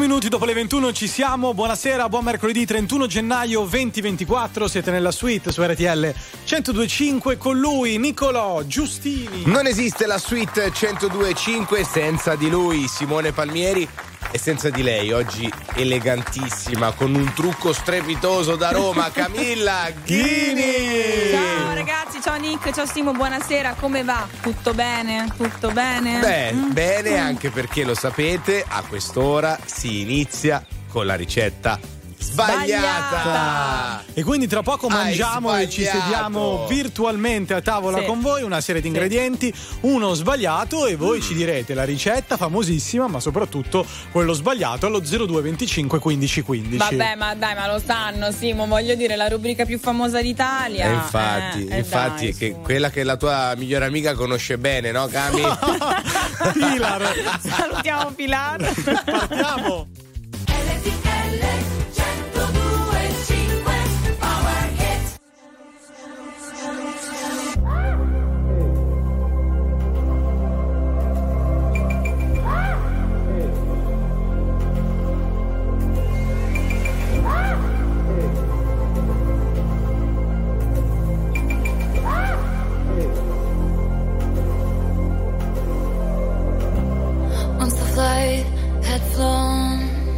minuti dopo le 21 ci siamo, buonasera, buon mercoledì 31 gennaio 2024, siete nella suite su RTL 102.5 con lui Nicolò Giustini. Non esiste la suite 102.5 senza di lui Simone Palmieri e senza di lei, oggi elegantissima con un trucco strepitoso da Roma, Camilla Ghini. Ciao ragazzi, ciao Nick, ciao Simo, buonasera, come va? Tutto bene? Tutto bene? Bene, anche perché lo sapete, a quest'ora si inizia con la ricetta sbagliata. E quindi tra poco mangiamo e ci sediamo virtualmente a tavola con voi, una serie di ingredienti, uno sbagliato e voi ci direte la ricetta famosissima, ma soprattutto quello sbagliato allo 0225 15 15. Vabbè, ma dai, ma lo sanno, Simo, voglio dire, la rubrica più famosa d'Italia. Infatti, dai, è che quella che la tua migliore amica conosce bene, no Cami? Pilar. Salutiamo Pilar. Partiamo. Once the flight had flown,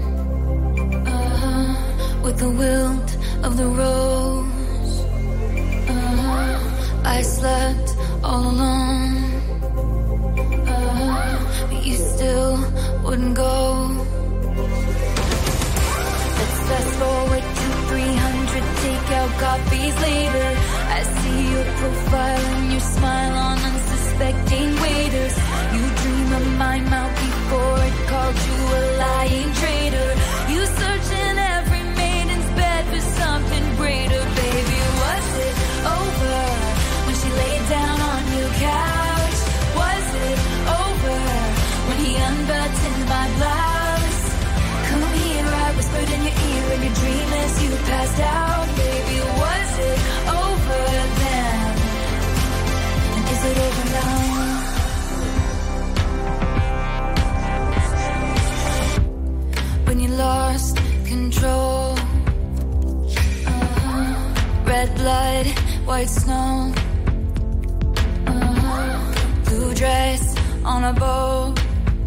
with the wilt of the rose, I slept all alone, but you still wouldn't go. Let's fast forward to 300 takeout copies later. I see your profile and your smile on unsuspecting waiters. You dream of my mouth before it called you a lying traitor. You search in every maiden's bed for something greater. Baby, was it over when she laid down on your couch? Was it over when he unbuttoned my blouse? Come here, I whispered in your ear in your dream as you passed out. Baby, was it over then? And is it over now? When you lost control, red blood, white snow, blue dress on a boat,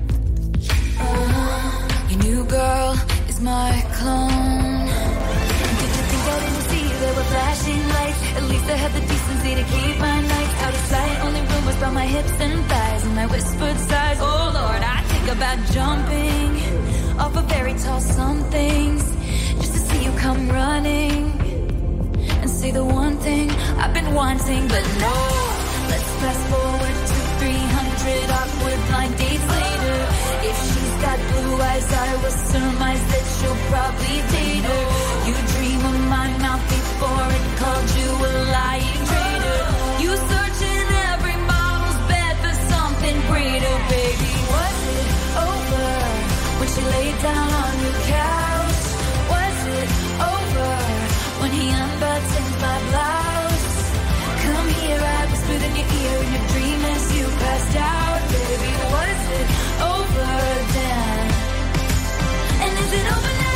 your new girl is my clone. Did you think I didn't see there were flashing lights? At least I had the decency to keep my nights out of sight. Only rumors about my hips and thighs and my whispered sighs. Oh Lord, I think about jumping off a very tall somethings just to see you come running and say the one thing I've been wanting. But no, let's fast forward to 300 awkward blind dates later. If she's got blue eyes, I will surmise that she'll probably date her. You dream of my mouth before it called you a lying traitor. You search in every model's bed for something greater. Baby, was it over when she laid down on your couch? Was it over when he unbuttoned my blouse? Come here, I whispered in your ear in your dream as you passed out. Baby, was it over then? And is it over now?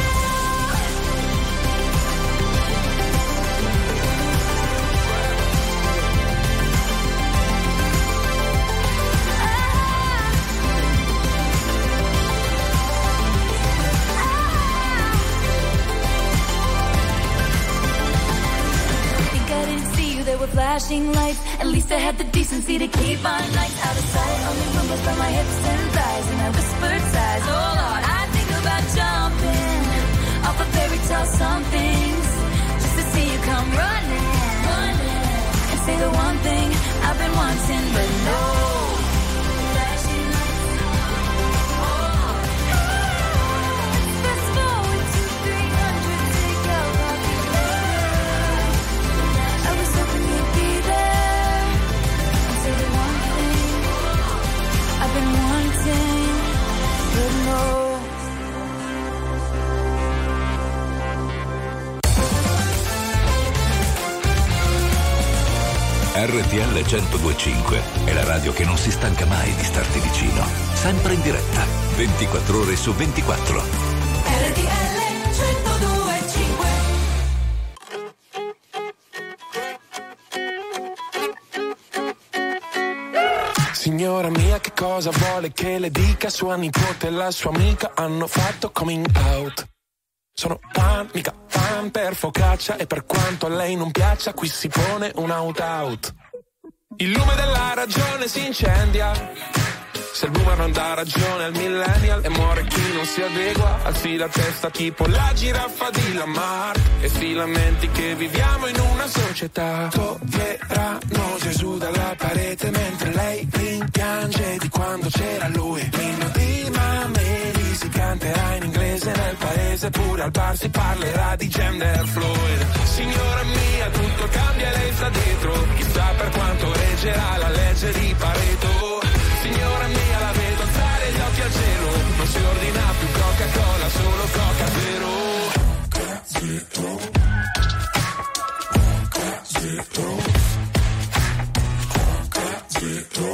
There were flashing lights. At least I had the decency to keep my nights out of sight. Only rumors about my hips and thighs and my whispered sighs. Oh Lord, I think about jumping off a fairy tale somethings just to see you come running and say the one thing I've been wanting. But no, flashing lights. Fast forward to 300 takeout copies later. I was hoping you'd be there and say the one thing I've been wanting, but no. RTL 102.5 è la radio che non si stanca mai di starti vicino, sempre in diretta, 24 ore su 24. Signora mia, che cosa vuole che le dica? Sua nipote e la sua amica hanno fatto coming out. Sono fan, mica fan per focaccia, e per quanto a lei non piaccia, qui si pone un out. Il lume della ragione si incendia. Se il boomer non dà ragione al millennial, e muore chi non si adegua, alzi la testa tipo la giraffa di Lamar, e si lamenti che viviamo in una società. Toglieranno Gesù dalla parete mentre lei rimpiange di quando c'era lui. L'inno di Mameli si canterà in inglese nel paese, pure al bar si parlerà di gender fluid. Signora mia, tutto cambia e lei sta dietro, chissà per quanto reggerà la legge di Pareto. Signora mia, la vedo alzare gli occhi al cielo, non si ordina più Coca-Cola, solo Coca Zero. Coca Zero. Coca Zero.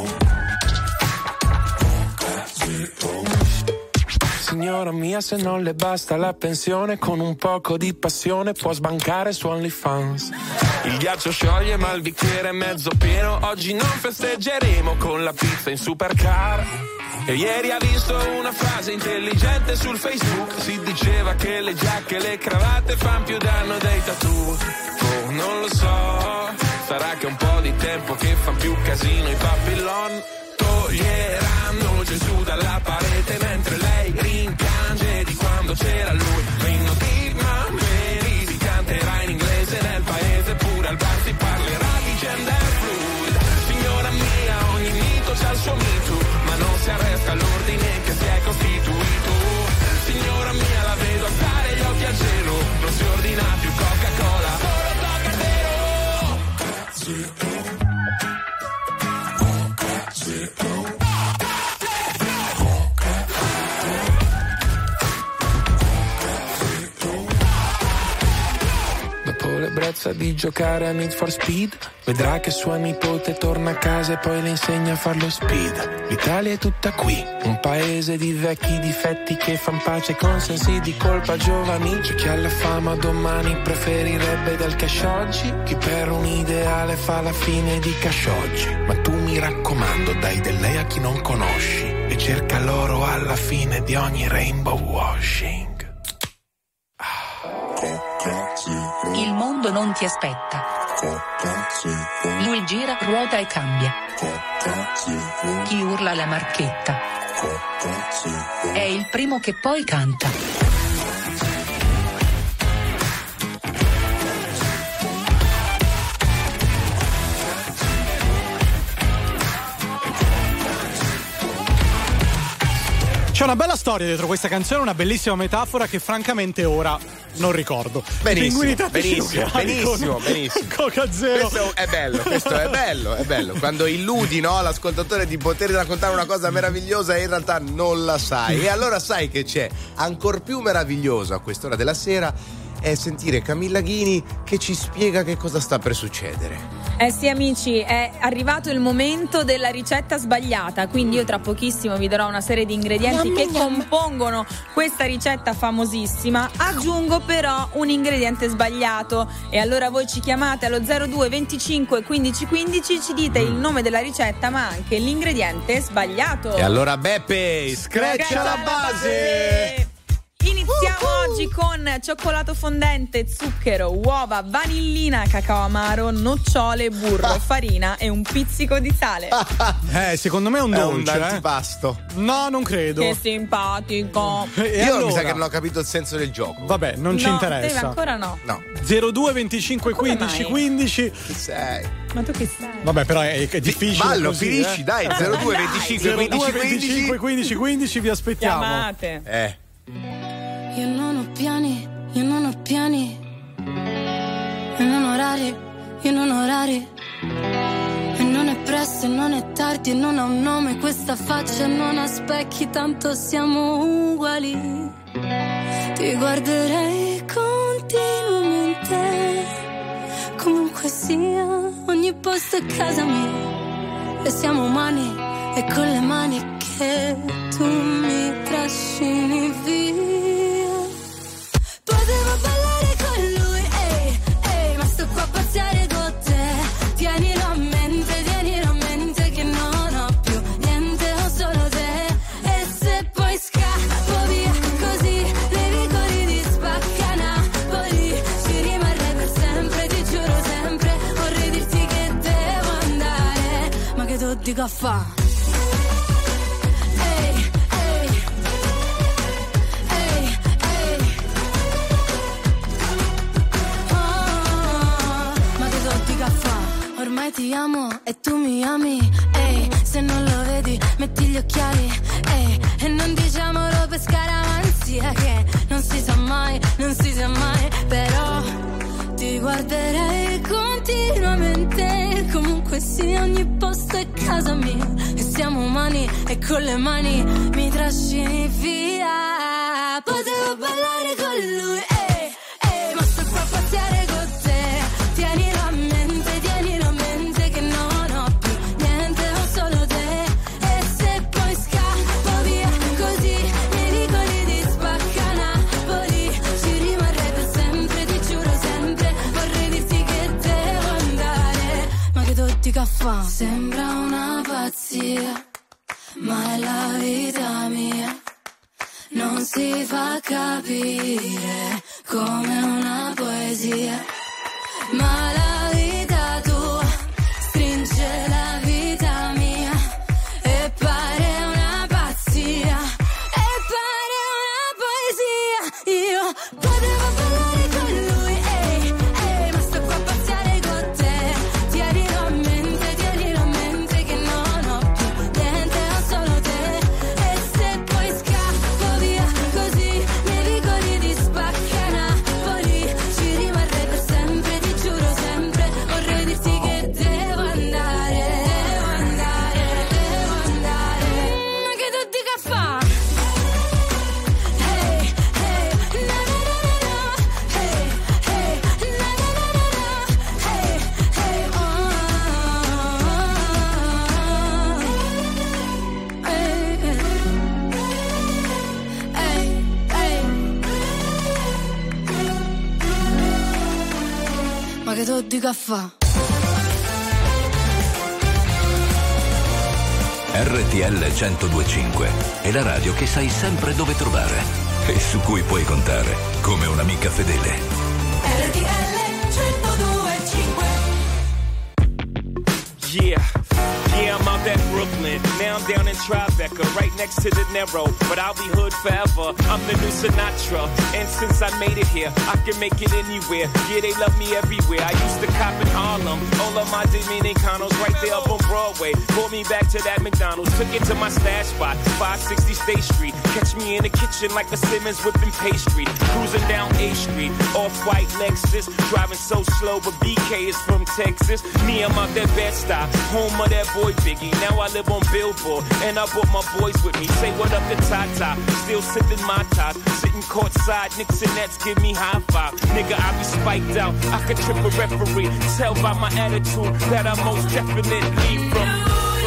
Coca Zero. Signora mia, se non le basta la pensione, con un poco di passione può sbancare su OnlyFans. Il ghiaccio scioglie ma il bicchiere è mezzo pieno, oggi non festeggeremo con la pizza in supercar. E ieri ha visto una frase intelligente sul Facebook, si diceva che le giacche e le cravatte fan più danno dei tattoo. Oh, non lo so, sarà che un po' di tempo che fan più casino i Babylon. Toglieranno Gesù dalla parete mentre lei rimpiange di quando c'era lui. L'inno di Mameli si canterà in inglese nel paese, pure al bar si parlerà di gender fluid. Signora mia, ogni mito c'ha il suo mito, ma non si arresta l'ordine che si è costituito. Signora mia, la vedo alzare gli occhi al cielo, non si ordina più Coca-Cola, solo Coca Zero. Dopo l'ebbrezza di giocare a Need for Speed, vedrà che sua nipote torna a casa e poi le insegna a far lo speed. L'Italia è tutta qui, un paese di vecchi difetti che fan pace con sensi di colpa giovani. C'è chi alla fama domani preferirebbe del cash oggi, chi per un ideale fa la fine di cash oggi. Ma tu mi raccomando, dai del lei a chi non conosci e cerca l'oro alla fine di ogni rainbow washing. Il mondo non ti aspetta. Lui gira, ruota e cambia. Chi urla la marchetta è il primo che poi canta. C'è una bella storia dietro questa canzone, una bellissima metafora che francamente ora non ricordo. Benissimo, benissimo. Coca Zero. Questo è bello. Quando illudi, no, l'ascoltatore di poter raccontare una cosa meravigliosa e in realtà non la sai. E allora sai che c'è ancor più meraviglioso a quest'ora della sera è sentire Camilla Ghini che ci spiega che cosa sta per succedere. Eh sì amici, è arrivato il momento della ricetta sbagliata, quindi io tra pochissimo vi darò una serie di ingredienti che compongono questa ricetta famosissima. Aggiungo però un ingrediente sbagliato e allora voi ci chiamate allo 02 25 15 15, ci dite il nome della ricetta ma anche l'ingrediente sbagliato. E allora Beppe, screccia la base! Iniziamo oggi con cioccolato fondente, zucchero, uova, vanillina, cacao amaro, nocciole, burro, farina e un pizzico di sale. Secondo me è un dolce. È un antipasto. No, non credo. Che simpatico. Io allora? mi sa che non ho capito il senso del gioco. Vabbè, non ci interessa. Ancora no. 02 25 15 15. Chi sei? Ma tu che sei? Vabbè, però è difficile. Ballo, così, finisci, dai. 02 25 15 15 15 15, vi aspettiamo. Chiamate. Io non ho piani, io non ho piani, e non orari, io non ho orari, e non è presto e non è tardi e non ha un nome questa faccia, non ha specchi, tanto siamo uguali. Ti guarderei continuamente, comunque sia, ogni posto è casa mia, e siamo umani e con le mani che tu mi trascini via. Potevo ballare con lui, ma sto qua a pazziare con te. Tienilo a mente che non ho più di caffè. Ormai ti amo e tu mi ami, ehi, se non lo vedi metti gli occhiali, ehi, e non diciamolo per scaramanzia che non si sa mai, non si sa mai, però ti guarderei continuamente, comunque sia ogni posto è casa mia, e siamo umani e con le mani mi trascini via, potevo ballare con lui, ehi, ma sto qua a paziare con te, tienilo a mente che non ho più niente, ho solo te, e se poi scappo via così mi ricordi di Spacca Napoli, ci rimarrei per sempre, ti giuro sempre, vorrei dirti che devo andare, ma che tutti caffè sembra una pazzia, ma è la vita mia, non si fa capire come una poesia, ma la vita tua stringe la vita mia e pare una pazzia, e pare una poesia, io potevo ballare con lui, ehi, ma sto qua a pazzare con te, tienilo a mente che non ho più niente, ho solo te, e se poi scappo via così mi ricordi di Spacca Napoli, ci rimarrei per sempre, ti giuro sempre, vorrei dirti che devo andare, ma che tu dica fa? Hey, hey, na na na na, hey, hey, na na na na, hey, hey, oh, ma che tu dica fa? RTL 102.5 è la radio che sai sempre dove trovare e su cui puoi contare come un'amica fedele. RTL 102.5. Yeah, I'm out at Brooklyn. Now I'm down in Tribeca, right next to De Niro. But I'll be hood forever. I'm the new Sinatra. And since I made it here, I can make it anywhere. Yeah, they love me everywhere. I used to cop in Harlem. All of my Dominicanos right there up on Broadway. Pulled me back to that McDonald's. Took it to my stash spot, 560 State Street. Catch me in the kitchen like a Simmons whipping pastry. Cruising down A Street, off-white Lexus. Driving so slow, but BK is from Texas. Me, I'm out that Bed-Stuy, home of that boy Biggie. Now I live on Billboard, and I brought my boys with me. Say what up to Tata, still sipping my top. Sitting courtside, Knicks and Nets give me high five. Nigga, I be spiked out, I could trip a referee. Tell by my attitude that I most definitely from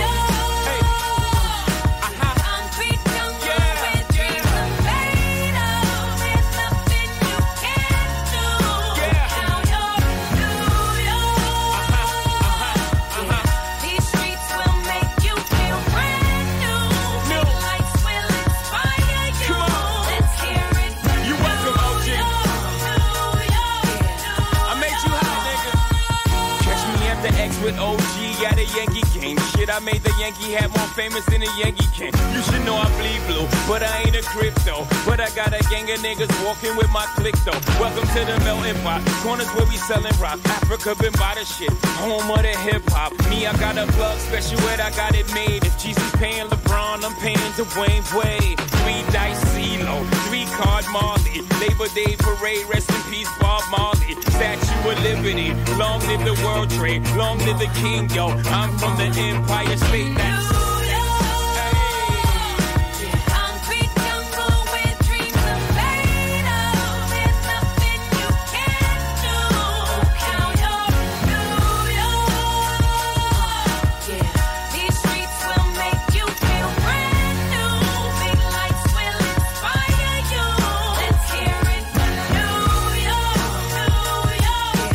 with OG at a Yankee game. Shit, I made the Yankee hat more famous than a Yankee can. You should know I bleed blue, but I ain't a crypto. But I got a gang of niggas walking with my click though. Welcome to the melting pot. Corners where we selling rock. Africa been by the shit. Home of the hip hop. Me, I got a plug special where I got it made. If Jesus paying LeBron, I'm paying Dwayne Wade. 3 dice CeeLo, 3 card Marley. Labor Day parade, rest in peace Bob Marley. Statue of Liberty, long live the World Trade, long live the King, yo. I'm from the Empire State. That's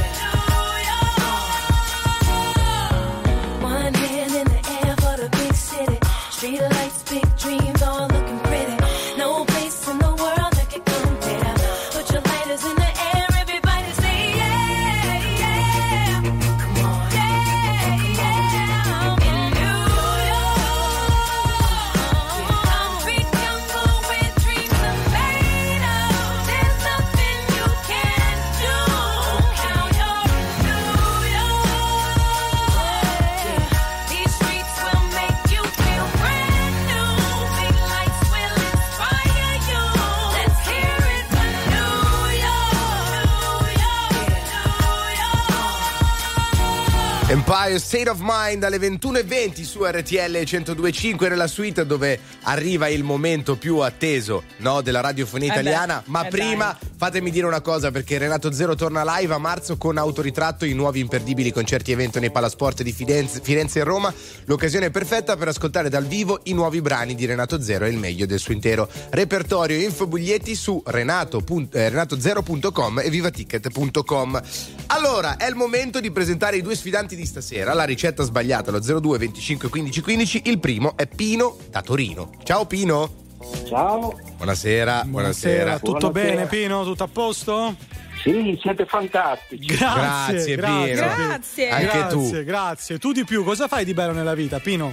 One hand in the air for the big Empire State of Mind alle 21:20 su RTL 102.5 nella suite, dove arriva il momento più atteso, no, della radiofonia italiana. Ma prima fatemi dire una cosa, perché Renato Zero torna live a marzo con Autoritratto, i nuovi imperdibili concerti evento nei Palasport di Firenze e Roma. L'occasione perfetta per ascoltare dal vivo i nuovi brani di Renato Zero e il meglio del suo intero repertorio. Info biglietti su renatozero.com e vivaticket.com. Allora, è il momento di presentare i due sfidanti di stasera. La ricetta sbagliata, lo 02 25 15 15. Il primo è Pino da Torino. Ciao Pino. Ciao. Buonasera. Tutto bene Pino? Tutto a posto? Sì, siete fantastici. Grazie Pino. Grazie. Anche tu. Grazie. Tu di più, cosa fai di bello nella vita, Pino?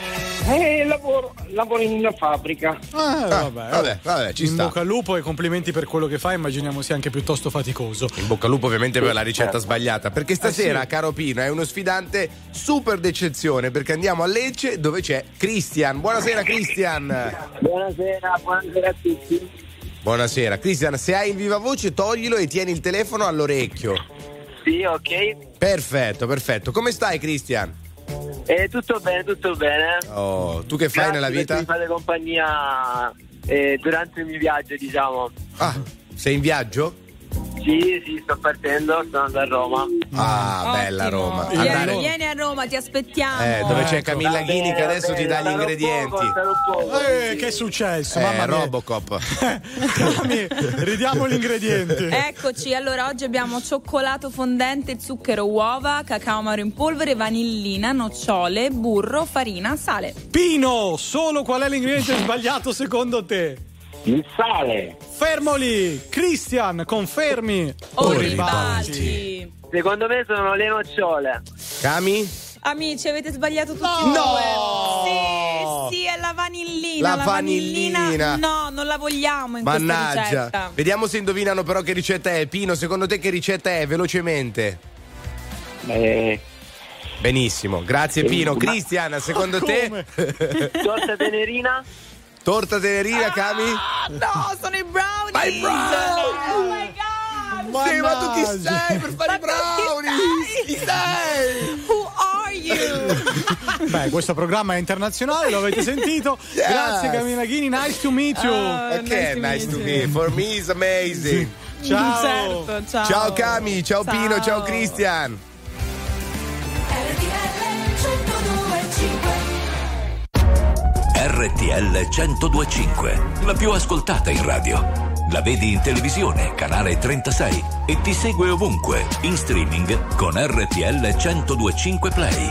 Lavoro in una fabbrica. Vabbè, ci sta. In bocca al lupo e complimenti per quello che fai, immaginiamo sia anche piuttosto faticoso. In bocca al lupo ovviamente per la ricetta sbagliata, perché stasera, caro Pino, è uno sfidante super d'eccezione, perché andiamo a Lecce dove c'è Christian. Buonasera Christian. Buonasera a tutti. Buonasera Christian, se hai il viva voce toglilo e tieni il telefono all'orecchio. Sì, ok. Perfetto. Come stai Christian? Tutto bene. Oh, tu che fai nella vita? Mi fate compagnia durante il mio viaggio, diciamo. Ah, sei in viaggio? Sì, sto partendo, sto andando a Roma. Ah, bella Roma. Vieni a Roma, ti aspettiamo. Dove c'è Camilla Ghini che adesso ti dà gli ingredienti. Che è successo? Mamma mia. Robocop. Ridiamo gli ingredienti. Eccoci, allora oggi abbiamo cioccolato fondente, zucchero, uova, cacao amaro in polvere, vanillina, nocciole, burro, farina, sale. Pino, solo qual è l'ingrediente sbagliato secondo te? Il sale. Fermo lì. Christian, confermi o ribatti? Secondo me sono le nocciole. Cami? Amici, avete sbagliato tutti e due. Sì, è la vanillina. La vanillina. No, non la vogliamo in questa ricetta. Vediamo se indovinano però che ricetta è. Pino, secondo te che ricetta è? Velocemente. Benissimo, grazie Pino. Christian, secondo te? Torta tenerina? Torta tenerina, Cami? No, sono i brownies. Ma i brownies! Oh my god! Sì, ma tu chi sei per fare i brownies? Chi sei? Who are you? Beh, questo programma è internazionale, lo avete sentito? Yes. Grazie Camilla Ghini, nice to meet you. Nice to meet you. For me is amazing. Ciao. Certo, ciao. Ciao Cami, ciao Pino, ciao Christian. RTL 102.5, la più ascoltata in radio. La vedi in televisione, canale 36, e ti segue ovunque, in streaming con RTL 102.5 Play.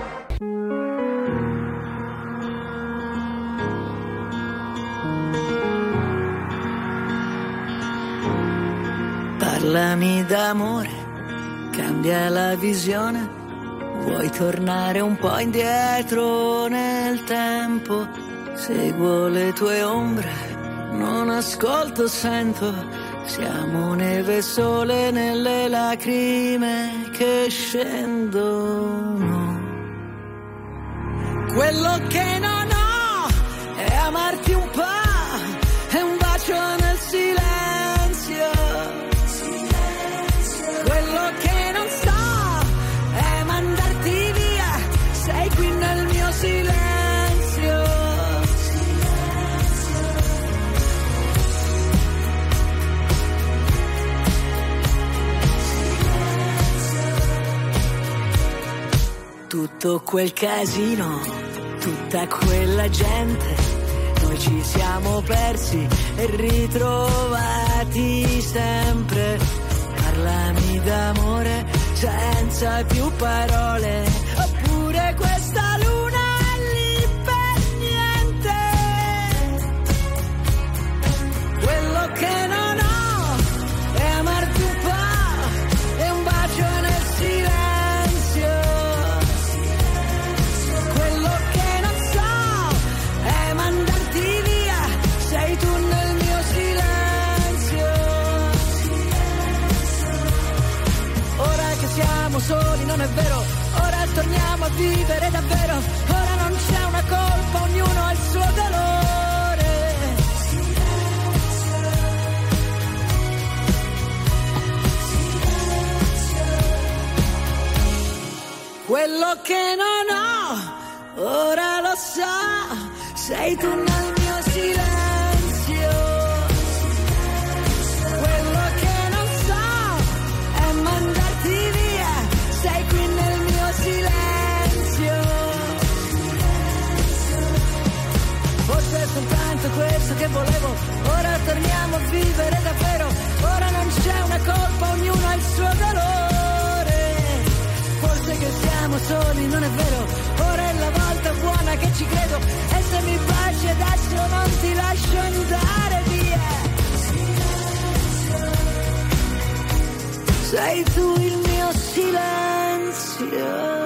Parlami d'amore, cambia la visione. Vuoi tornare un po' indietro nel tempo? Seguo le tue ombre, non ascolto, sento. Siamo neve e sole nelle lacrime che scendono. Quello che non ho è amarti un po', è un bacio nel silenzio. Quello che non so è mandarti via, sei qui nel mio silenzio. Tutto quel casino, tutta quella gente, noi ci siamo persi e ritrovati sempre. Parlami d'amore senza più parole, oppure questa luna è lì per niente. Quello che non ho è amarti un po', è un bacio nel silenzio. Quello che non so è mandarti via, sei tu nel mio silenzio. Ora che siamo soli non è vero, ora torniamo a vivere davvero, ora non c'è una colpa, ognuno ha il suo dolore. quello che non ho, ora lo so, sei tu nel mio silenzio. Quello che non so è mandarti via, sei qui nel mio silenzio. Forse è soltanto questo che volevo, ora torniamo a vivere davvero, ora non c'è una colpa, ognuno ha il suo dolore. Forse che siamo soli, non è vero, ora è la volta buona che ci credo, e se mi baci adesso non ti lascio andare via. Sei tu il mio silenzio.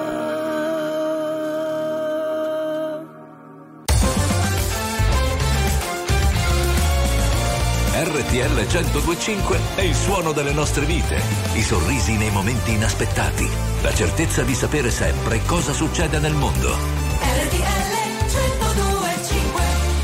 RTL 102.5 è il suono delle nostre vite, i sorrisi nei momenti inaspettati, la certezza di sapere sempre cosa succede nel mondo. RTL 102.5.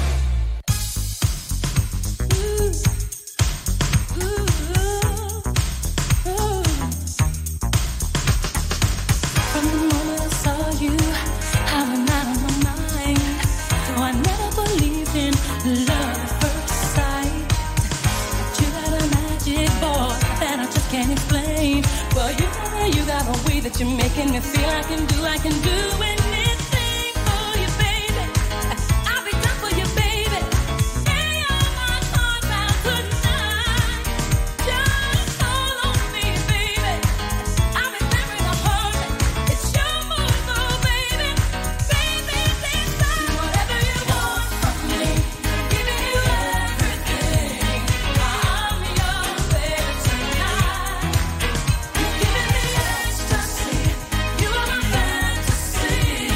From the moment I saw you, I went out of my mind. Though I never believed in love at first sight. But you got a magic boy that I just can't explain. But you got a way that you're making me feel I can do anything for you, baby. I'll be done for you, baby. Lay all my heart out tonight. Just hold on me, baby. I'll be there in a hurry. It's your move, oh baby. Baby, please do whatever you want from me. Giving you everything. I'm your baby tonight. You're giving me ecstasy. You are my fantasy.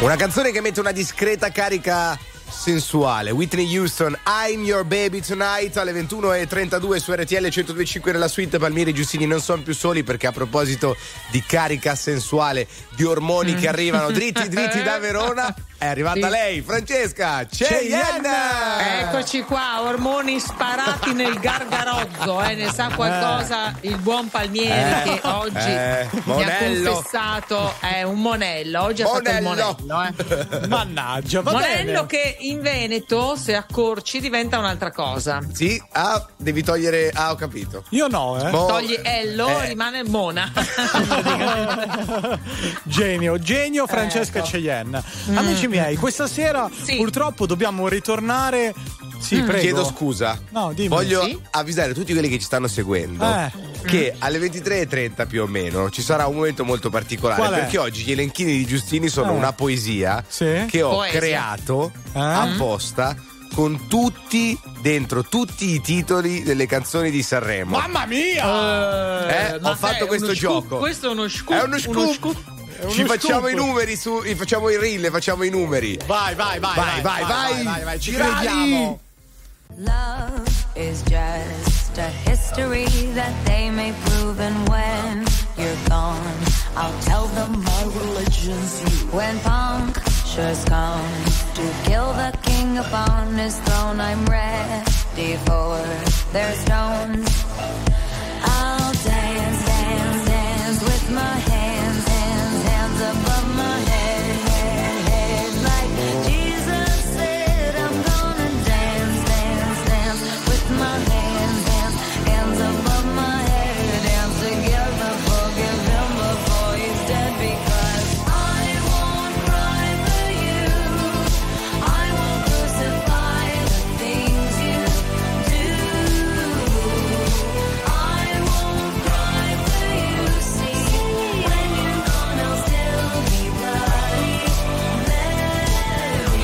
Una canzone che mette una discreta carica sensuale. Whitney Houston, I'm Your Baby Tonight, alle 21:32 su RTL 102.5 nella suite. Palmieri e Giustini non sono più soli, perché a proposito di carica sensuale, di ormoni che arrivano dritti da Verona, è arrivata lei, Francesca Cheyenne. Eccoci qua, ormoni sparati nel gargarozzo, ne sa qualcosa il buon Palmieri, che oggi mi ha confessato è un monello. Oggi è stato il monello. Mannaggia, va monello bene. Che in Veneto, se accorci, diventa un'altra cosa. Sì, devi togliere. Ho capito. Io no, Togli Ello, rimane Mona. Genio, Francesca Cheyenne. Amici miei, questa sera purtroppo dobbiamo ritornare. Sì, prego. Chiedo scusa. No, dimmi. Voglio avvisare tutti quelli che ci stanno seguendo che alle 23:30 più o meno ci sarà un momento molto particolare, perché oggi gli elenchini di Giustini sono una poesia che ho creato apposta, con tutti i titoli delle canzoni di Sanremo. Mamma mia! Ho fatto questo gioco. Questo è uno scoop. È uno scoop. Ci facciamo i numeri facciamo i reel, facciamo i numeri. Vai, ci crediamo. Love is just a history that they may prove, and when you're gone, I'll tell them my religion's you. When punctures come to kill the king upon his throne, I'm ready for their stones. I'll dance, dance, dance with my hands, hands, hands above my head, head, head, like Jesus said. I'm gonna dance, dance, dance with my hands, hands, hands above my head, dance together, forgive him before he's dead, because I won't cry for you, I won't crucify the things you do, I won't cry for you, see, when you're gone I'll still be bloody Mary.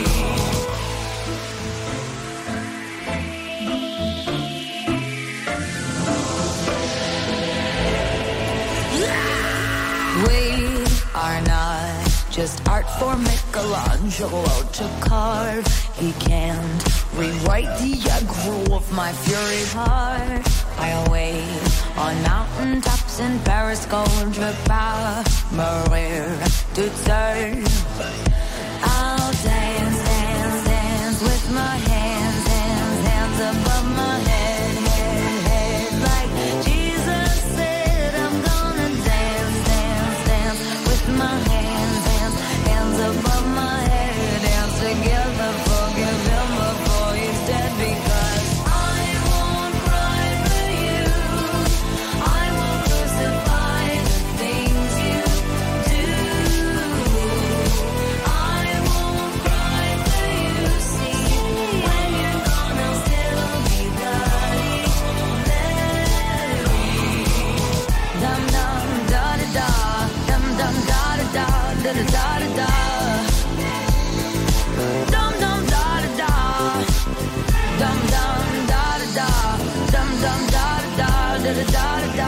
We are not just art for Michelangelo to carve. He can't rewrite the aggro of my fury heart. I'll wait on mountaintops in Paris, gold power, Maria to turn. I'll dance, dance, dance with my hands, hands, hands above my head, head, head, like Jesus said. I'm gonna dance, dance, dance with my hands, hands, hands above my head, dance together, forgive him before he's dead, because I won't cry for you, I won't crucify the things you do, I won't cry for you, see, when you're gone I'll still be bloody Mary. Dum dum da da da, dum dum da da da, da da da da da. Dum dum da da da, dum dum da da da, dum dum da da da, da da da da.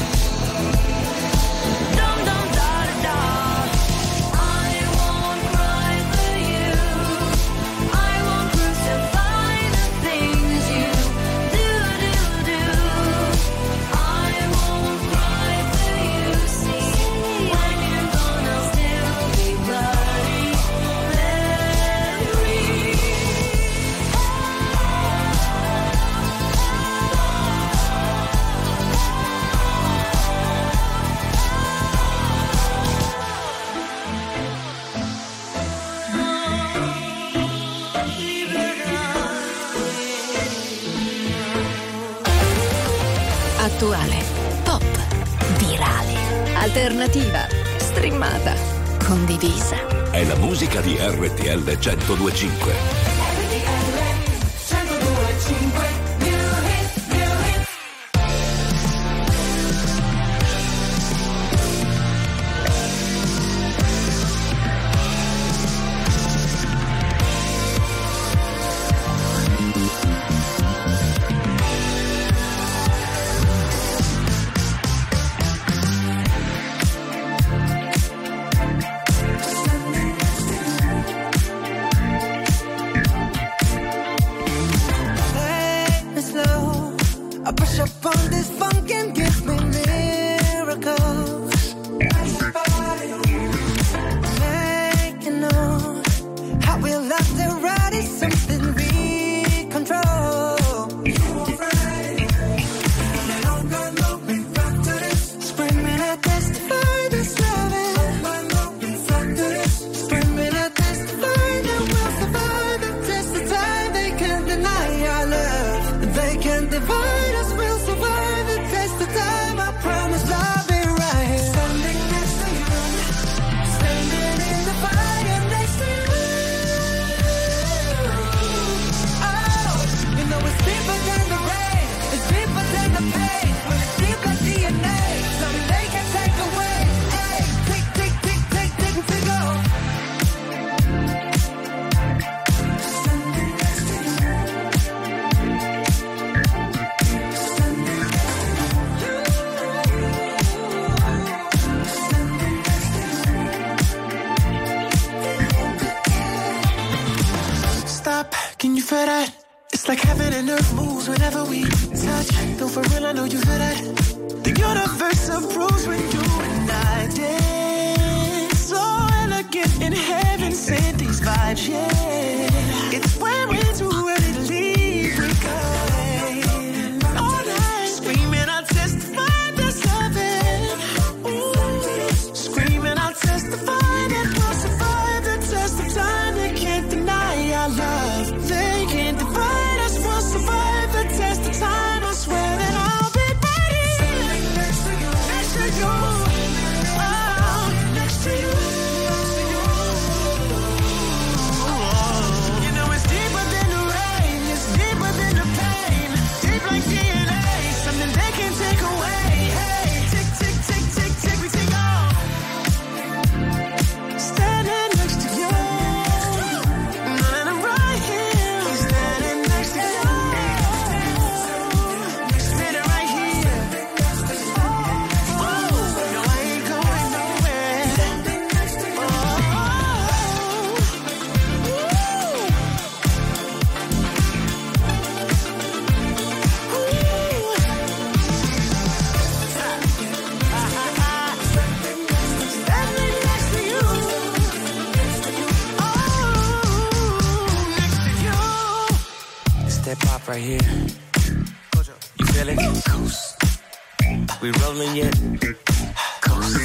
Dum dum da da da. I won't cry for you, I won't crucify the things you do, do, do. I won't cry for you, see, when you're gone I'll still be bloody Mary. Attuale, pop, virale, alternativa, streamata, condivisa. È la musica di RTL 102.5. something we control. You afraid? No longer looking back to this. Screaming, I testify this loving. No longer looking back to this. Screaming, I testify that we'll survive the test of time. They can't deny our love. They can't divide us. We'll survive the test of time. I promise I'll be right. Standing next to you. Standing in the fire next to you. Oh, you know it's deeper than the rain. It's deeper than the pain. When it's deep like DNA, something they can take away. Hey, tick, tick, tick, tick, tick, tick, off. Standing next to you. Stop, can you feel that? It's like heaven and earth moves whenever we touch. No, for real, I know you feel that. The universe approves when you and I dance. So elegant in heaven, send these vibes, yeah. It's when we're too ready to leave, we go all night. Screaming, I'll testify that's loving. Ooh, screaming, I'll testify that we'll survive the test of time. They can't deny our love. They can't divide us. We'll survive the test of time. I swear that I'll be ready. Standing next to you, next to you. Oh, next to you. You know it's deeper than the rain. It's deeper than the pain. Deep like DNA. Something they can take away. Hey, tick, tick, tick, tick, tick, we take off. Standing next to you. And I'm right here. Standing next to you. Standing right here. Oh, no, I ain't going nowhere. Standing next to you. Oh, next to you. It's that pop right here. You feel it? Coast. We rolling yet? Coast.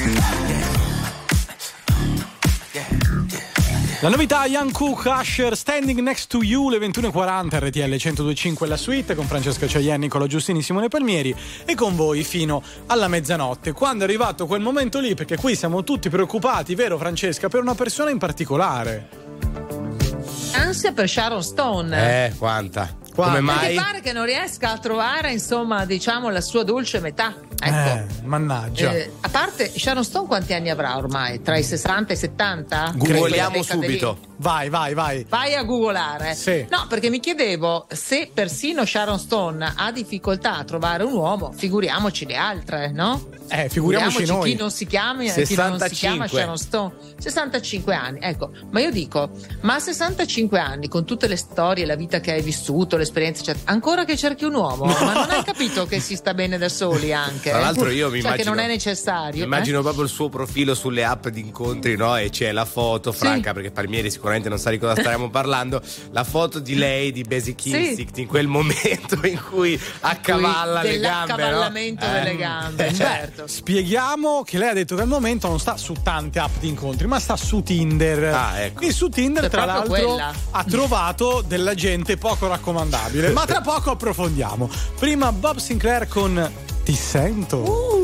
La novità Young Cook, Usher, Standing Next to You, le 21.40, RTL 102.5 la suite con Francesca Ciagliani, Nicola Giustini, Simone Palmieri e con voi fino alla mezzanotte. Quando è arrivato quel momento lì, perché qui siamo tutti preoccupati, vero Francesca, per una persona in particolare. Ansia per Sharon Stone. Quanta? Come mai? Perché pare che non riesca a trovare, insomma, diciamo, la sua dolce metà. Ecco. Mannaggia. A parte, Sharon Stone quanti anni avrà ormai? Tra i 60 e i 70? Googoliamo subito. Vai. Vai a googolare. Sì. No, perché mi chiedevo, se persino Sharon Stone ha difficoltà a trovare un uomo, figuriamoci le altre, no? Figuriamoci noi. Chi non si chiama 65. Sharon Stone. 65 anni, ecco. Ma io dico, ma a 65 anni, con tutte le storie, la vita che hai vissuto, l'esperienza, eccetera, ancora che cerchi un uomo? Ma non hai capito che si sta bene da soli anche? Tra l'altro io mi immagino che non è necessario. Immagino proprio il suo profilo sulle app di incontri, no? E c'è la foto, Franca, perché Palmieri sicuramente non sa di cosa staremo parlando, la foto di lei di Basic Instinct in quel momento in cui accavalla le gambe, dell'accavallamento delle gambe, certo. Spieghiamo che lei ha detto che al momento non sta su tante app di incontri, ma sta su Tinder. Ecco. E su Tinder, tra l'altro, ha trovato della gente poco raccomandabile. Ma tra poco approfondiamo. Prima Bob Sinclair con Ti sento.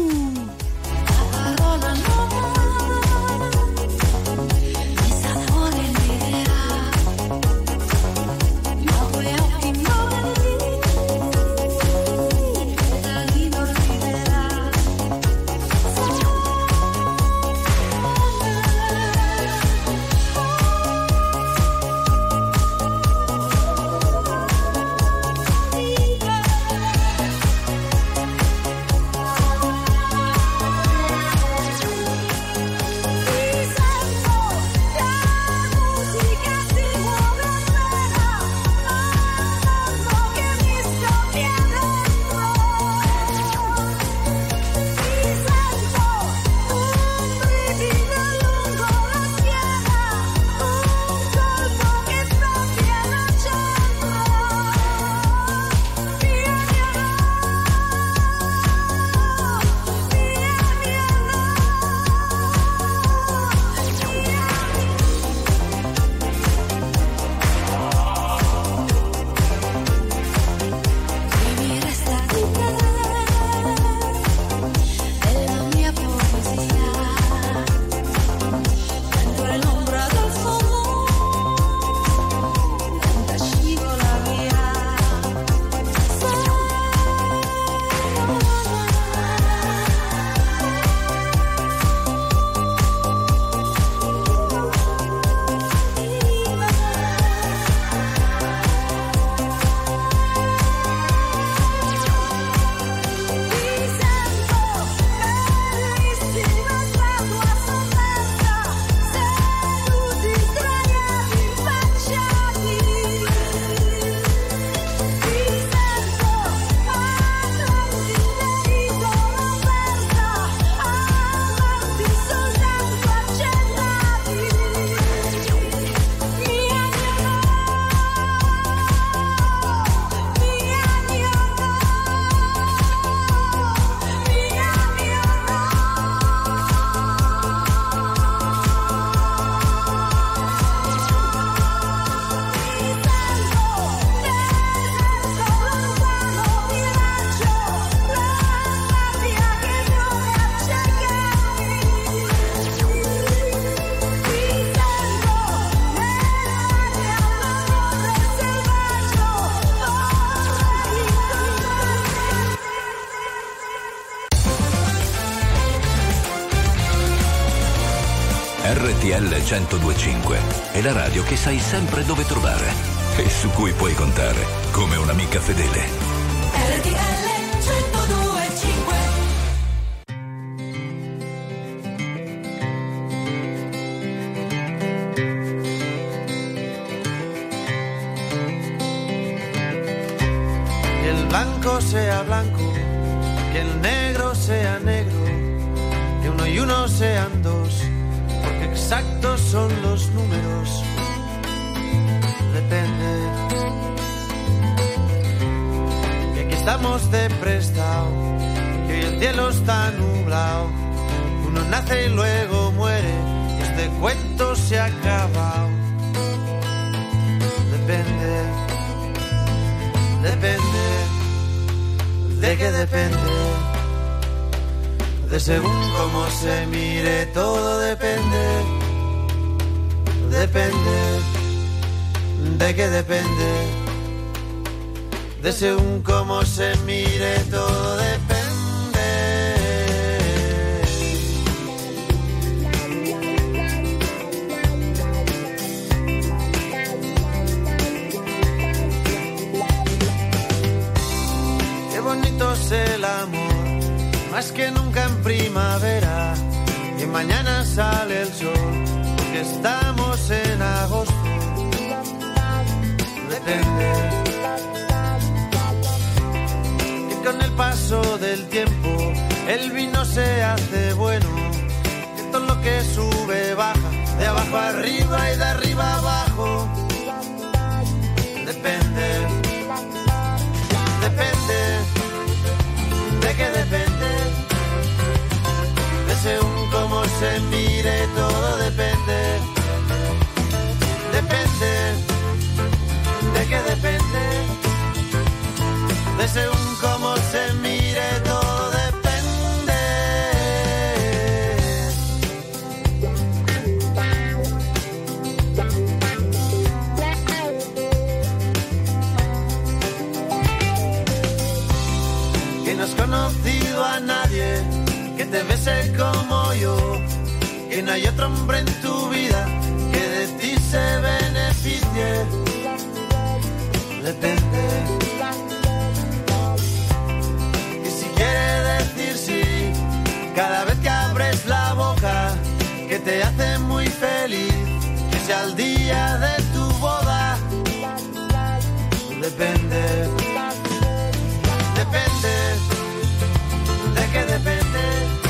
RTL 102.5 è la radio che sai sempre dove trovare e su cui puoi contare come un'amica fedele. RTL 102.5. Que el blanco sea blanco, que el negro sea negro, que uno y uno sean dos, porque exactos son los números. Depende. Que aquí estamos de prestado, que hoy el cielo está nublado. Uno nace y luego muere, y este cuento se ha acabado. Depende. Depende. ¿De qué depende? De según cómo se mire, todo depende. Depende. ¿De qué depende? De según cómo se mire, todo depende. Qué bonito es el amor, más que nunca en primavera, y mañana sale el sol, porque estamos en agosto. Depende. Que con el paso del tiempo el vino se hace bueno, que todo lo que sube baja, de abajo arriba y de arriba abajo. Depende. Depende. ¿De qué depende? De según cómo se mire, todo depende. Depende. ¿De qué depende? De según cómo se mire, todo depende. Que no has conocido a nadie que te bese como yo, que no hay otro hombre en tu vida que de ti se beneficie. Depende. Y si quiere decir sí, cada vez que abres la boca, que te hace muy feliz, que sea el día de tu boda. Depende. Depende. ¿De qué depende?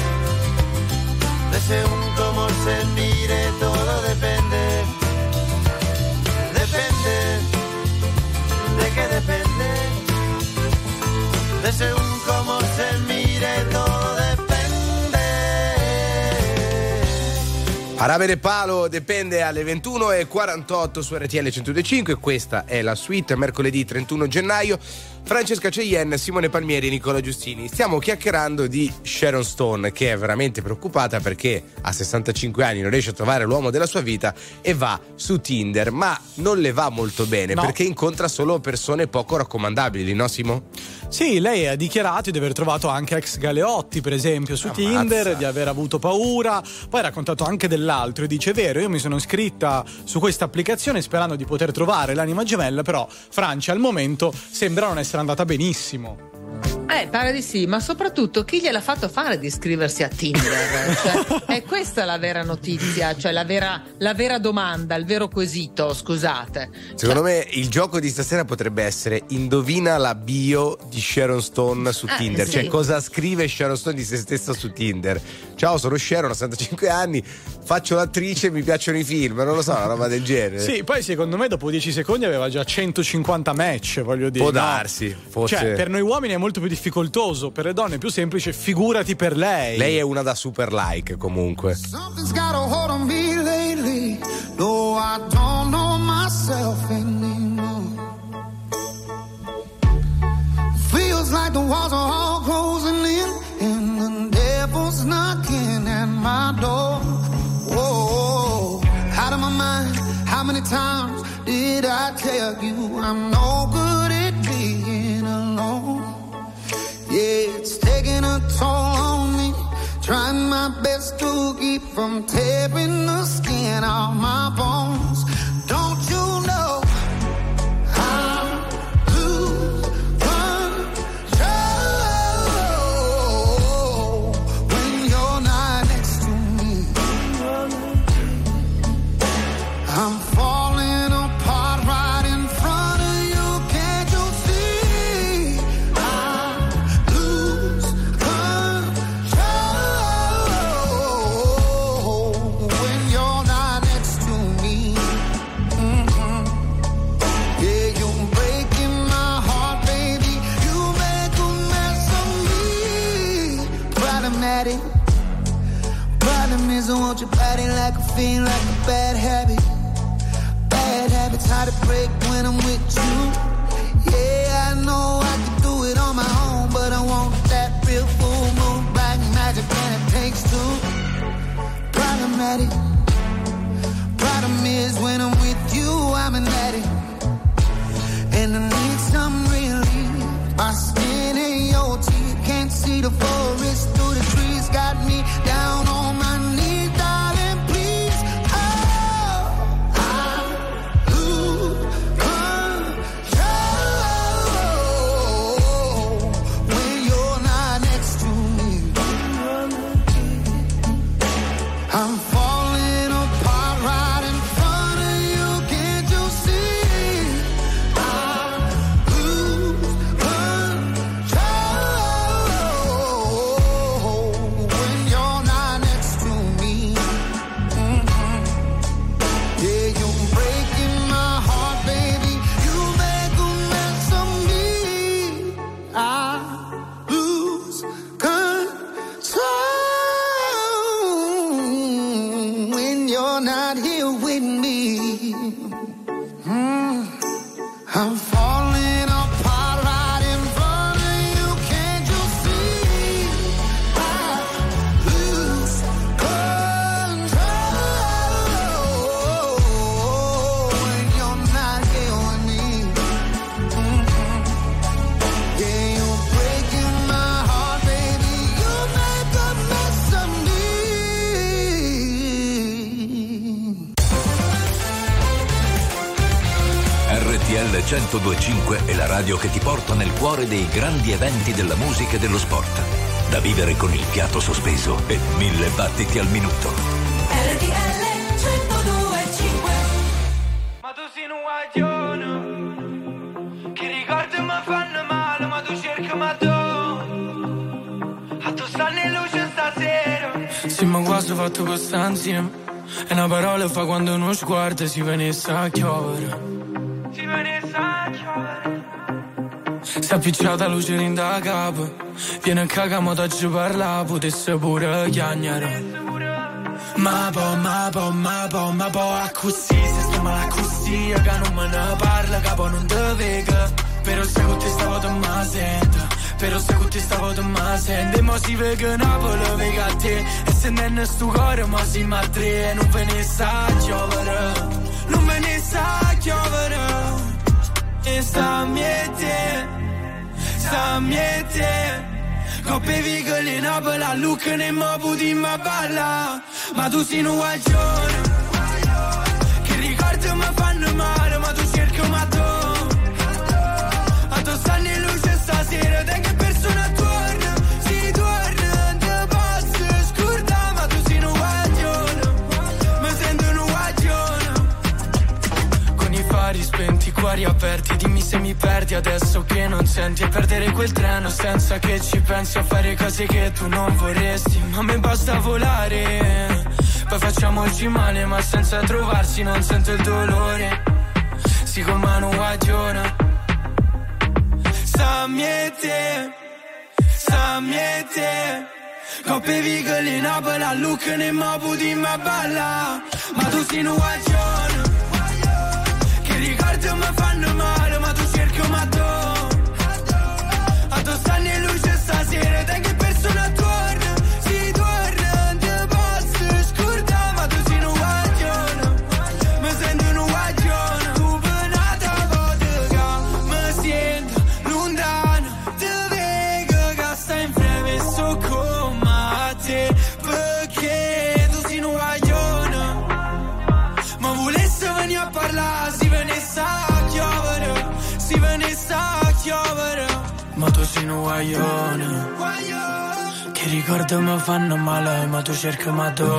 De según cómo se mire, todo depende. Depende. ¿De qué depende? De según cómo se mire, todo depende. Aravere Palo dipende alle 21:48 su RTL 102.5 e questa è la suite mercoledì 31 gennaio. Francesca Cheyenne, Simone Palmieri e Nicola Giustini. Stiamo chiacchierando di Sharon Stone, che è veramente preoccupata perché a 65 anni non riesce a trovare l'uomo della sua vita e va su Tinder, ma non le va molto bene, no, perché incontra solo persone poco raccomandabili, no Simo? Sì, lei ha dichiarato di aver trovato anche ex Galeotti, per esempio, su Tinder, di aver avuto paura. Poi ha raccontato anche dell'altro e dice: vero, io mi sono iscritta su questa applicazione sperando di poter trovare l'anima gemella, però Francia al momento sembra non essere andata benissimo. Pare di sì, ma soprattutto chi gliel'ha fatto fare di iscriversi a Tinder? Cioè, è questa la vera notizia, cioè la vera domanda, il vero quesito, scusate. Secondo me il gioco di stasera potrebbe essere: indovina la bio di Sharon Stone su Tinder, sì. Cioè cosa scrive Sharon Stone di se stessa su Tinder. Ciao, sono Sharon, ho 65 anni, faccio l'attrice e mi piacciono i film, non lo so, una roba del genere. Sì, poi secondo me dopo 10 secondi aveva già 150 match, voglio dire. Può darsi, forse. Cioè, per noi uomini è molto più difficoltoso, per le donne è più semplice, figurati per lei. Lei è una da super like comunque. Something's got a hold on me lately. No, I don't know myself anymore. Feels like the walls are all closing in and the devil's knocking at my door. Whoa, out of my mind. How many times did I tell you I'm no good at being alone? Yeah, it's taking a toll on me, trying my best to keep from tearing the skin off my bones. Don't you know I'm lose control when you're not next to me? I'm falling apart right in front of you. Can't you see? I lose control when you're not next to me. Yeah, you're breaking my heart, baby. You make a mess of me. Problematic. Problem is I want your body like a fiend, like a bad habit. Bad habits hard to break when I'm with you. Yeah, I know I can do it on my own, but I want that real full moon, black magic, and it takes two. Problematic. Problem is when I'm with you, I'm an addict, and I need some relief. My skin in your teeth, can't see the forest through the trees. Got me down on my knees, darling, please. Oh, I lose control when you're not next to me. I'm falling apart right in front of you. Can't you see? I lose control when you're not next to me. Yeah, you're breaking my heart, baby. You make a mess of me. I lose control when you're not here with me. I'm falling apart right in front of you. Can't you see? I lose control when you're not here with me. Yeah, you're breaking my heart, baby. You make a mess of me. RTL 102.5 è la radio che ti porta nel cuore dei grandi eventi della musica e dello sport. Da vivere con il fiato sospeso e 1000 battiti al minuto. RTL 102.5. Ma tu sei un guaglione che ricordi mi fanno male, ma tu cerchi ma tu a tu stanno in luce stasera. Sì, ma quasi fatto questa insieme. E una parola fa quando uno sguardo si venisse a chiovere. Si venisse a chiovere. Si è appicciata luce in da capo. Viene a cagamo da giù parla, potesse pure chiagnare. Ma po, a così, se sto male a così, che non me ne parla, capo non te vega. Però se con te stavo te ma sento, però se con te stavo te ma sento. E mo si vega Napoli, vega a te, e se non è sto cuore, mo si ma tre. Non ve ne sa chiovere, non me ne sa chiovere. E sta miete, coppe vigole Napoli, a Lucca ne mo puti ma balla. Ma tu sei un guaglione che ricordi mi fanno male, ma tu cerchi ma tu a tu stanno in luce stasera. Da che persona torna, si torna, te posso scordare. Ma tu sei un guaglione, mi sento un guaglione. Con i fari spenti, cuori aperti, dimmi se mi perdi adesso che non senti. E perdere quel treno senza che ci pensi, a fare cose che tu non vorresti. Ma a me basta volare, poi facciamoci male, ma senza trovarsi non sento il dolore. Si con mano guaglione. Sta miete, coppe vigole Napoli, a Lucca ne mo puti ma balla. Ma tu sei un guaglione che ricordi mi fanno male, ma tu cerchi ma tu a tu stanno in luce stasera. Da che persona torna, si torna, te posso scordare. Ma tu sei un guaglione, mi sento un guaglione. Tu penata vodka, mi sento lontano, te vedo che stai in freme, so come a te. guaglione. Che ricordo mi fanno male, ma tu cerchi ma tu.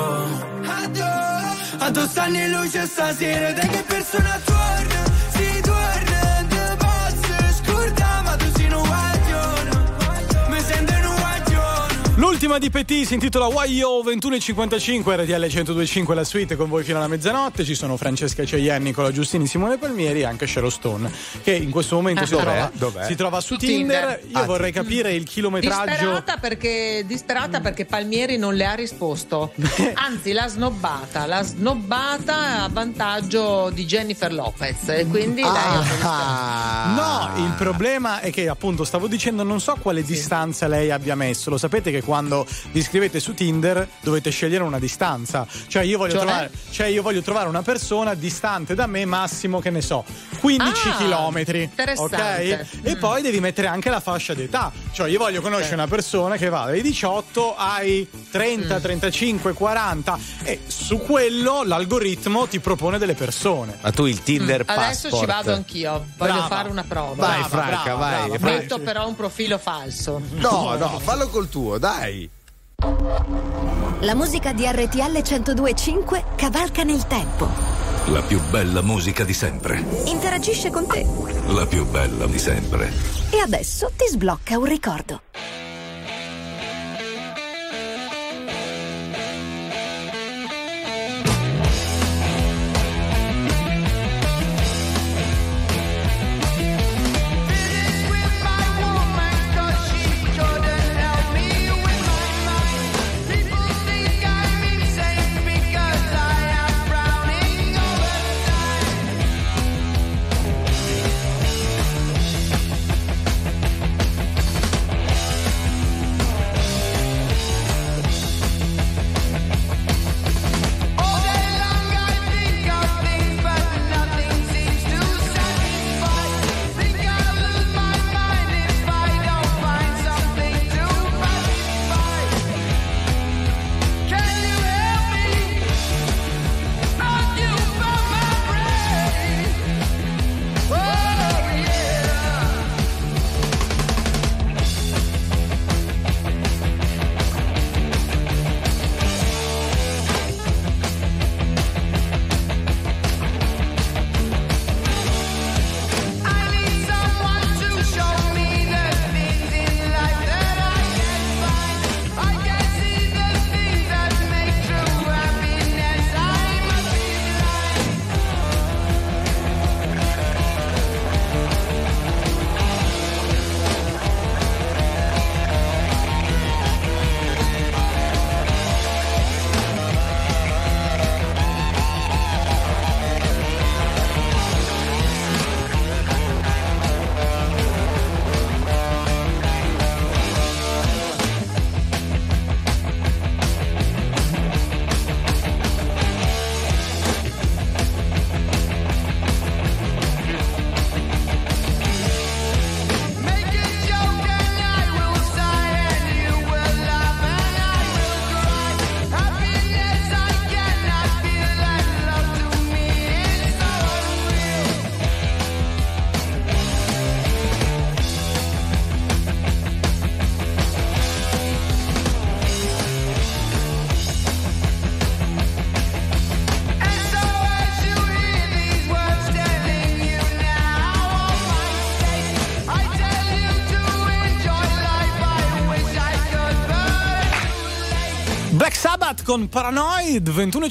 A 2 anni luce stasera, da che persona torna? Si torna, te posso scordare, ma tu sei un guaglione. Mi sento un guaglione. L'ultima di Petit si intitola Wayo 21:55, RTL 102.5 la suite con voi fino alla mezzanotte. Ci sono Francesca Cheyenne, Nicola Giustini, Simone Palmieri e anche Sheryl Stone, che in questo momento si trova su Tinder. Io vorrei capire il chilometraggio. Disperata perché Palmieri non le ha risposto. Anzi, l'ha snobbata a vantaggio di Jennifer Lopez. E quindi lei No, il problema è che appunto stavo dicendo, non so quale distanza lei abbia messo. Lo sapete che quando vi iscrivete su Tinder dovete scegliere una distanza. Cioè io voglio trovare una persona distante da me massimo, che ne so, 15 chilometri. Ok? E poi devi mettere anche la fascia d'età. Cioè io voglio conoscere una persona che va dai 18 ai 30, 35, 40 e su quello l'algoritmo ti propone delle persone. Ma tu il Tinder Passport. Adesso ci vado anch'io, voglio fare una prova. Vai Franca, vai. Metto però un profilo falso. No, fallo col tuo, dai. La musica di RTL 102.5 cavalca nel tempo. La più bella musica di sempre. Interagisce con te. La più bella di sempre. E adesso ti sblocca un ricordo. Black Sabbath con Paranoid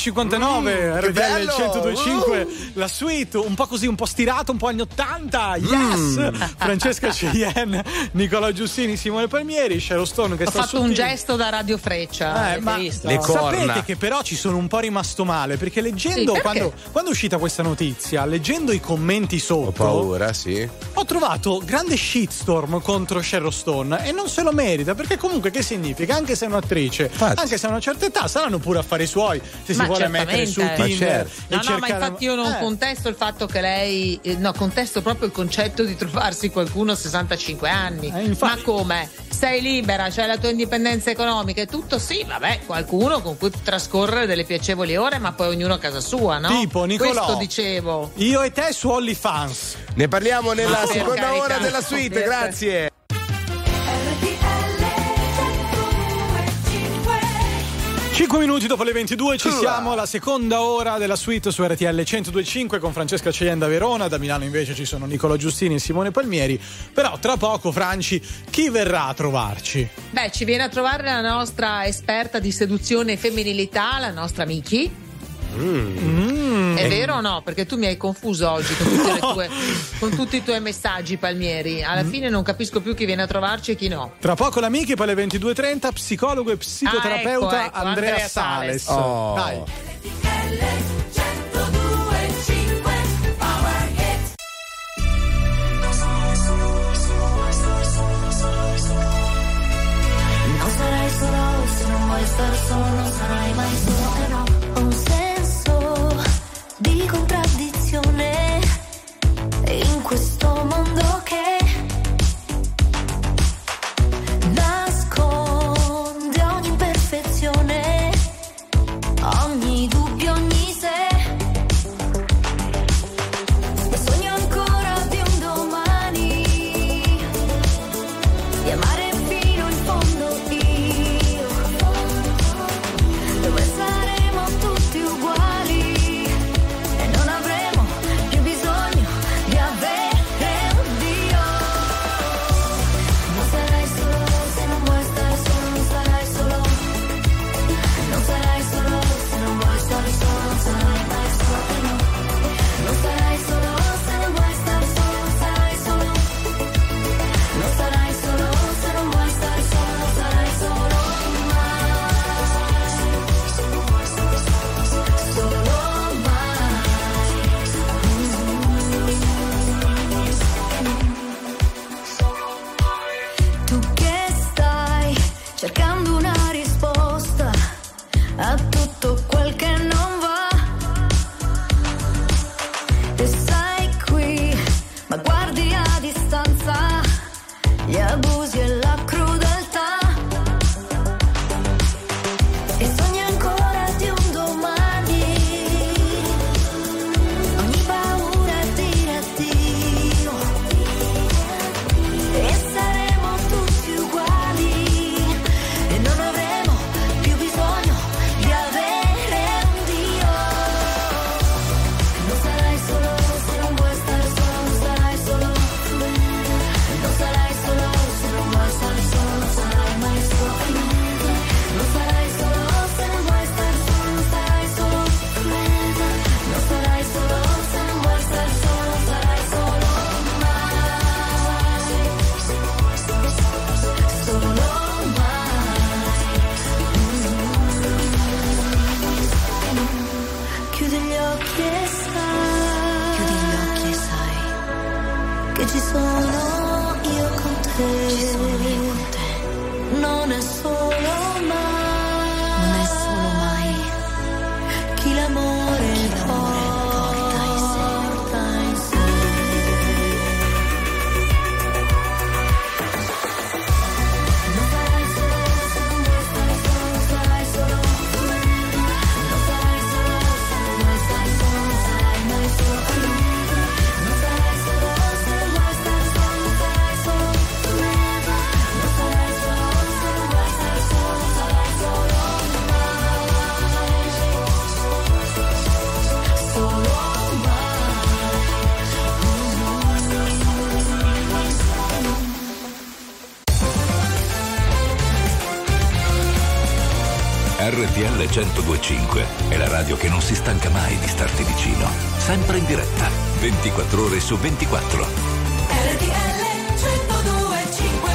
21:59 RTL 102.5 la suite, un po' così, un po' stirato, un po' anni 80. Yes. Francesca Cheyenne, Nicola Giustini, Simone Palmieri, Sheryl Stone che ho fatto un gesto da Radio Freccia, ma visto? Le corna. Sapete che però ci sono un po' rimasto male perché leggendo quando è uscita questa notizia, leggendo i commenti sotto, ho paura, sì, ho trovato grande shitstorm contro Sheryl Stone e non se lo merita, perché comunque che significa? Anche se è un'attrice, anche se ha una certa età, saranno pure affari suoi se si vuole mettere su Tinder. Ma infatti io non contesto il fatto che lei contesto proprio il concetto di trovarsi qualcuno a 65 anni. Ma come? Sei libera, c'hai la tua indipendenza economica e tutto, sì, vabbè, qualcuno con cui trascorrere delle piacevoli ore, ma poi ognuno a casa sua, no? Tipo Nicolò, questo dicevo. Io e te su OnlyFans. Ne parliamo nella seconda ora della suite, grazie. 5 minuti dopo le 22 ci siamo, la seconda ora della suite su RTL 102.5 con Francesca Ceienda Verona. Da Milano invece ci sono Nicola Giustini e Simone Palmieri. Però tra poco, Franci, chi verrà a trovarci? Beh, ci viene a trovare la nostra esperta di seduzione e femminilità, la nostra Miki. È vero o no? Perché tu mi hai confuso oggi con tutti i tuoi messaggi, Palmieri. Alla fine non capisco più chi viene a trovarci e chi no. Tra poco la Miki, poi alle 22.30, psicologo e psicoterapeuta ecco, Andrea Sales. Oh. Dai. Non sarai solo se non vuoi star solo, non sarai mai solo e no. Ho un senso di contraddizione in questo mondo che nasconde ogni imperfezione, ogni dubbio, ogni se. E sogno ancora di un domani, di amare fino in fondo io, dove saremo tutti uguali e non avremo più bisogno di avere un Dio. Non sarai solo se non vuoi stare solo, non sarai solo. Non sarai solo se non vuoi stare solo, non sarai mai solo e no. Non sarai solo se non vuoi stare solo, non sarai solo. Non sarai solo se non vuoi stare solo, non sarai solo mai. Tu che stai cercando una risposta a tutto quel che non va e sei qui, ma guardi a distanza gli abusi e la crudeltà e sogni ancora di un domani, ogni paura è dire addio e saremo tutti uguali e non avremo più bisogno di avere un Dio. Non sarai solo se non vuoi stare solo, non sarai solo. Non sarai solo se non vuoi stare solo, non sarai mai solo. Non sarai solo se non vuoi stare solo, non sarai solo. Non sarai solo se non vuoi stare solo, non sarai solo mai. Solo mai. Chiudi gli occhi e sai. Chiudi gli occhi e sai che ci sono io con te. Ci sono io con te. Non è solo mai. Non è solo mai. Chi l'amore porta in sé. Non sarai solo se non vuoi stare solo, non sarai solo. Non sarai solo se non vuoi stare solo, non sarai mai solo. Non sarai solo se non vuoi stare solo, non sarai solo. Non sarai solo se non vuoi stare solo, non sarai solo mai. Solo RTL 102.5 è la radio che non si stanca mai di starti vicino. Sempre in diretta, 24 ore su 24. RTL 102.5.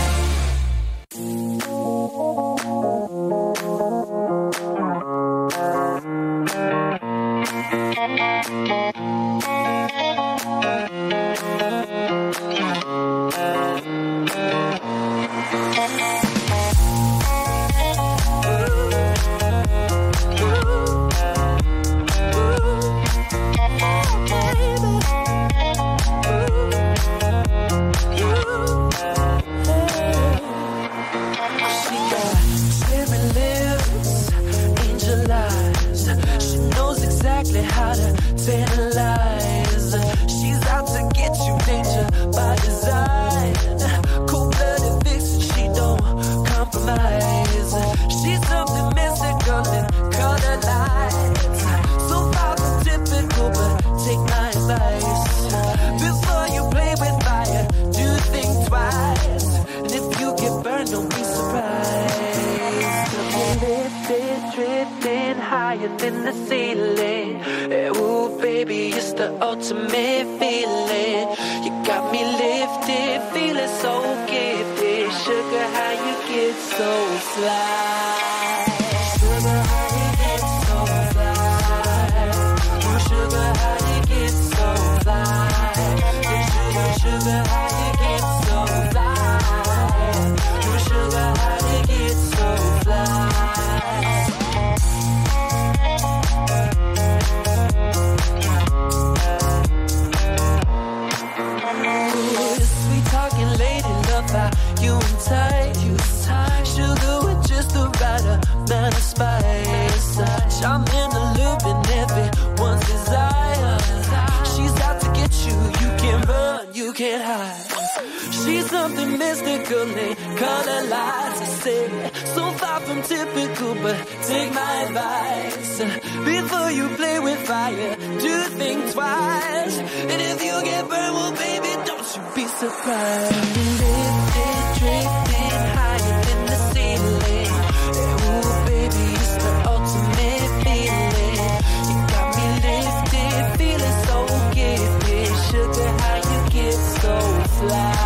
higher than the ceiling. Ooh, baby, it's the ultimate feeling. You got me lifted, feeling so gifted. Sugar, how you get so fly? Sugar, how you get so fly? Ooh, sugar, how you get so fly? Sugar, how you get so fly? Ooh, sugar, how you get so fly? Sweet talking lady, love how you and tight. Sugar with just the right amount of spice. I'm in the loop and everyone's desire. She's out to get you, you can't run, you can't hide. She's something mystical and color lights. I say, so far from typical, but take my advice. Before you play with fire, do think twice. And if you get burned, well, baby, don't you be surprised. Lifted, drifting higher than the ceiling. Ooh, baby, it's the ultimate feeling. You got me lifted, feeling so gifted. Sugar, how you get so fly?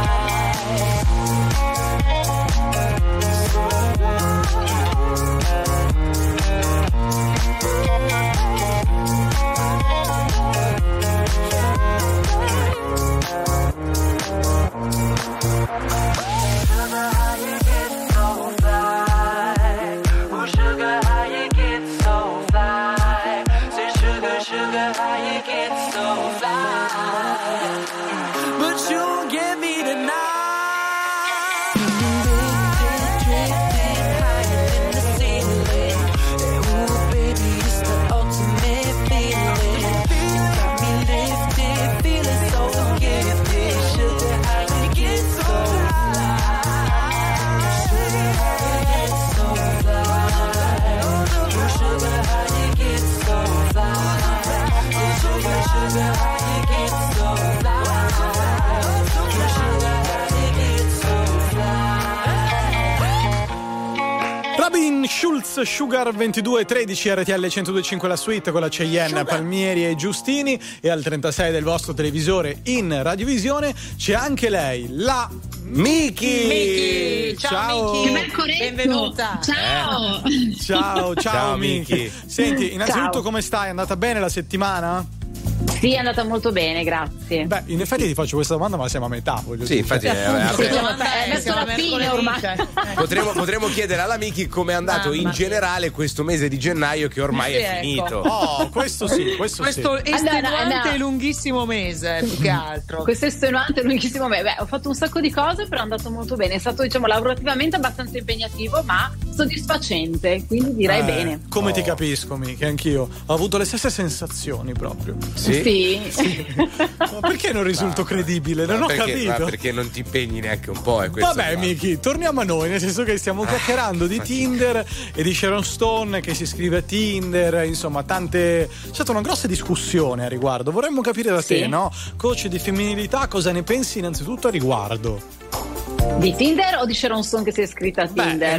Schulz, Sugar 2213, RTL 102.5 la suite con la Cheyenne, Palmieri e Giustini, e al 36 del vostro televisore in radiovisione c'è anche lei, la Miki. Ciao Miki. Che bel coretto. Benvenuta. Ciao. Ciao Miki. Senti, innanzitutto come stai? È andata bene la settimana? Sì, è andata molto bene, grazie. Beh, in effetti ti faccio questa domanda, ma siamo a metà. Sì, infatti siamo alla fine ormai. Potremmo chiedere alla Miki come è andato in generale questo mese di gennaio che ormai è finito. Oh, questo sì. Questo estenuante e lunghissimo mese, più che altro. Questo estenuante e lunghissimo mese. Beh, ho fatto un sacco di cose, però è andato molto bene. È stato, diciamo, lavorativamente abbastanza impegnativo, ma soddisfacente, quindi direi bene. Come ti capisco, Miki, anch'io. Ho avuto le stesse sensazioni proprio. Sì. Ma perché non risulto credibile? Non ho capito. Ma perché non ti impegni neanche un po'? Vabbè, Miki, torniamo a noi, nel senso che stiamo chiacchierando di Tinder e di Sharon Stone che si iscrive a Tinder, insomma, c'è stata una grossa discussione a riguardo. Vorremmo capire da te, no? Coach di femminilità, cosa ne pensi innanzitutto a riguardo? Di Tinder o di Sharon Stone che si è iscritta a Tinder?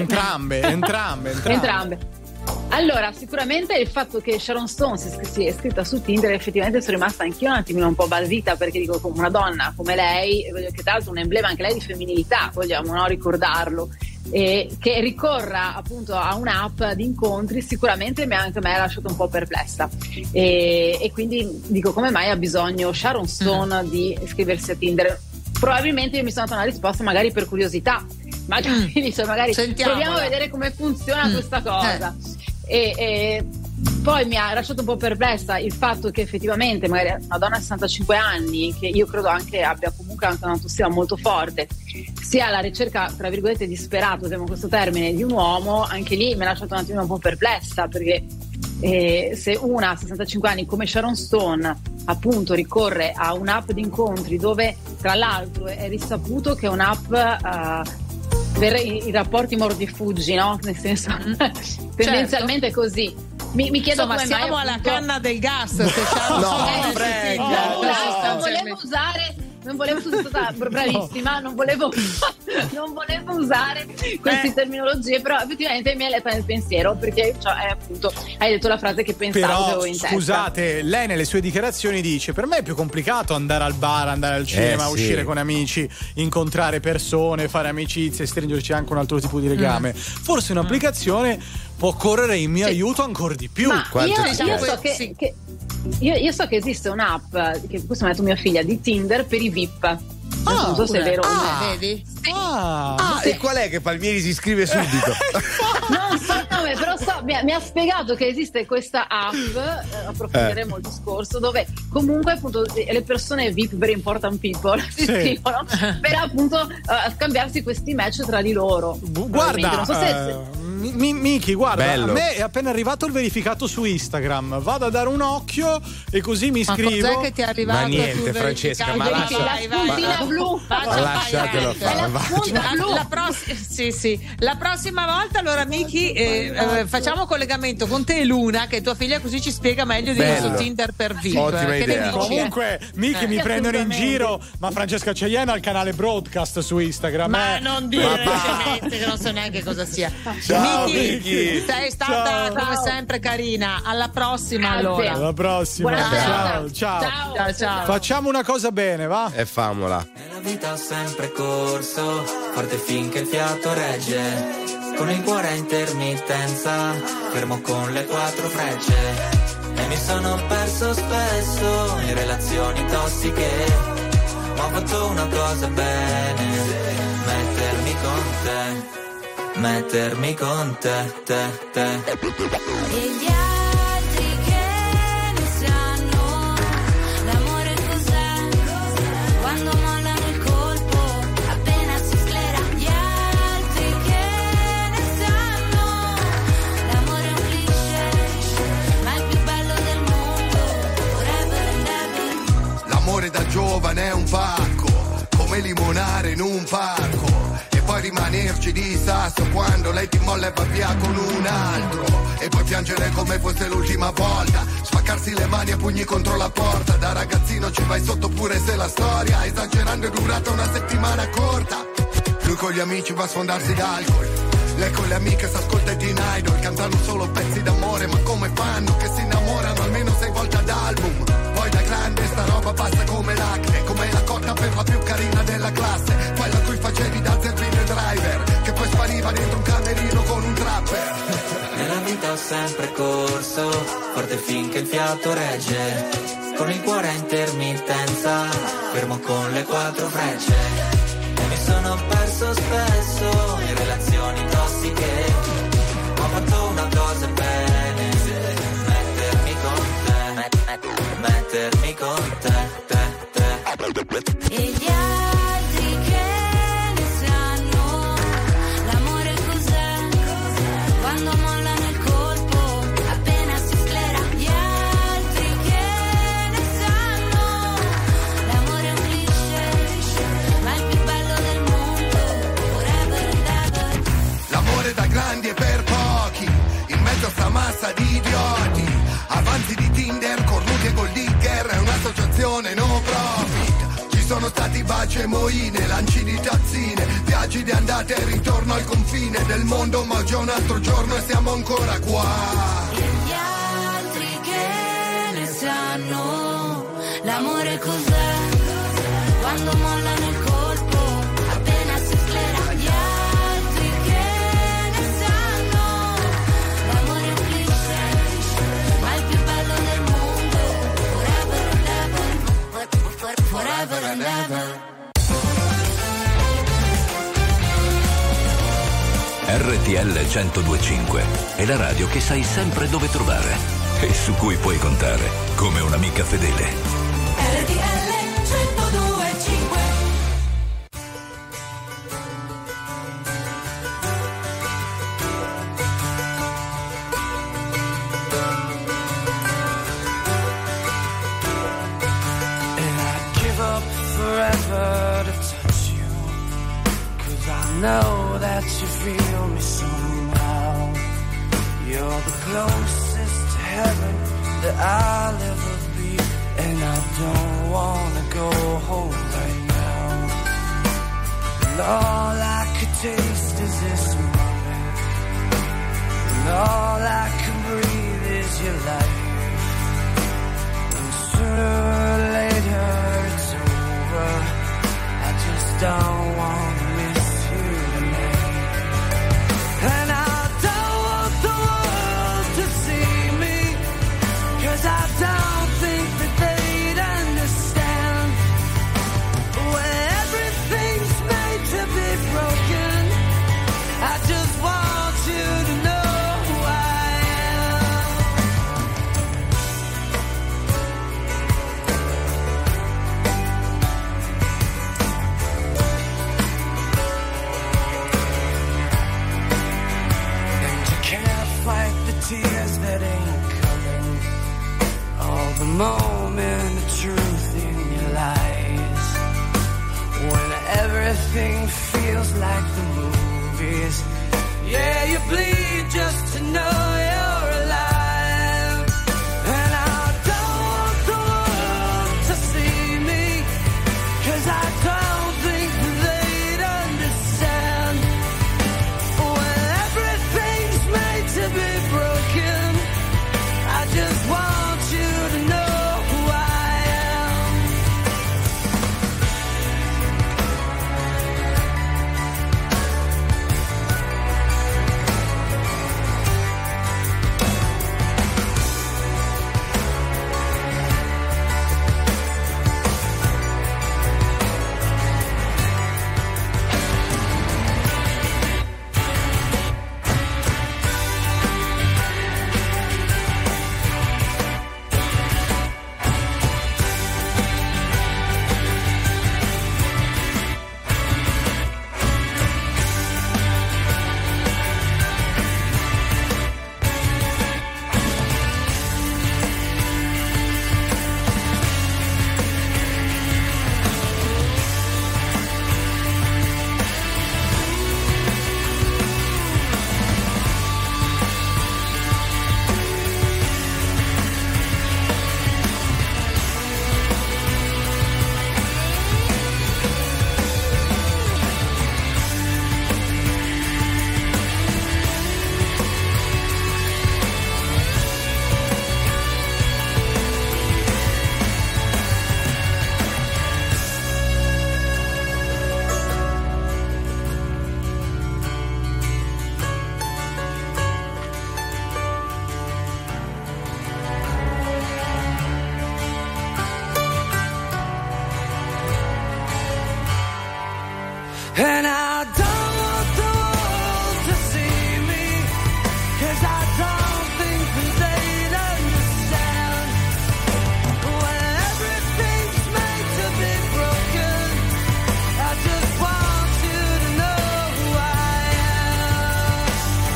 Entrambe. Allora, sicuramente il fatto che Sharon Stone si è iscritta su Tinder, effettivamente sono rimasta anch'io un attimino un po' basita, perché dico, come una donna come lei, che tra l'altro è un emblema anche lei di femminilità, vogliamo ricordarlo, e che ricorra appunto a un'app di incontri, sicuramente anche a me ha lasciato un po' perplessa, e quindi dico, come mai ha bisogno Sharon Stone di iscriversi a Tinder? Probabilmente io mi sono data una risposta magari per curiosità, magari proviamo a vedere come funziona questa cosa. E poi mi ha lasciato un po' perplessa il fatto che effettivamente magari una donna di 65 anni, che io credo anche abbia comunque anche un'autostima molto forte, sia alla ricerca, tra virgolette, disperata, usiamo questo termine, di un uomo, anche lì mi ha lasciato un attimo un po' perplessa, perché se una a 65 anni come Sharon Stone appunto ricorre a un'app di incontri, dove tra l'altro è risaputo che è un'app per i rapporti mordi e fuggi, no? Nel senso, tendenzialmente è così. Mi chiedo, insomma, come siamo mai, alla appunto, canna del gas. Se no, prego. Volevo sono stata bravissima, non volevo usare queste terminologie, però effettivamente mi hai letta nel pensiero, perché appunto hai detto la frase che pensavo che avevo in testa. Scusate, lei nelle sue dichiarazioni dice: per me è più complicato andare al bar, andare al cinema, sì, uscire con amici, incontrare persone, fare amicizie, stringerci anche un altro tipo di legame. Forse un'applicazione può correre in mio aiuto ancora di più. Ma io so che esiste un'app, che questo mi ha detto mia figlia, di Tinder per i VIP. Non so se è vero. Vedi? E qual è che Palmieri si iscrive subito? Non so il nome, però mi ha spiegato che esiste questa app, approfondiremo il discorso, dove comunque appunto le persone VIP, very important people, si iscrivono per appunto scambiarsi questi match tra di loro. Guarda, non so se Miki, guarda, bello. A me è appena arrivato il verificato su Instagram. Vado a dare un occhio e così mi iscrivo. Ma cos'è che ti è arrivato? Ma niente, Francesca, ma la spuntina blu. Lasciatelo fare. La prossima volta allora Miki facciamo collegamento con te e Luna, che è tua figlia, così ci spiega meglio di su Tinder per VIP. Ottima idea. Comunque Miki mi prendono in giro, ma Francesca Ceiena ha il canale broadcast su Instagram. Ma non dire che non so neanche cosa sia. Ciao, Miki. Sei stata come sempre carina. Alla prossima allora. Alla prossima. Ciao. Facciamo una cosa bene, va? E famola. Nella vita ho sempre corso, forte finché il fiato regge. Con il cuore a intermittenza, fermo con le 4 frecce. E mi sono perso spesso in relazioni tossiche. Ma ho fatto una cosa bene, mettermi con te. E gli altri che ne sanno, l'amore cos'è, quando mollano il colpo, appena si sclera. Gli altri che ne sanno, l'amore è un cliché, ma il più bello del mondo, forever and ever. L'amore da giovane è un pacco, come limonare in un parco. Poi rimanerci di sasso quando lei ti molla e va via con un altro. E poi piangere come fosse l'ultima volta, spaccarsi le mani a pugni contro la porta. Da ragazzino ci vai sotto pure se la storia, esagerando, è durata una settimana corta. Lui con gli amici va a sfondarsi d'alcol, lei con le amiche s'ascolta i Teen Idol. Cantano solo pezzi d'amore, ma come fanno che si innamorano almeno 6 volte ad album. Poi da grande sta roba passa come l'acne, come la cotta per la più carina della classe, quella a cui facevi da zerbino e driver, che poi spariva dentro un camerino con un trapper. Nella vita ho sempre corso, forte finché il fiato regge. Con il cuore a intermittenza, fermo con le 4 frecce. E mi sono perso spesso in relazioni tossiche. Ma ho fatto una cosa bene, mettermi con te. E gli altri che ne sanno, l'amore cos'è, quando mollano il colpo, appena si sclera. Gli altri che ne sanno, l'amore è un cliché, ma il più bello del mondo, forever and ever. L'amore da grandi e per pochi, in mezzo a sta massa di idioti. Avanti di Tinder, cornuti e gold digger, è un'associazione no profit. Ci sono stati baci e moine, lanci di tazzine, viaggi di andata e ritorno al confine del mondo, ma oggi è un altro giorno e siamo ancora qua. E gli altri che ne sanno, l'amore cos'è, quando mollano il colpo, appena si sclera. Gli altri che ne sanno, l'amore è un cliché, ma il più bello del mondo, forever and ever, forever and ever. RTL 102.5 è la radio che sai sempre dove trovare e su cui puoi contare come un'amica fedele. RTL 102.5. And I'd give up forever to touch you, 'cause I know that you feel me somehow. You're the closest to heaven that I'll ever be, and I don't wanna go home right all I could taste is this moment, and all I can breathe is your light. And sooner or later it's over. I just don't want to miss you tonight. And I don't want the world to see me, 'cause I don't think that they'd understand. When everything's made to be broken, I just want you to know who I am. And you can't fight the tears that ain't coming, all the moment of truth in your eyes. When everything feels like the movies, yeah, you bleed just to know you're alive. And I don't want the world to see me, 'cause I don't think they'd understand. When everything's made to be broken, I just want you to know who I am. And I don't want the world to see me, 'cause I don't think that they'd understand. When everything's made to be broken, I just want you to know who I am.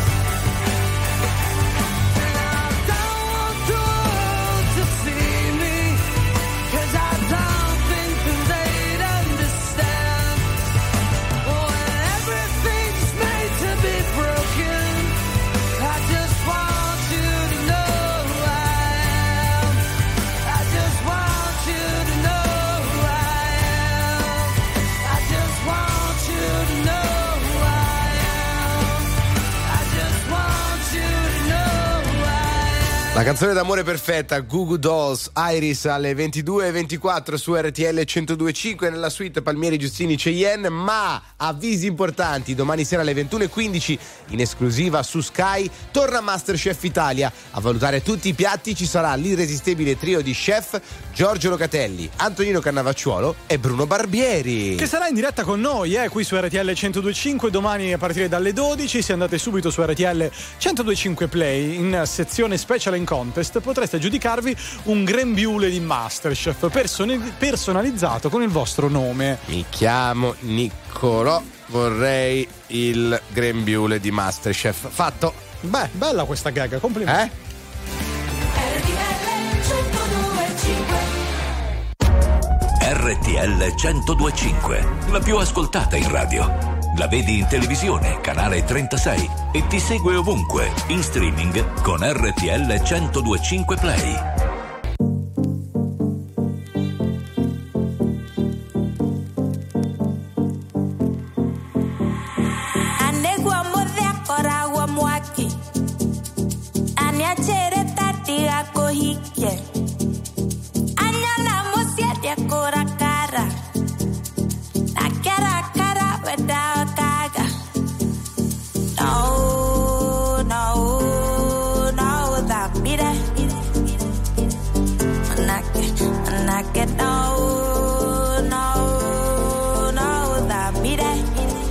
And I don't want the world to see me, 'cause I don't think that they'd understand. When everything's made to be broken, I just want you to know who I am. I just want you to know who I am. I just want you to know who I am. I just want you to know who I am. La canzone d'amore perfetta, Goo Goo Dolls, Iris alle 22:24 su RTL 102.5 nella suite Palmieri Giustini Cheyenne. Ma avvisi importanti: domani sera alle 21:15 in esclusiva su Sky torna Masterchef Italia. A valutare tutti i piatti ci sarà l'irresistibile trio di chef Giorgio Locatelli, Antonino Cannavacciuolo e Bruno Barbieri, che sarà in diretta con noi qui su RTL 102.5 domani a partire dalle 12. Se andate subito su RTL 102.5 Play in sezione Special and Contest potreste aggiudicarvi un grembiule di Masterchef personalizzato con il vostro nome. Mi chiamo Niccolò, vorrei il grembiule di Masterchef. Fatto. Beh, bella questa gag, complimenti. RTL 102.5, la più ascoltata in radio. La vedi in televisione, canale 36 e ti segue ovunque, in streaming con RTL 102.5 Play. que no, no, no, dammi dai.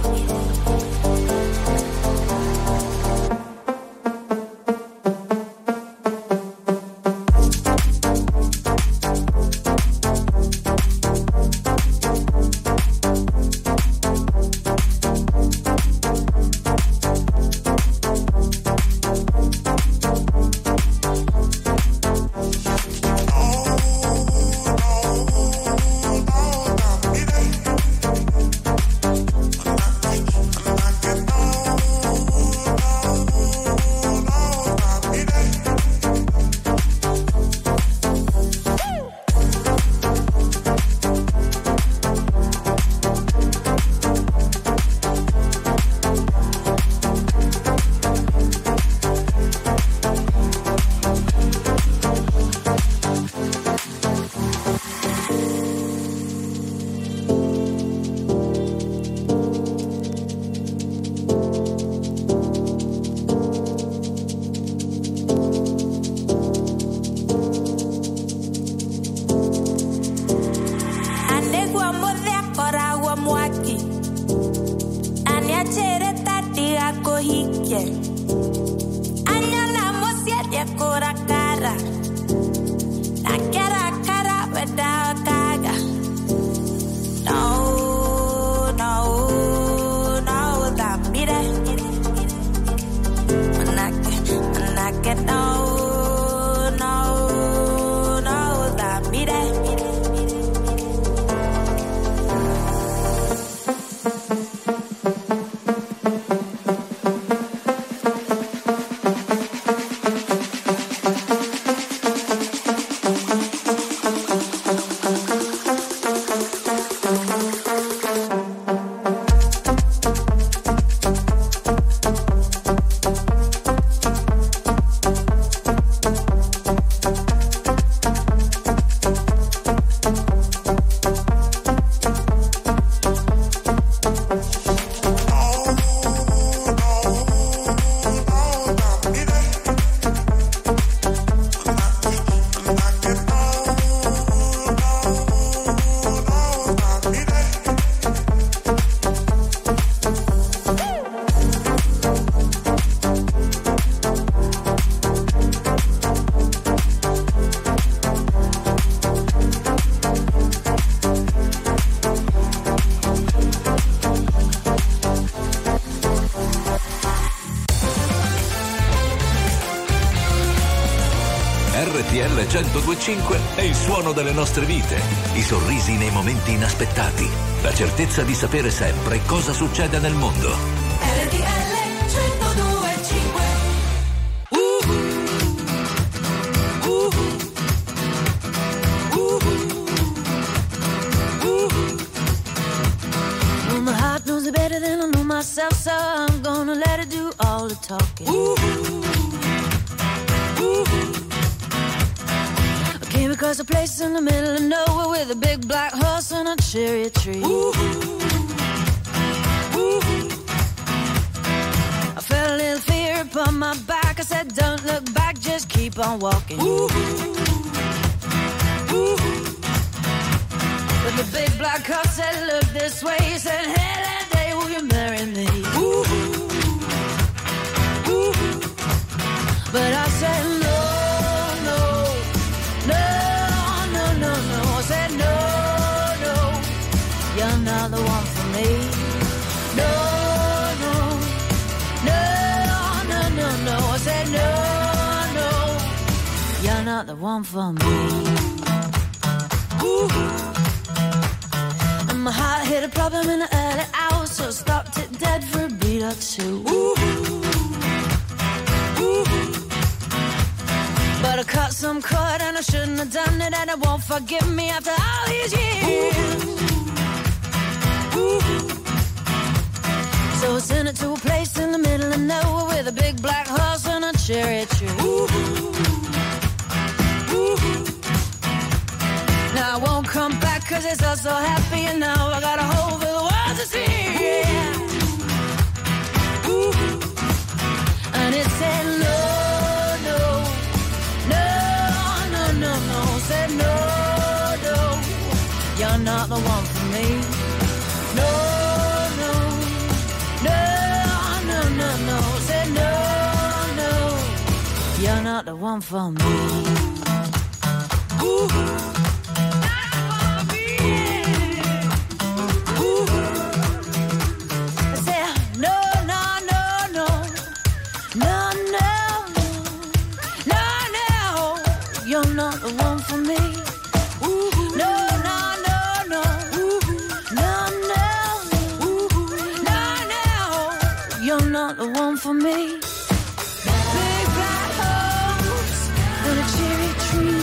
RTL 102.5 è il suono delle nostre vite, i sorrisi nei momenti inaspettati, la certezza di sapere sempre cosa succede nel mondo. RTL 102.5. My heart knows it better than I know myself, so I'm gonna let it do all the talking. Across a place in the middle of nowhere with a big black horse and a cherry tree. I felt a little fear upon my back. I said, don't look back, just keep on walking. But the big black horse said, look this way. He said, hey, that day will you marry me? But I said, no. You're not the one for me. No, no, no, no, no, no. I said no, no. You're not the one for me. And my heart hit a problem in the early hours, so I stopped it dead for a beat or two. But I cut some cord and I shouldn't have done it, and it won't forgive me after all these years. So I sent it to a place in the middle of nowhere with a big black horse and a cherry tree. Now I won't come back cause it's all so happy, and now I got a hole for the world to see. Yeah. And it said no, no, no, no, no, no. Said no, no. not the one for me. No, no, no, no, no, no. Say no, no, you're not the one for me. Ooh. You're not the one for me. Ooh, no, no, no, no. Ooh, no, no. Ooh, no, no. You're not the one for me. Big black holes and a cherry tree.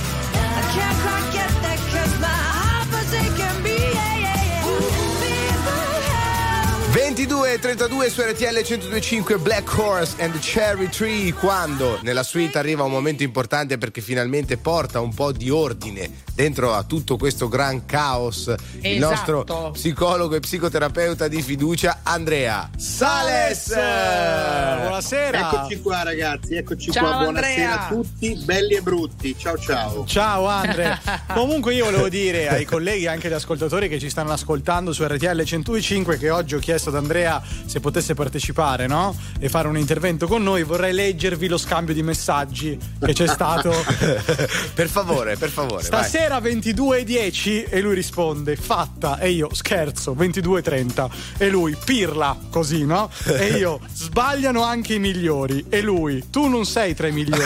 I can't quite get that 'cause my heart forsaken me. Yeah, yeah, yeah. Big black holes. 22:32 su RTL 102.5 Black Horse and the Cherry Tree, quando nella suite arriva un momento importante perché finalmente porta un po' di ordine dentro a tutto questo gran caos. Il nostro psicologo e psicoterapeuta di fiducia Andrea Sales. Buonasera. Eccoci qua ragazzi, eccoci ciao, qua. Buonasera Andrea. a tutti, belli e brutti. Ciao ciao. Ciao Andrea. Comunque io volevo dire ai colleghi e anche agli ascoltatori che ci stanno ascoltando su RTL 102.5 che oggi ho chiesto ad Andrea se potesse partecipare, no? E fare un intervento con noi. Vorrei leggervi lo scambio di messaggi che c'è stato. Per favore. Stasera 22:10 e lui risponde fatta, e io scherzo 22:30 e lui pirla così, no? E io sbagliano anche i migliori e lui tu non sei tra i migliori,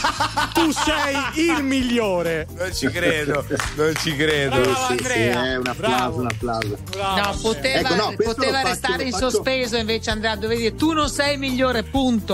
tu sei il migliore. Non ci credo. Bravo, Andrea. Sì, un applauso, un applauso. Bravo. No, poteva restare in sospeso, invece Andrea dovevi dire tu non sei il migliore, punto.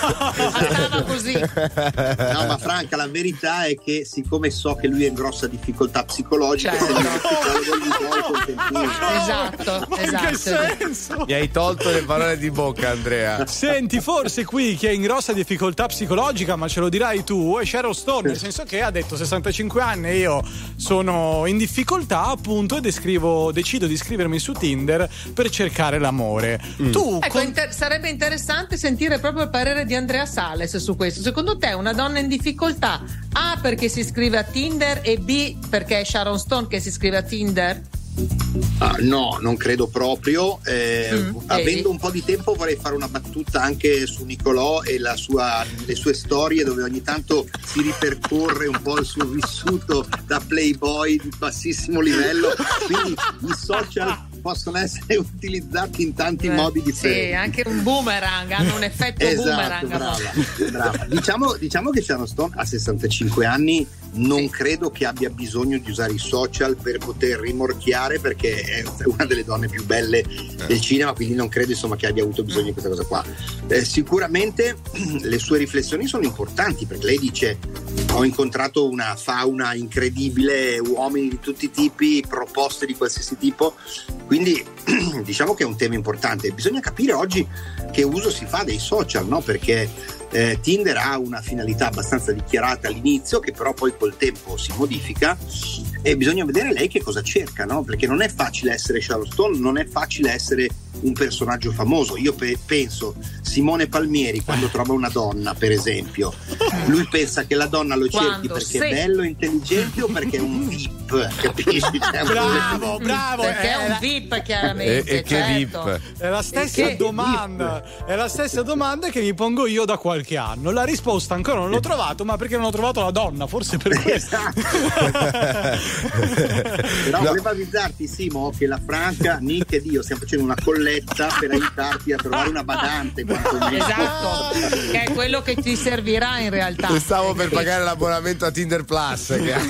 Andava così. No, ma Franca, la verità è che siccome so che lui è in grossa difficoltà psicologica, certo. se il psicologo gli do il contentino. In che senso? Mi hai tolto le parole di bocca, Andrea. Senti, forse qui chi è in grossa difficoltà psicologica, ma ce lo dirai tu, è Sharon Stone, nel senso che ha detto 65 anni e io sono in difficoltà appunto e decido di iscrivermi su Tinder per cercare l'amore. Tu sarebbe interessante sentire proprio il parere di Andrea Sales su questo. Secondo te una donna in difficoltà A perché si iscrive a Tinder e B perché è Sharon Stone che si iscrive a Tinder? No, non credo proprio. Avendo un po' di tempo vorrei fare una battuta anche su Nicolò e le sue storie, dove ogni tanto si ripercorre un po' il suo vissuto da playboy di bassissimo livello, quindi i social possono essere utilizzati in tanti modi differenti. Sì, anche un boomerang, hanno un effetto boomerang. Brava. Diciamo che Sharon Stone a 65 anni non credo che abbia bisogno di usare i social per poter rimorchiare, perché è una delle donne più belle del cinema, quindi non credo insomma che abbia avuto bisogno di questa cosa qua. Sicuramente le sue riflessioni sono importanti, perché lei dice: ho incontrato una fauna incredibile, uomini di tutti i tipi, proposte di qualsiasi tipo, quindi diciamo che è un tema importante. Bisogna capire oggi che uso si fa dei social, no? Perché Tinder ha una finalità abbastanza dichiarata all'inizio, che però poi col tempo si modifica, e bisogna vedere lei che cosa cerca, no? Perché non è facile essere Sharon Stone, non è facile essere un personaggio famoso. Io penso Simone Palmieri, quando trova una donna, per esempio, lui pensa che la donna lo cerchi perché è bello, intelligente, o perché è un VIP, capisci? Bravo, perché è un VIP, chiaramente. E che VIP? È la stessa domanda. È la stessa domanda che mi pongo io da qualche anno. La risposta ancora non l'ho trovato, ma perché non ho trovato la donna, forse per questo. Però volevo avvisarti, Simo, che la Franca, Nick ed io stiamo facendo una colletta per aiutarti a trovare una badante. Esatto, che è quello che ti servirà in realtà. Stavo per pagare l'abbonamento a Tinder Plus.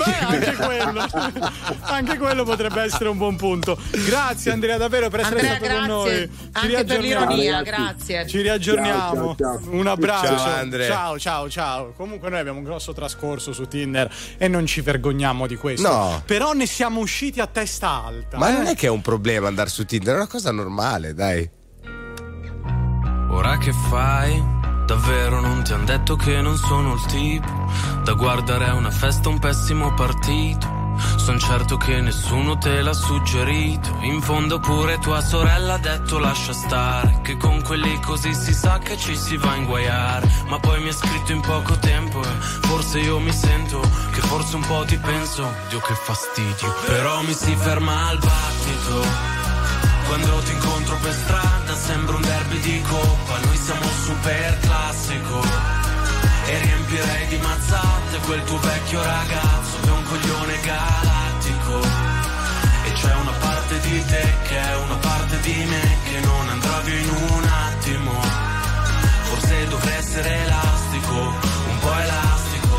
Anche quello potrebbe essere un buon punto. Grazie Andrea davvero per essere stato con noi. Anche per l'ironia, grazie. Ci riaggiorniamo. Ciao. Un abbraccio. Ciao Andrea. Ciao. Comunque noi abbiamo un grosso trascorso su Tinder e non ci vergogniamo di questo. No. Però ne siamo usciti a testa alta. Ma non è che è un problema andare su Tinder, è una cosa normale, dai. Ora che fai? Davvero non ti han detto che non sono il tipo da guardare a una festa, un pessimo partito? Son certo che nessuno te l'ha suggerito. In fondo pure tua sorella ha detto lascia stare, che con quelli così si sa che ci si va a inguaiare. Ma poi mi ha scritto in poco tempo e forse io mi sento che forse un po' ti penso. Dio che fastidio. Però mi si ferma al battito quando ti incontro per strada, sembra un derby di coppa. Noi siamo super classico e riempirei di mazzate quel tuo vecchio ragazzo che è un coglione galattico. E c'è una parte di te che è una parte di me che non andrà via in un attimo. Forse dovrei essere elastico, un po' elastico,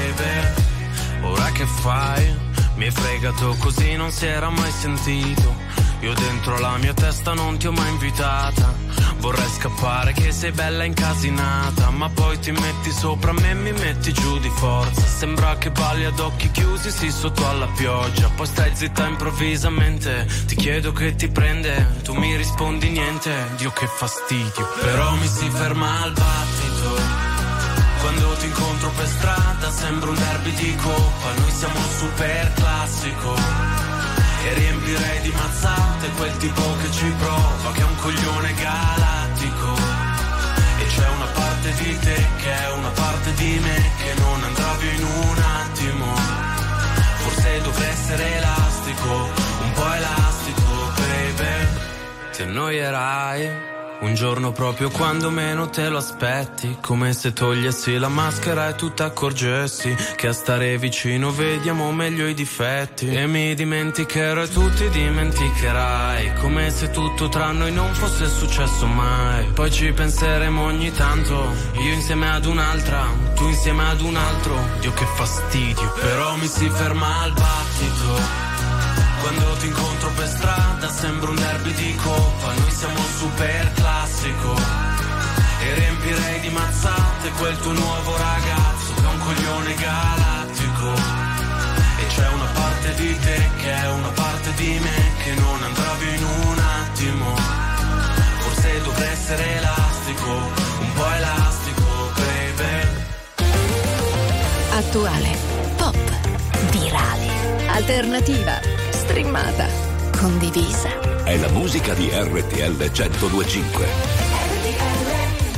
baby. Ora che fai? Mi hai fregato così, non si era mai sentito. Io dentro la mia testa non ti ho mai invitata. Vorrei scappare che sei bella incasinata, ma poi ti metti sopra me e mi metti giù di forza. Sembra che balli ad occhi chiusi, sì, sotto alla pioggia. Poi stai zitta improvvisamente, ti chiedo che ti prende, tu mi rispondi niente. Dio che fastidio. Però mi si ferma al battito quando ti incontro per strada, sembra un derby di coppa. Noi siamo super classico e riempirei di mazzate quel tipo che ci prova, che è un coglione galattico. E c'è una parte di te che è una parte di me che non andrà via in un attimo. Forse dovrei essere elastico, un po' elastico, baby. Ti annoierai un giorno proprio quando meno te lo aspetti, come se togliessi la maschera e tu t'accorgessi che a stare vicino vediamo meglio i difetti. E mi dimenticherò e tu ti dimenticherai, come se tutto tra noi non fosse successo mai. Poi ci penseremo ogni tanto, io insieme ad un'altra, tu insieme ad un altro. Dio che fastidio. Però mi si ferma al battito quando ti incontro per strada, sembra un derby di coppa. Noi siamo super classico e riempirei di mazzate quel tuo nuovo ragazzo che è un coglione galattico. E c'è una parte di te che è una parte di me che non andrà via in un attimo. Forse dovrei essere elastico, un po' elastico, baby. Attuale, pop, virale, alternativa, streamata, condivisa. È la musica di RTL 102.5. RTL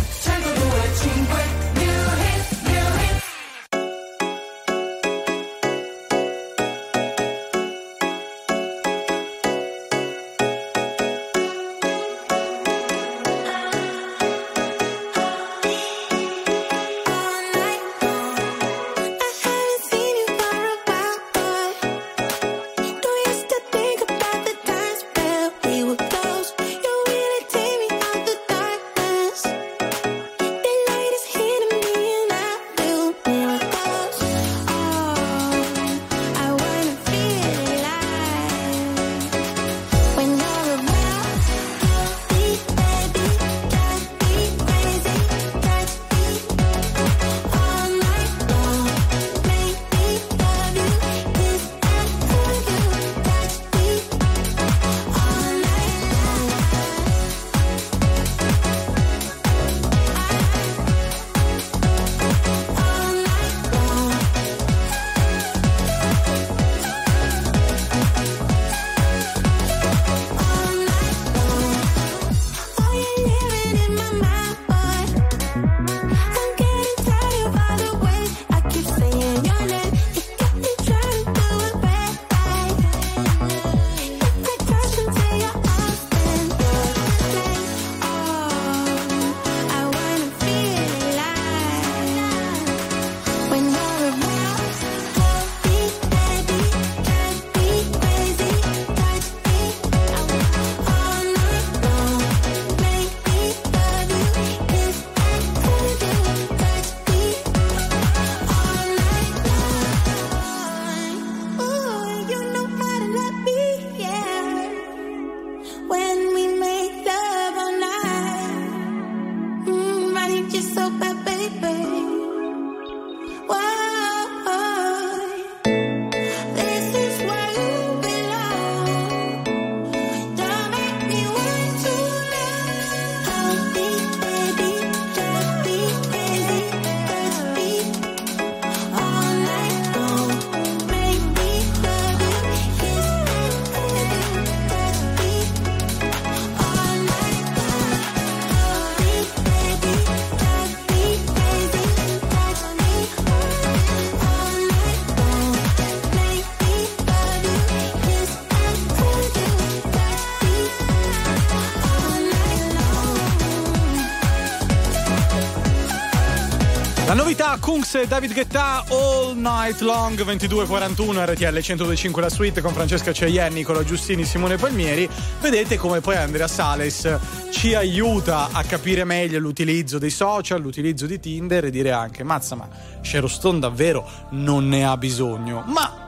102.5. Here La novità Kungs e David Guetta All Night Long, 22:41 RTL 102.5 la suite con Francesca Ceienni, Nicola Giustini, Simone Palmieri. Vedete come poi Andrea Sales ci aiuta a capire meglio l'utilizzo dei social, l'utilizzo di Tinder e dire anche mazza, ma Sharon Stone davvero non ne ha bisogno.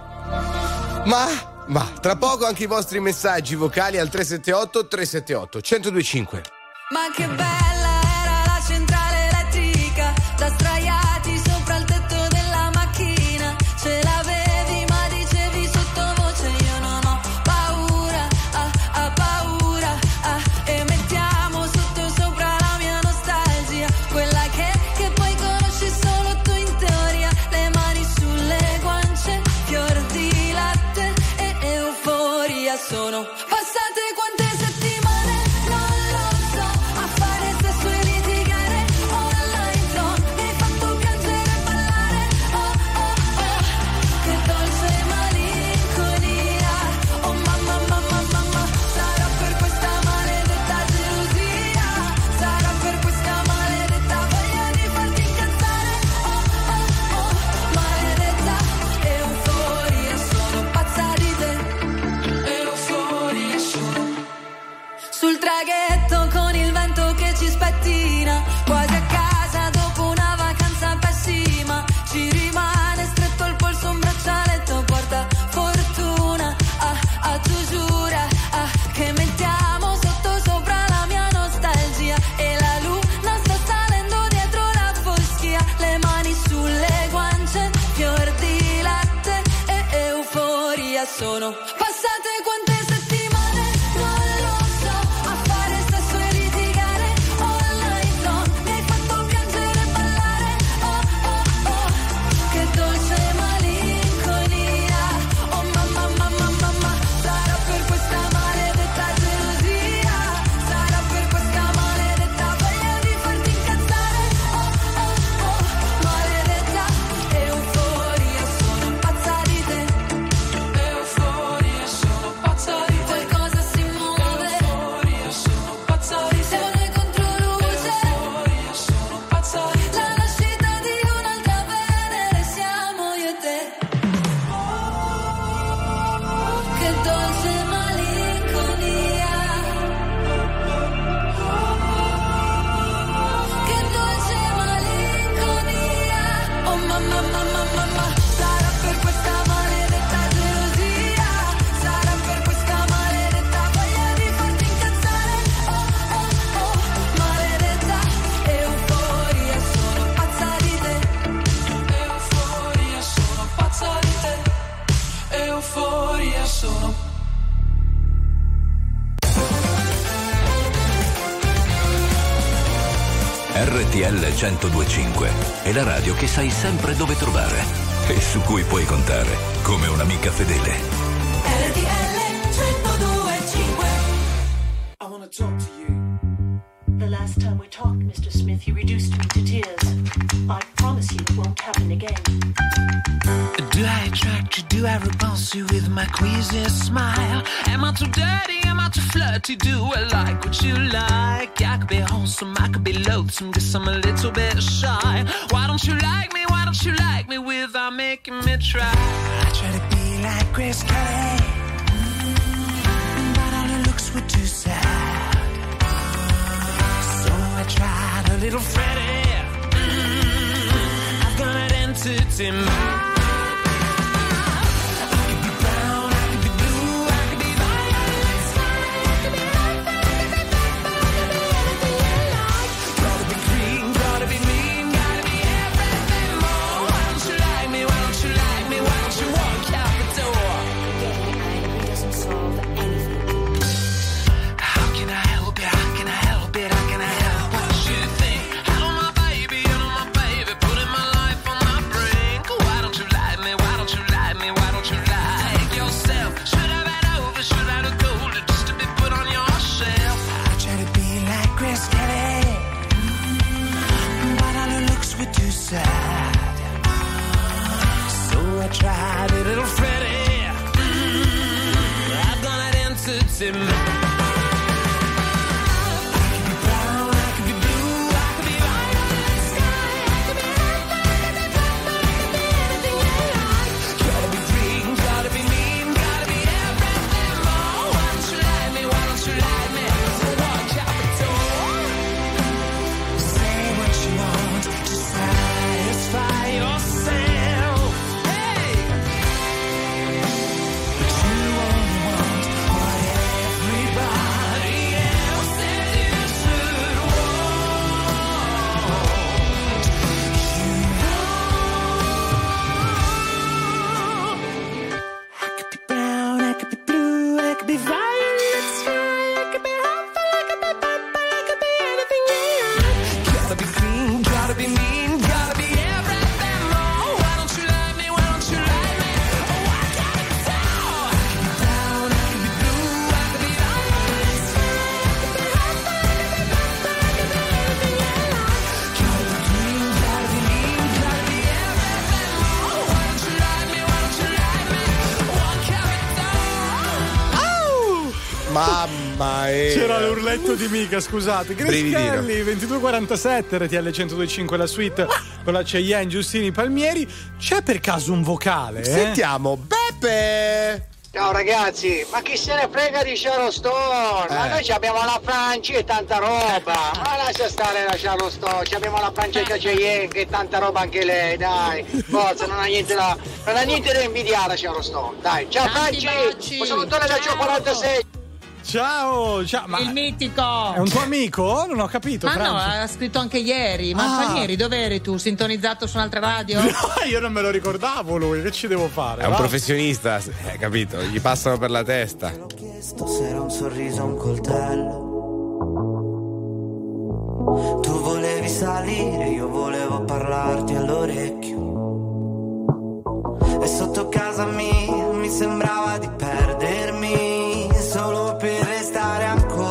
Ma tra poco anche i vostri messaggi vocali al 378 378 1025. Ma che bella era la centrale elettrica, da sdraiati sopra il tetto della macchina. Ce l'avevi ma dicevi sottovoce io non ho paura, paura, e mettiamo sotto sopra la mia nostalgia, quella che poi conosci solo tu in teoria. Le mani sulle guance, fior di latte e euforia. Sono passate quante settimane, non lo so, a fare sesso e litigare online zone. Mi hai fatto piangere e ballare, oh oh oh, che dolce malinconia. Oh mamma, mamma, mamma, sarà per questa maledetta gelosia, sarà per questa maledetta voglia di farti incazzare, oh oh oh, maledetta euforia. Sono pazza di te, euforia sono. Sul traghetto con il vento che ci spettina, quasi a casa dopo una vacanza pessima. Ci rimane stretto al polso un braccialetto porta fortuna, tu giura, che mettiamo sotto sopra la mia nostalgia. E la luna sta salendo dietro la foschia. Le mani sulle guance, fior di latte e euforia. Sono passate quante settimane, non lo so, a fare sesso e litigare online zone. Mi hai fatto piangere e ballare, oh oh oh, che dolce malinconia. Oh mamma, mamma, mamma, sarà per questa maledetta gelosia, sarà per questa maledetta voglia di farti incazzare, oh oh oh, maledetta euforia. Sono pazza di te, euforia, sono pazza di te. Qualcosa si muove, euforia, sono pazza di te. Sole contro luce, euforia, sono pazza di te. La nascita di un'altra Venere siamo io e te. Che dolce malinconia, che dolce malinconia. Oh mamma, mamma, mamma, sarà per questa maledetta gelosia, sarà per questa maledetta voglia di farti incazzare, oh oh oh, maledetta euforia. Sono pazza di te, euforia, sono pazza di te, euforia sono. RTL 102.5 è la radio che sai sempre dove trovare e su cui puoi contare come un'amica fedele. RTL 102.5. I want to talk to you. The last time we talked, Mr. Smith, you reduced me to tears. I promise you it won't happen again. Do I attract you? Do I repulse you with my queasy smile? Am I too dirty? Am I too flirty? Do I like what you like? I could be wholesome, I could be loathsome, guess I'm a little bit shy. Why don't you like me? Why don't you like me without making me try? I try to be like Grace Kelly, but all her looks were too sad. So I tried a little Freddie. I've got an entity mind. Tried a little Freddie. I've got an entity mind. I could be brown, I could be blue, I could be right on the sky, I could be C'era l'urletto di Mica, scusate. Cristelli 2247 RTL 102.5 la suite con la Cheyenne, Giustini, Palmieri. C'è per caso un vocale? Sentiamo Beppe. Ciao ragazzi, ma chi se ne frega di Sharon Stone? Ma noi abbiamo la Francia e tanta roba. Ma lascia stare la Sharon Stone, abbiamo la Francesca Cheyenne che è tanta roba anche lei, dai. Forza, non ha niente da invidiare a Sharon Stone. Dai, ciao Franci, un salutone da Gio 46. Ciao, ma il mitico. È un tuo amico? Non ho capito. Ma Franci. no, ha scritto anche ieri. Ma Palmieri, dove eri tu? Sintonizzato su un'altra radio? No, io non me lo ricordavo lui, che ci devo fare? È un professionista, capito? Gli passano per la testa. Ho chiesto se era un sorriso o un coltello. Tu volevi salire, io volevo parlarti all'orecchio. E sotto casa mia mi sembrava di perdermi. Solo per restare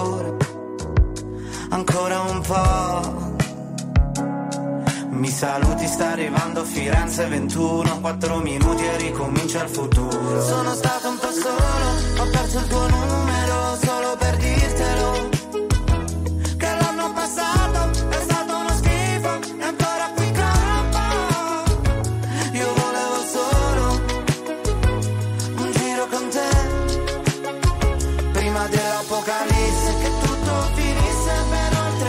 ancora un po'. Mi saluti, sta arrivando Firenze 21, 4 minuti e ricomincia il futuro. Sono stato un po' solo, ho perso il tuo numero solo per dirtelo. Che l'anno passato è stato uno schifo e ancora qui campo. Io volevo solo un giro con te. Prima dell'apocalisse, che tutto finisse ben oltre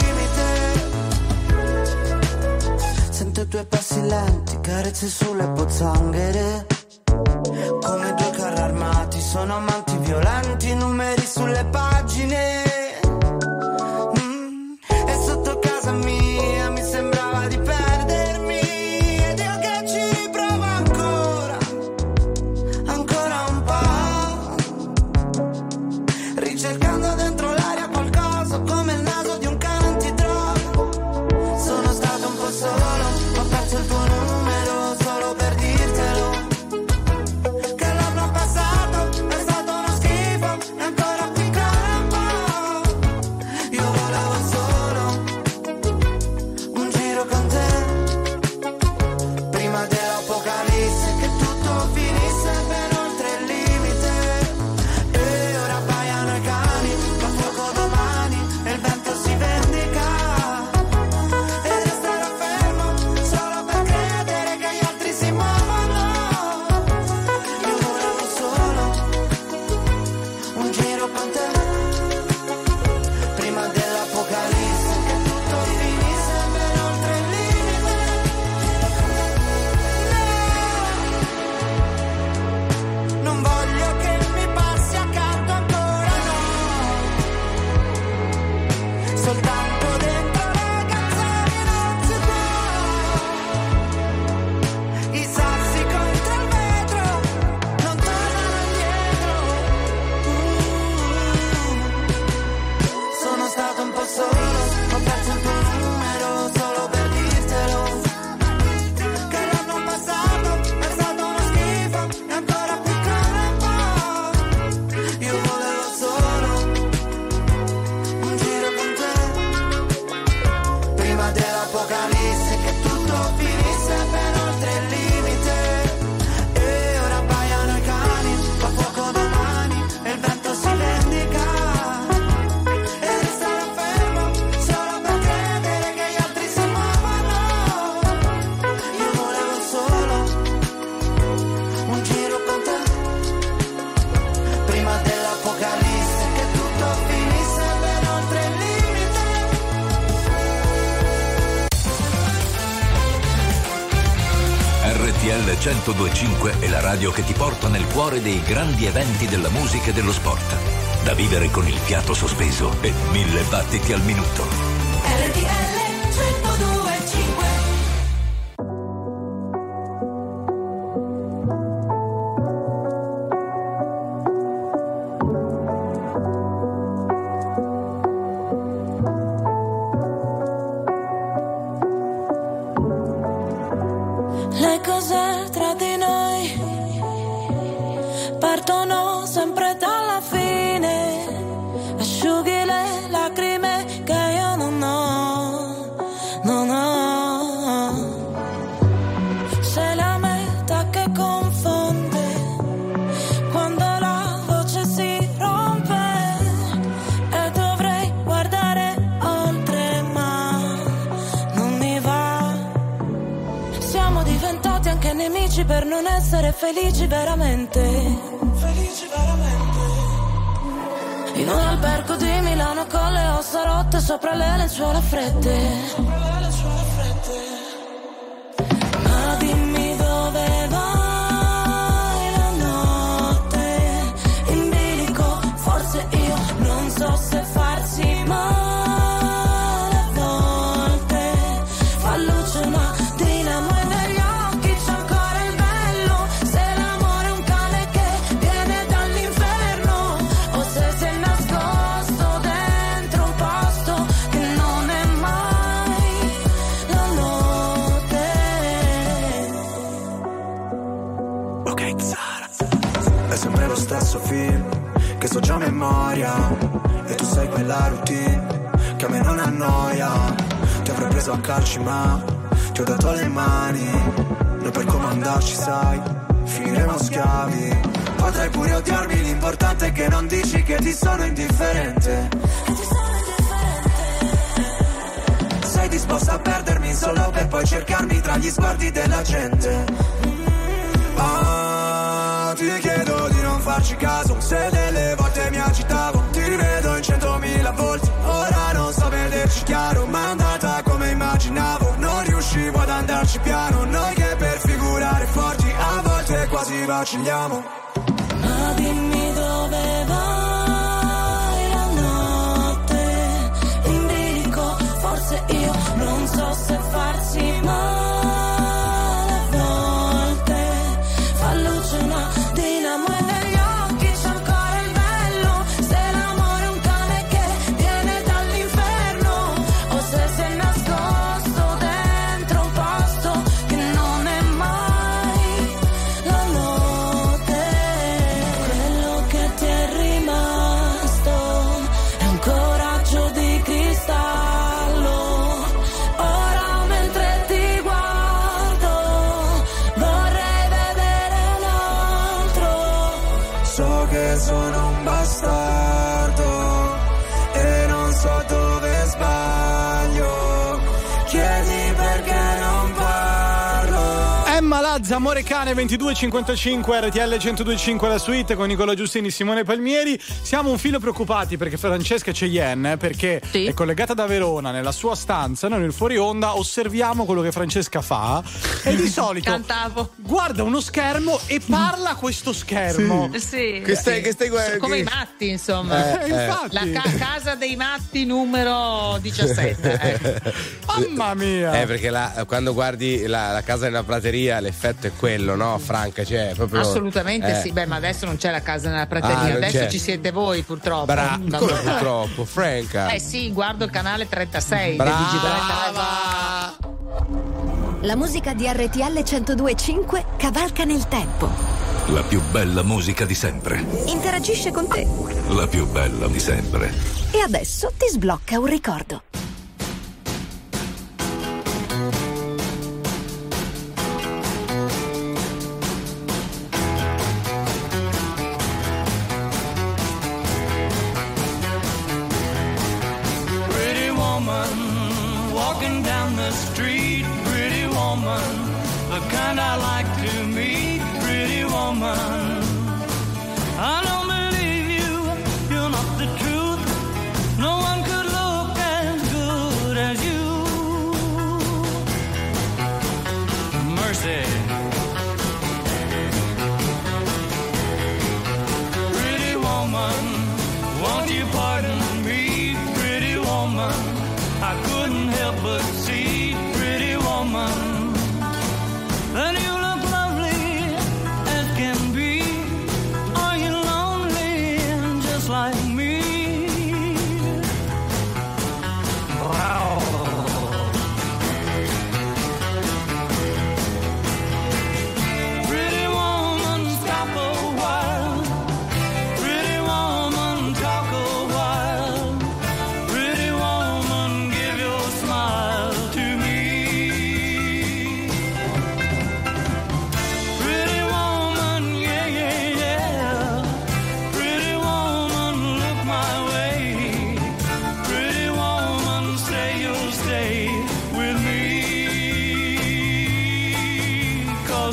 il limite. Sento i tuoi passi lenti, carezze sulle pozzanghere. Come due carri armati, sono amanti violenti, numeri sulle pagine. E sotto casa mia mi sembrava di perdermi. Ed io che ci riprovo ancora un po'. Ricercando dentro l'aria qualcosa come il naso di un cane antidroga. Sono stato un po' solo, ho perso il tuo numero solo per dirtelo. Che l'anno passato è stato uno schifo e ancora qui campo. Io volevo solo un giro con te. Prima dell'apocalisse, che tutto finisse ben oltre il limite. E ora baiano i cani, fa fuoco domani e il vento si vendica. E resterò fermo solo per credere che gli altri si muovono. Io volevo solo un giro con te. Prima dell'apocalisse, che tutto finisse ben oltre il limite. Non voglio che mi passi accanto ancora, no. Soltanto dentro le canzoni non si può. I sassi contro il vetro non tornano indietro. Sono stato un po' solo, ho perso il tuo numero solo per dirtelo. Che l'anno passato è stato uno schifo e ancora qui campo. Io volevo solo un giro con te. Prima dell'apocalisse, che tutto finisse ben oltre il limite. E ora baiano i cani, fa fuoco domani e il vento si vendica. E resterò fermo solo per credere che gli altri si muovono. Io volevo solo un giro con te. Prima dell'apocalisse, che tutto finisse ben oltre il limite. RTL 102.5 è la radio che ti porta nel cuore dei grandi eventi della musica e dello sport. Da vivere con il fiato sospeso e 1000 battiti al minuto. RTL 102.5. Le cose tra di noi partono sempre dalla fine. Asciughi le lacrime che io non ho. ai nemici per non essere felici veramente. Felici veramente. In un albergo di Milano con le ossa rotte sopra le lenzuola fredde. Ma dimmi dove vai la notte in bilico, forse io non so se farsi male a volte. Fa luce una dinamo e negli occhi c'è ancora il bello. Se l'amore è un cane che viene dall'inferno, o se sei nascosto dentro un posto che non è mai la notte. Ok, Zara, è sempre lo stesso film che so già a memoria, e tu sai quella routine che a me non annoia. Ti avrei preso a calci ma ti ho dato le mani, noi per comandarci sai, finiremo schiavi. Potrai pure odiarmi, l'importante è che non dici che ti sono indifferente. Sei disposta a perdermi solo per poi cercarmi tra gli sguardi della gente. Ti chiedo di non farci caso, se delle volte mi agitavo, ti rivedo in 100.000 volti. Ora non so vederci chiaro, ma è andata come immaginavo. Non riuscivo ad andarci piano, noi che per figurare forti a volte quasi vacilliamo. Ma dimmi dove vai la notte in bilico, forse io non so se farsi male a volte. Fa luce una dinamo e negli occhi c'è ancora il bello. Se l'amore è un cane che viene dall'inferno, o se sei nascosto dentro un posto che non è mai la notte. Quello che ti è rimasto è un coraggio di cristallo. Ora mentre ti guardo vorrei vedere un altro. So che sono un bastardo e non so dove sbaglio. Chiedi perché non parlo. Emma Lazza, Amore Cane, 22:55, RTL 102.5 la suite con Nicola Giustini e Simone Palmieri. Siamo un filo preoccupati perché Francesca Cheyenne, perché è collegata da Verona nella sua stanza. Noi nel fuori onda osserviamo quello che Francesca fa e di solito guarda uno schermo e parla a questo schermo. Sì. Che stai come i matti, insomma. Infatti. La casa dei matti numero 17. Mamma mia. Perché quando guardi la casa nella prateria l'effetto è quello, no, Franca? Cioè, proprio, assolutamente sì. Beh, ma adesso non c'è la casa nella prateria, adesso c'è. ci siete voi, purtroppo. Come purtroppo, Franca? Sì, guardo il canale 36. Brava. La musica di RTL 102.5 cavalca nel tempo. La più bella musica di sempre. Interagisce con te. La più bella di sempre. E adesso ti sblocca un ricordo. Pretty woman, walking down the street. Pretty woman, the kind I like to meet. Pretty woman, I don't believe you, you're not the truth. No one could look as good as you. Mercy. Pretty woman, won't you pardon me? Pretty woman, I couldn't help but see. Pretty woman, that you look lovely as can be. Are you lonely?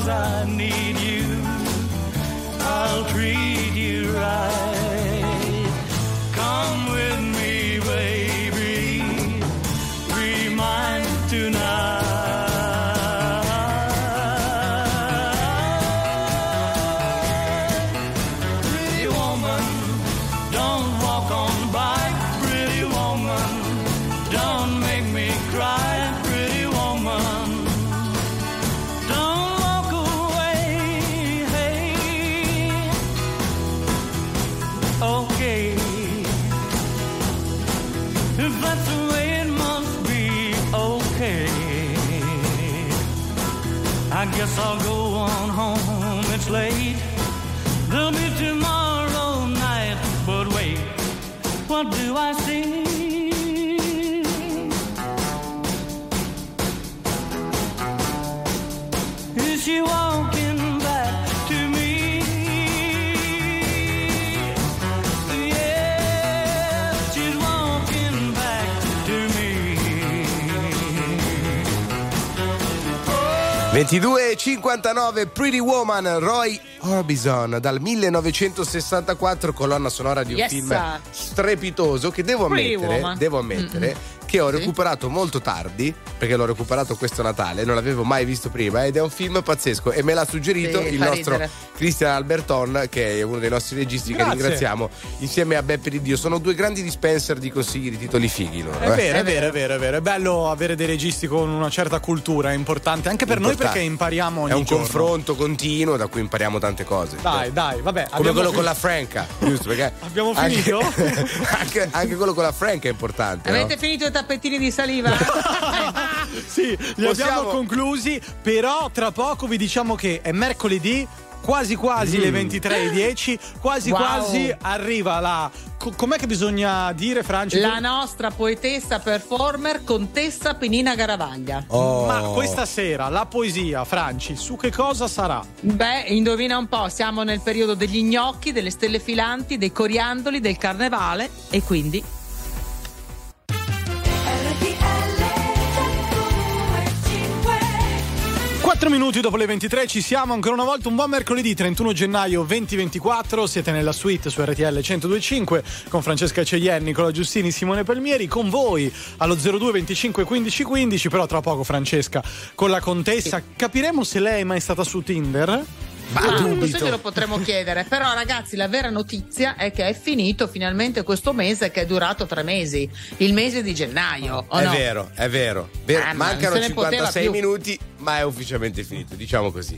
I need you. I'll treat you right. Come with me, baby. Be mine tonight. Pretty woman, don't walk on by. Pretty woman, don't make me cry. Pretty woman, don't walk away. Hey. Okay, if that's the way it must be, okay. I guess I'll go on home, it's late. There'll be tomorrow night, but wait, what do I see? Is she walking back to me? Yeah, she's walking back to me. 22:59, Pretty Woman, Roy Orbison, dal 1964, colonna sonora di un film strepitoso che devo ammettere che ho recuperato molto tardi, perché l'ho recuperato questo Natale, non l'avevo mai visto prima ed è un film pazzesco e me l'ha suggerito il nostro Christian Alberton, che è uno dei nostri registi. Grazie. Che ringraziamo, insieme a Beppe Di Dio. Sono due grandi dispenser di consigli di titoli fighi loro. È vero, è bello avere dei registi con una certa cultura, è importante anche per noi perché impariamo ogni giorno. È un confronto continuo da cui impariamo tante cose. Dai, vabbè. Come quello con la Franca, giusto? Perché abbiamo finito? Anche quello con la Franca è importante. Avete no? finito i tappetini di saliva? Sì, li abbiamo conclusi, però tra poco vi diciamo che è mercoledì, quasi le 23:10, quasi arriva la... Com'è che bisogna dire, Franci? La nostra poetessa performer, contessa Penina Garavaglia. Ma questa sera la poesia, Franci, su che cosa sarà? Beh, indovina un po', siamo nel periodo degli gnocchi, delle stelle filanti, dei coriandoli, del carnevale e quindi... 4 minuti dopo le 23 ci siamo ancora una volta. Un buon mercoledì 31 gennaio 2024. Siete nella suite su RTL 102.5 con Francesca Ceglier, Nicola Giustini, Simone Palmieri, con voi allo 02 25 15 15. Però tra poco Francesca con la contessa capiremo se lei è mai stata su Tinder. Questo glielo potremmo chiedere. Però ragazzi, la vera notizia è che è finito finalmente questo mese che è durato 3 mesi, il mese di gennaio. È vero. Mancano 56 minuti, ma è ufficialmente finito, diciamo così.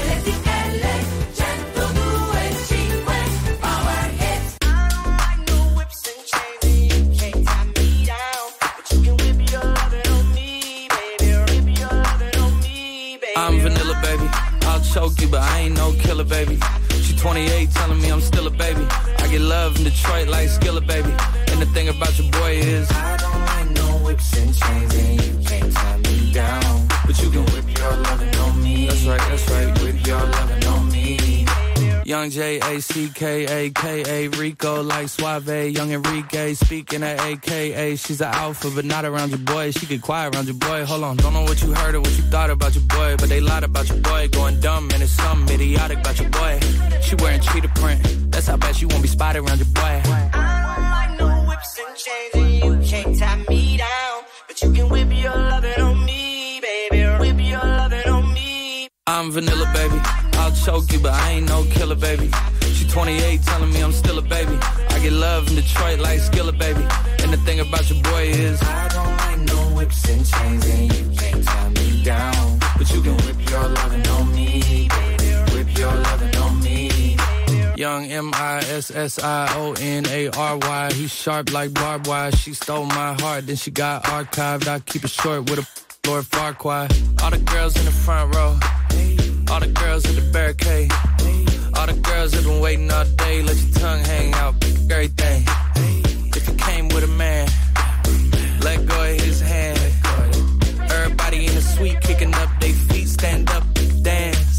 I'm vanilla, baby. I'll choke you, but I ain't no killer, baby. She 28, telling me I'm still a baby. I get love in Detroit like Skillet, baby. And the thing about your boy is I don't like no whips and chains, and you can't tie me down. But you can whip your lovin' on me. That's right, whip your lovin' on me. Young J-A-C-K-A-K-A, Rico like Suave, young Enrique, speaking at AKA. She's an alpha, but not around your boy. She get quiet around your boy. Hold on, don't know what you heard or what you thought about your boy, but they lied about your boy. Going dumb, and it's something idiotic about your boy. She wearing cheetah print, that's how bad she won't be spotted around your boy. I don't like no whips and chains, and you can't tie me down. But you can whip your lovin' on me, baby. Whip your lovin' on me. I'm vanilla, baby. I'll choke you, but I ain't no killer, baby. She 28, telling me I'm still a baby. I get love in Detroit like Skillet, baby. And the thing about your boy is I don't like no whips and chains, and you can't tie me down. But you can whip your lovin' on me, baby. Whip your lovin' on me. Young M-I-S-S-I-O-N-A-R-Y. He's sharp like barbed wire. She stole my heart, then she got archived. I keep it short with a Lord Farquaad. All the girls in the front row, all the girls in the barricade, all the girls that been waiting all day. Let your tongue hang out, everything. If you came with a man, let go of his hand. Everybody in the suite kicking up their feet, stand up, dance.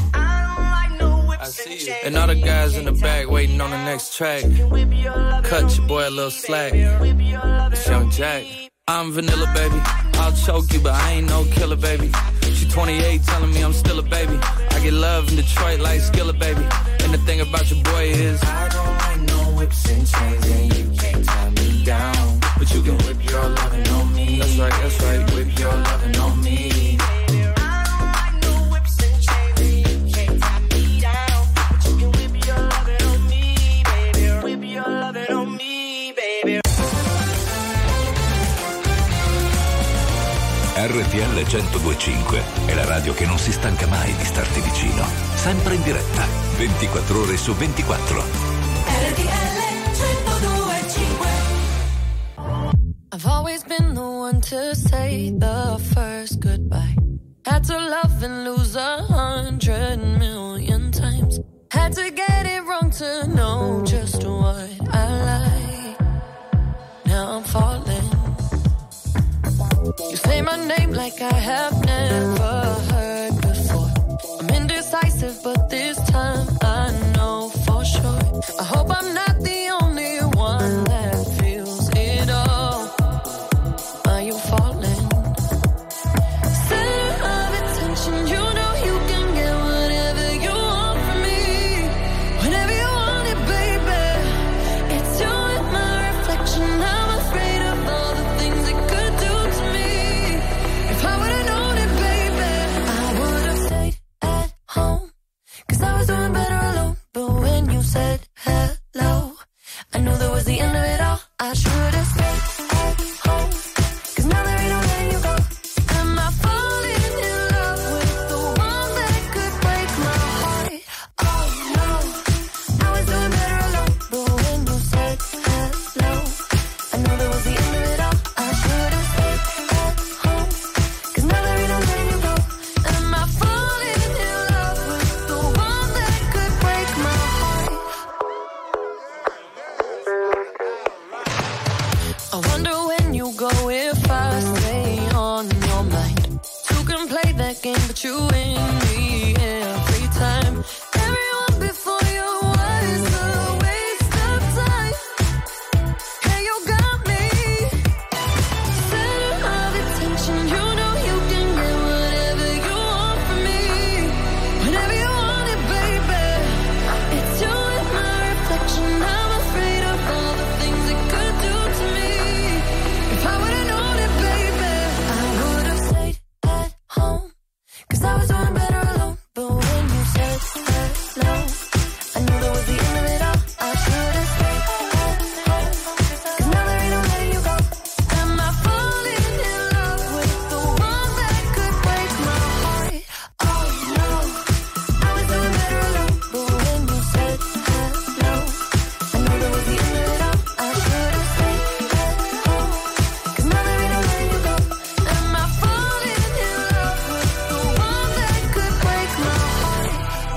I see you. And all the guys in the back waiting on the next track. Cut your boy a little slack. It's Young Jack. I'm vanilla, baby. I'll choke you, but I ain't no killer, baby. She 28, telling me I'm still a baby. I get love in Detroit like Skillet, baby. And the thing about your boy is I don't like no whips and chains, and you can't tie me down. But you can whip your lovin' on me. That's right, that's right. Whip your lovin' on me. RTL 102.5 è la radio che non si stanca mai di starti vicino. Sempre in diretta, 24 ore su 24. RTL 102.5. I've always been the one to say the first goodbye. Had to love and lose 100 million times. Had to get it wrong to know just what I like. Now I'm falling. You say my name like I have never heard before. I'm indecisive, but this time I know for sure. I hope I'm not the only one that feels it all. Are you falling? Center of attention, you know you can get whatever you want from me. Whenever you want it, baby. It's you and my reflection. I'm afraid of all the things it could do to me. If I would've known it, baby, I would've stayed at home. 'Cause I was doing better alone. But when you said hello, I knew that was the end of it all. I should've stayed at home. 'Cause now there ain't no letting you go. Am I falling in love with the one that could break my heart? Oh no, I was doing better alone. But when you said hello, I knew that was the end of it all. I should've stayed at home. 'Cause now there ain't no letting you go. Am I falling in love with the one that could break my heart? I wonder when you go if I stay on your mind. Two can play that game, but you win me every time. Everyone before you was a waste of time. Hey, you got me. Center of attention, you know you can get whatever you want from me. Whenever you want it, baby. It's you and my reflection. I'm afraid of all the things it could do to me. If I would've known it, baby, I would've stayed at home. 'Cause I was doing better alone. But when you said hello, I knew that was the end of it all. I should've stayed at home. 'Cause now there ain't no letting you go. Am I falling in love with the one that could break my heart? Oh no, I was doing better alone. But when you said hello, I knew that was the end of it all. I should've stayed at home. 'Cause now there ain't no letting you go. Am I falling in love with the one that could break my heart?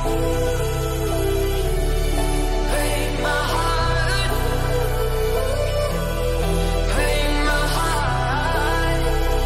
Break my heart. Break my heart.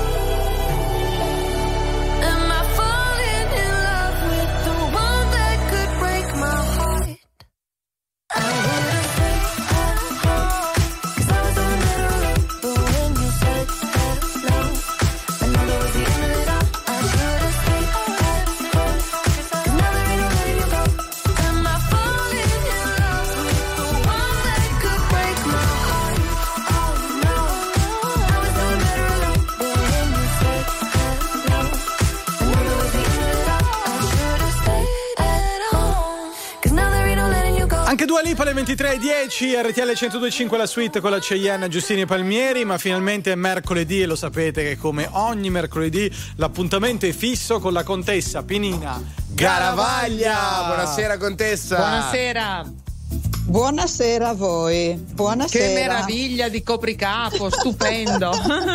Am I falling in love with the one that could break my heart? I would've stayed at home. 'Cause I was doing better alone. But when you said hello, I knew that was the end of it all. I should've stayed at home. 'Cause now there ain't no letting you go. Am I falling in love with the one that could break my heart? Oh no, I was doing better alone. But when you said hello, I knew that was the end of it all. I should've stayed at home. 'Cause now there ain't no letting you go. Anche Dua Lipa alle 23:10, RTL 102.5 la suite con la Cheyenne, Giustini e Palmieri, ma finalmente è mercoledì e lo sapete che come ogni l'appuntamento è fisso con la contessa Pinina Garavaglia. Buonasera contessa. Buonasera. Buonasera a voi. Buonasera. Che meraviglia di copricapo, stupendo.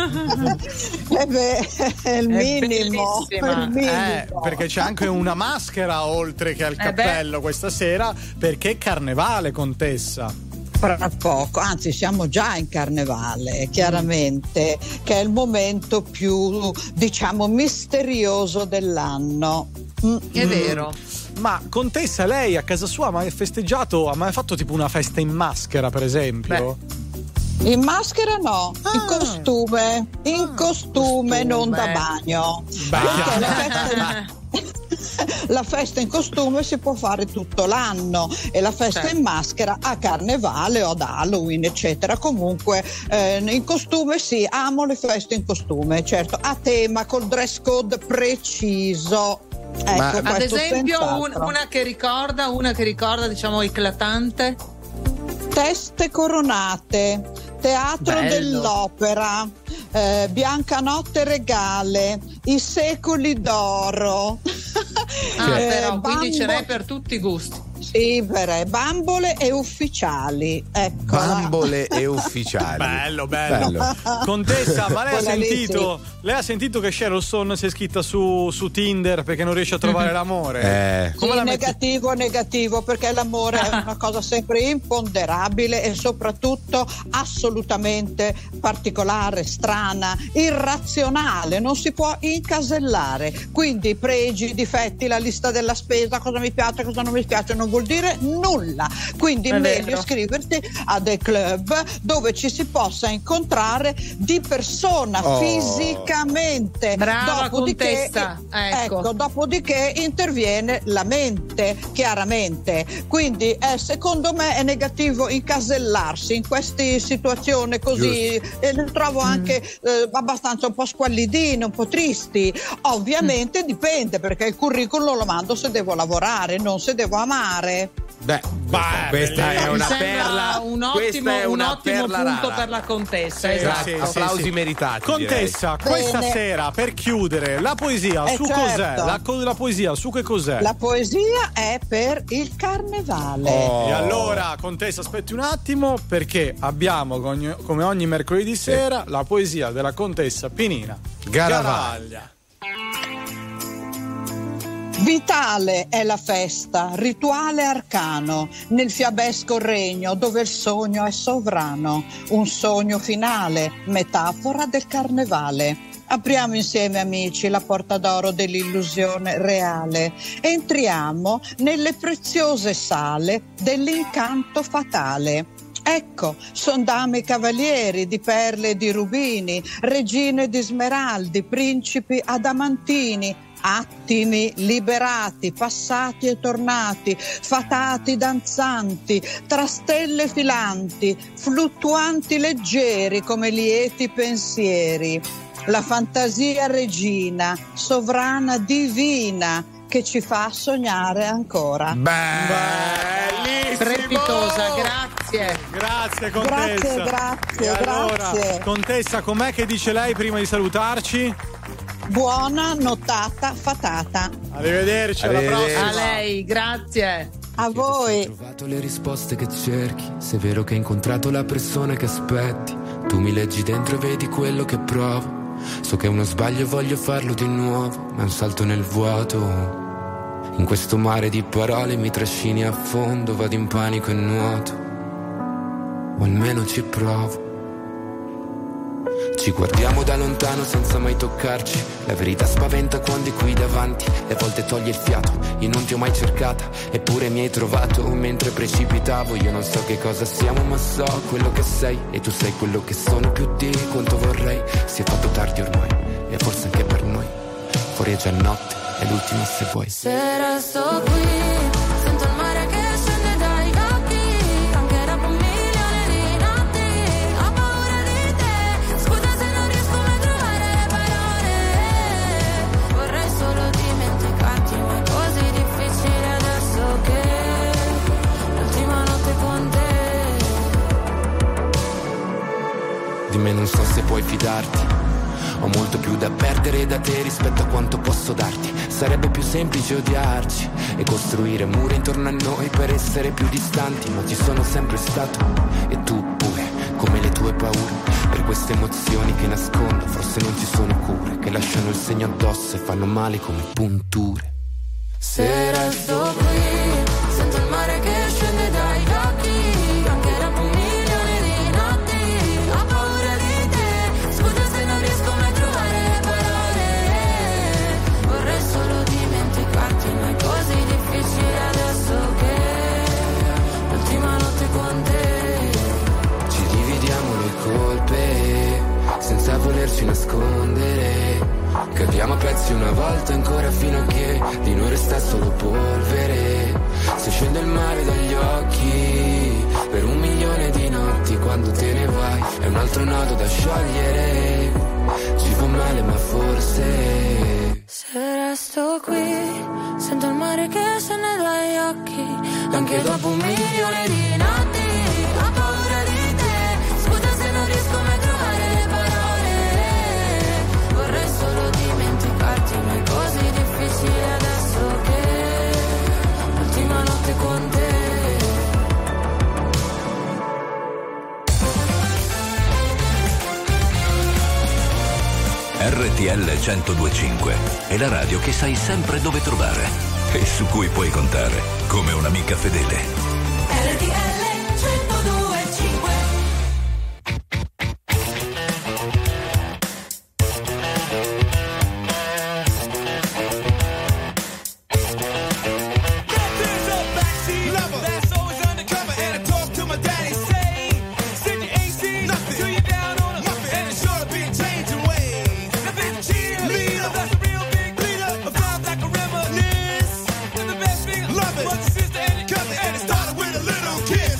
È il minimo. bellissima. Il minimo. Perché c'è anche una maschera oltre che al cappello questa sera, perché è carnevale, contessa. Fra poco, anzi siamo già in carnevale, chiaramente, che è il momento più, diciamo, misterioso dell'anno. È vero. Ma contessa, lei a casa sua ha mai festeggiato, ha mai fatto tipo una festa in maschera, per esempio? In maschera no, in costume non da bagno. Perché la festa in costume si può fare tutto l'anno e la festa in maschera a Carnevale o ad Halloween eccetera. Comunque in costume sì, amo le feste in costume, certo, a tema col dress code preciso. Ecco, ad esempio una che ricorda diciamo eclatante. Teste coronate, teatro dell'opera, Biancanotte regale, i secoli d'oro. Però quindi ce n'è per tutti i gusti. Sì, bambole e ufficiali. Ecco. Bambole e ufficiali. Bello. Contessa, ma lei ha sentito che Sharon Stone si è iscritta su Tinder perché non riesce a trovare l'amore? Sì, negativo, perché l'amore è una cosa sempre imponderabile e soprattutto assolutamente particolare, strana, irrazionale, non si può incasellare. Quindi pregi, difetti, la lista della spesa, cosa mi piace, cosa non mi piace, non vuol dire nulla. Quindi è meglio iscriversi a dei club dove ci si possa incontrare di persona, fisicamente. Brava contessa. Ecco, dopodiché interviene la mente, chiaramente. Quindi secondo me è negativo incasellarsi in queste situazioni così, e le trovo anche abbastanza un po' squallidine, un po' tristi. Ovviamente dipende, perché il curriculum lo mando se devo lavorare, non se devo amare. Questa è una perla. Un ottimo punto rara per la contessa. Esatto. Applausi meritati. Contessa, questa sera per chiudere la poesia su cos'è? La poesia su che cos'è? La poesia è per il Carnevale. E allora, Contessa, aspetti un attimo, perché abbiamo come ogni mercoledì sera la poesia della Contessa Pinina Garavaglia. Vitale è la festa, rituale arcano, nel fiabesco regno dove il sogno è sovrano, un sogno finale, metafora del carnevale. Apriamo insieme, amici, la porta d'oro dell'illusione reale. Entriamo nelle preziose sale dell'incanto fatale. Ecco, son dame e cavalieri di perle e di rubini, regine di smeraldi, principi adamantini, attimi liberati, passati e tornati, fatati danzanti, tra stelle filanti, fluttuanti leggeri come lieti pensieri. La fantasia regina, sovrana divina, che ci fa sognare ancora. Bellissimo! Strepitosa, grazie. Grazie, Contessa. Grazie. Contessa, com'è che dice lei prima di salutarci? Buona nottata fatata. Arrivederci, alla prossima. A lei, grazie. A voi. Ho trovato le risposte che cerchi, se è vero che hai incontrato la persona che aspetti, tu mi leggi dentro e vedi quello che provo. So che è uno sbaglio e voglio farlo di nuovo, ma è un salto nel vuoto. In questo mare di parole mi trascini a fondo, vado in panico e nuoto, o almeno ci provo. Ci guardiamo da lontano senza mai toccarci, la verità spaventa quando è qui davanti, e a volte toglie il fiato. Io non ti ho mai cercata, eppure mi hai trovato mentre precipitavo. Io non so che cosa siamo, ma so quello che sei, e tu sei quello che sono più di quanto vorrei. Si è fatto tardi ormai, e forse anche per noi. Fuori è già notte, è l'ultima se vuoi. Se resto qui, sento il mare che scende dai occhi, anche dopo un milione di notti. Ho paura di te, scusa se non riesco mai a trovare le parole. Vorrei solo dimenticarti, ma è così difficile adesso che l'ultima notte con te. Di me non so se puoi fidarti, ho molto più da perdere da te rispetto a quanto posso darti. Sarebbe più semplice odiarci e costruire mura intorno a noi per essere più distanti, ma ci sono sempre stato, e tu pure, come le tue paure. Per queste emozioni che nascondo forse non ci sono cure, che lasciano il segno addosso e fanno male come punture. Se resto qui, sento il mare che scende dai occhi, anche dopo un milione di notti. Ho paura di te, scusa se non riesco mai a trovare le parole. Vorrei solo dimenticarti, ma è così difficile adesso che l'ultima notte con te. Ci dividiamo noi volerci nascondere. Capiamo a pezzi una volta ancora fino a che di noi resta solo polvere. Se scende il mare dagli occhi per 1 milione di notti, quando te ne vai è un altro nodo da sciogliere. Ci fa male ma forse se resto qui sento il mare che se ne dagli occhi. Anche dopo 1 milione di notti ho paura di te. Scusa se non riesco mai a trovare le parole. Vorrei solo dimenticarti, ma è così difficile adesso che l'ultima notte con te. RTL 102.5 è la radio che sai sempre dove trovare e su cui puoi contare come un'amica fedele. RTL 102.5. But your sister and your cousin, and it started with a little kid.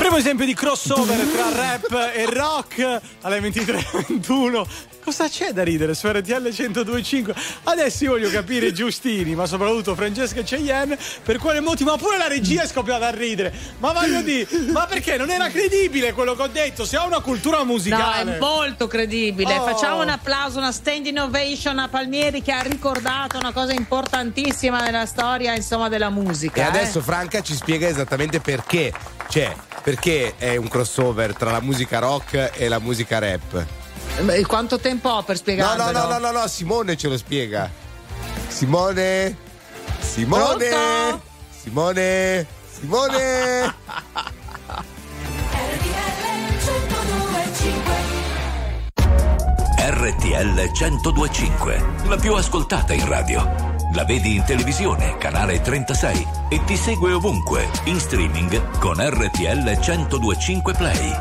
Primo esempio di crossover tra rap e rock alle 23:21. Cosa c'è da ridere su RTL 102.5? Adesso io voglio capire Giustini, ma soprattutto Francesca e Cheyenne, per quale motivo, ma pure la regia è scoppiata a ridere. Ma voglio dire, ma perché non era credibile quello che ho detto? Se ha una cultura musicale. No, è molto credibile. Facciamo un applauso, una standing ovation a Palmieri, che ha ricordato una cosa importantissima nella storia, insomma, della musica. E adesso Franca ci spiega esattamente perché. Cioè, perché è un crossover tra la musica rock e la musica rap. Quanto tempo ho per spiegarlo? No, Simone ce lo spiega. Simone. Pronto? Simone. RTL 102.5, la più ascoltata in radio. La vedi in televisione, canale 36, e ti segue ovunque, in streaming con RTL 102.5 Play.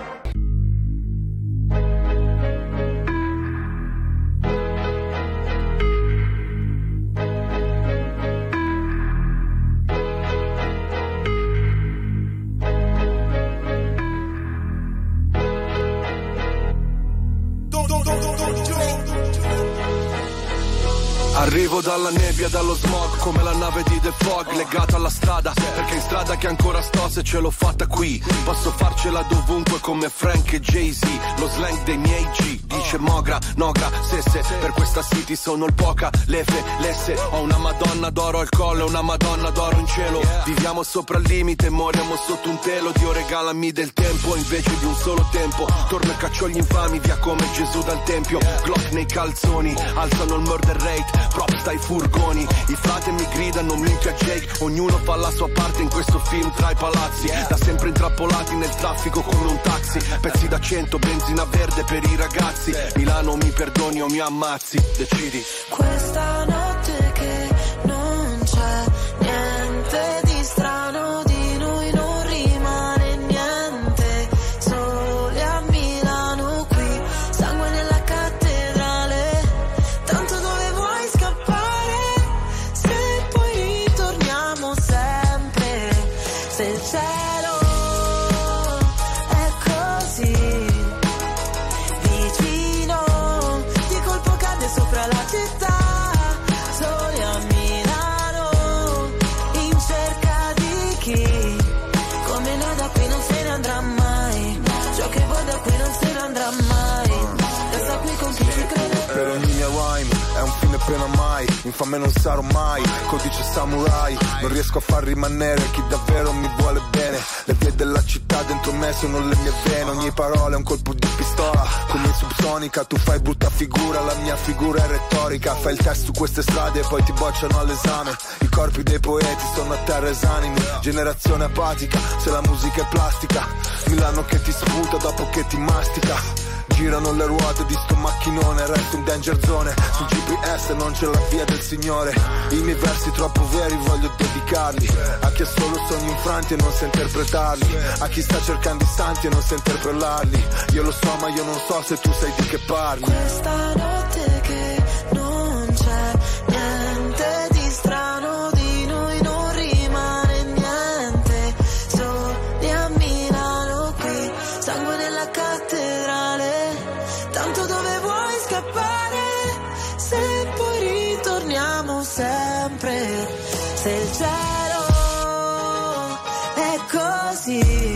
Arrivo dalla nebbia, dallo smog, come la nave di The Fog, legata alla strada, perché in strada che ancora sto, se ce l'ho fatta qui, posso farcela dovunque come Frank e Jay-Z, lo slang dei miei G, dice Mogra, Nogra, Sesse, per questa city sono il poca, l'Efe, l'Esse, ho una Madonna d'oro al collo e una Madonna d'oro in cielo, viviamo sopra il limite, moriamo sotto un telo, Dio regalami del tempo invece di un solo tempo, torno e caccio gli infami via come Gesù dal tempio, Glock nei calzoni, alzano il murder rate, props dai furgoni, i frate mi gridano minchia Jake, ognuno fa la sua parte in questo film tra i palazzi, da sempre intrappolati nel traffico come un taxi, pezzi da 100, benzina verde per i ragazzi, Milano mi perdoni o mi ammazzi, decidi. Questa notte che non c'è niente di strano, di noi non rimane niente, soli a Milano qui, sangue nella cattedrale, tanto dove vuoi scappare, se poi ritorniamo sempre, se il cielo è così vicino, di colpo cade sopra la città, soli a Milano, in cerca di chi, come noi da qui non se ne andrà mai, ciò che vuoi da qui non se ne andrà mai, resta qui con chi ci crede. Per ogni mia rhyme è un fine pena mai, infame non sarò mai, codice samurai, non riesco a far rimanere chi davvero mi vuole bene, le vie della città dentro me sono le mie vene, ogni parola è un colpo di pistola, come in subsonica tu fai brutta figura, la mia figura è retorica, fai il test su queste strade e poi ti bocciano all'esame, i corpi dei poeti sono a terra esanimi, generazione apatica, se la musica è plastica, Milano che ti sputa dopo che ti mastica. Girano le ruote di sto macchinone, resto in danger zone, sul GPS non c'è la via del Signore, i miei versi troppo veri voglio dedicarli, a chi ha solo sogni infranti e non sa interpretarli, a chi sta cercando i santi e non sa interpellarli, io lo so ma io non so se tu sai di che parli. Questa notte che non c'è niente di strano, di noi non rimane niente, soli a Milano qui, sangue nella cattedrale, tanto dove vuoi scappare, se poi ritorniamo sempre, se il cielo è così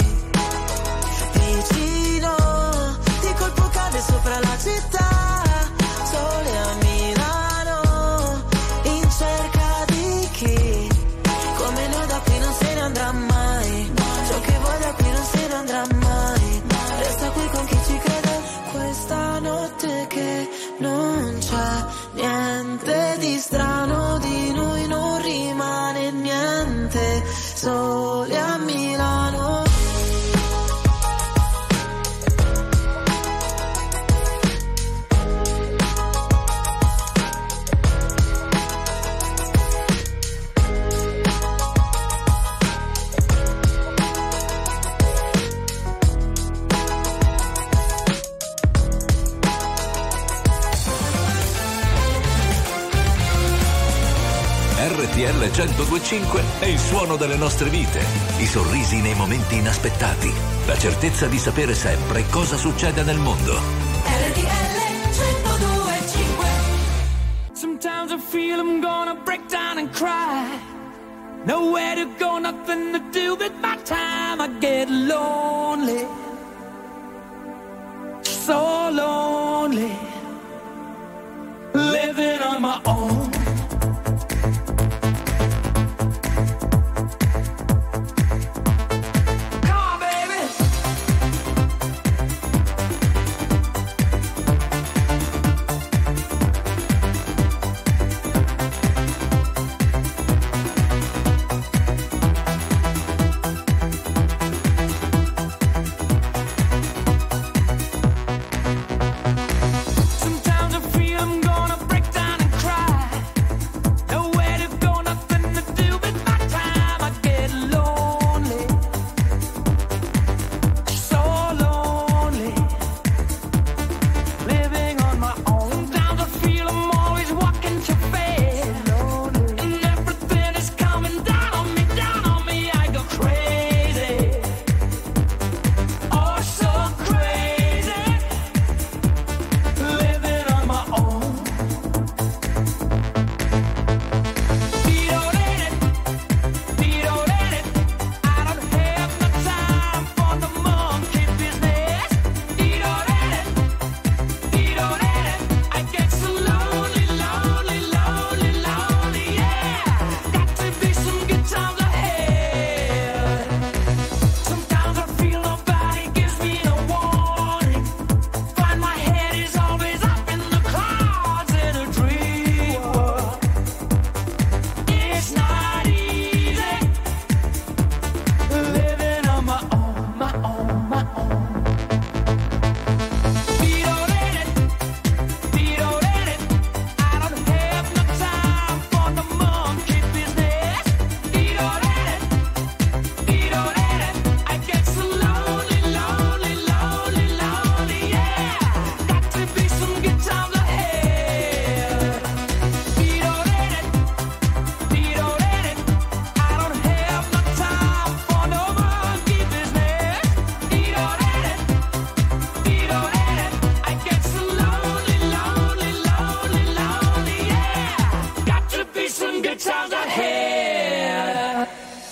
vicino, di colpo cade sopra la città, sole a Milano, in cerca di chi, come noi da qui non se ne andrà mai, ciò che vuoi da qui non se ne andrà mai, resta qui con chi ci crede. Questa notte che non c'è niente di strano, di noi non rimane niente, soli a Milano. RTL 102.5 è il suono delle nostre vite, i sorrisi nei momenti inaspettati, la certezza di sapere sempre cosa succede nel mondo. RTL 102.5. Sometimes I feel I'm gonna break down and cry. Nowhere to go, nothing to do with my time. I get lonely, so lonely, living on my own. Sometimes I feel I'm gonna break down and cry. Nowhere to go, nothing to do with my time. I get lonely, so lonely, living on my own. Sometimes I feel I'm always walking too fast, and everything is coming down on me, I go crazy, oh so crazy, living on my own. I don't have no time for the monkey business. I get so lonely, lonely, lonely, lonely, yeah. Got to be some good times ahead. Sometimes I feel nobody gives me no warning. Find my head is always up in the clouds in a dream world. It's not easy living on my own, my own, my own. I don't have no time for the monkey business. I get so lonely, lonely, lonely, lonely, yeah. Got to be some good times ahead. I don't have no time for no monkey business. I get so lonely, lonely, lonely, lonely, yeah. Got to be some good times ahead.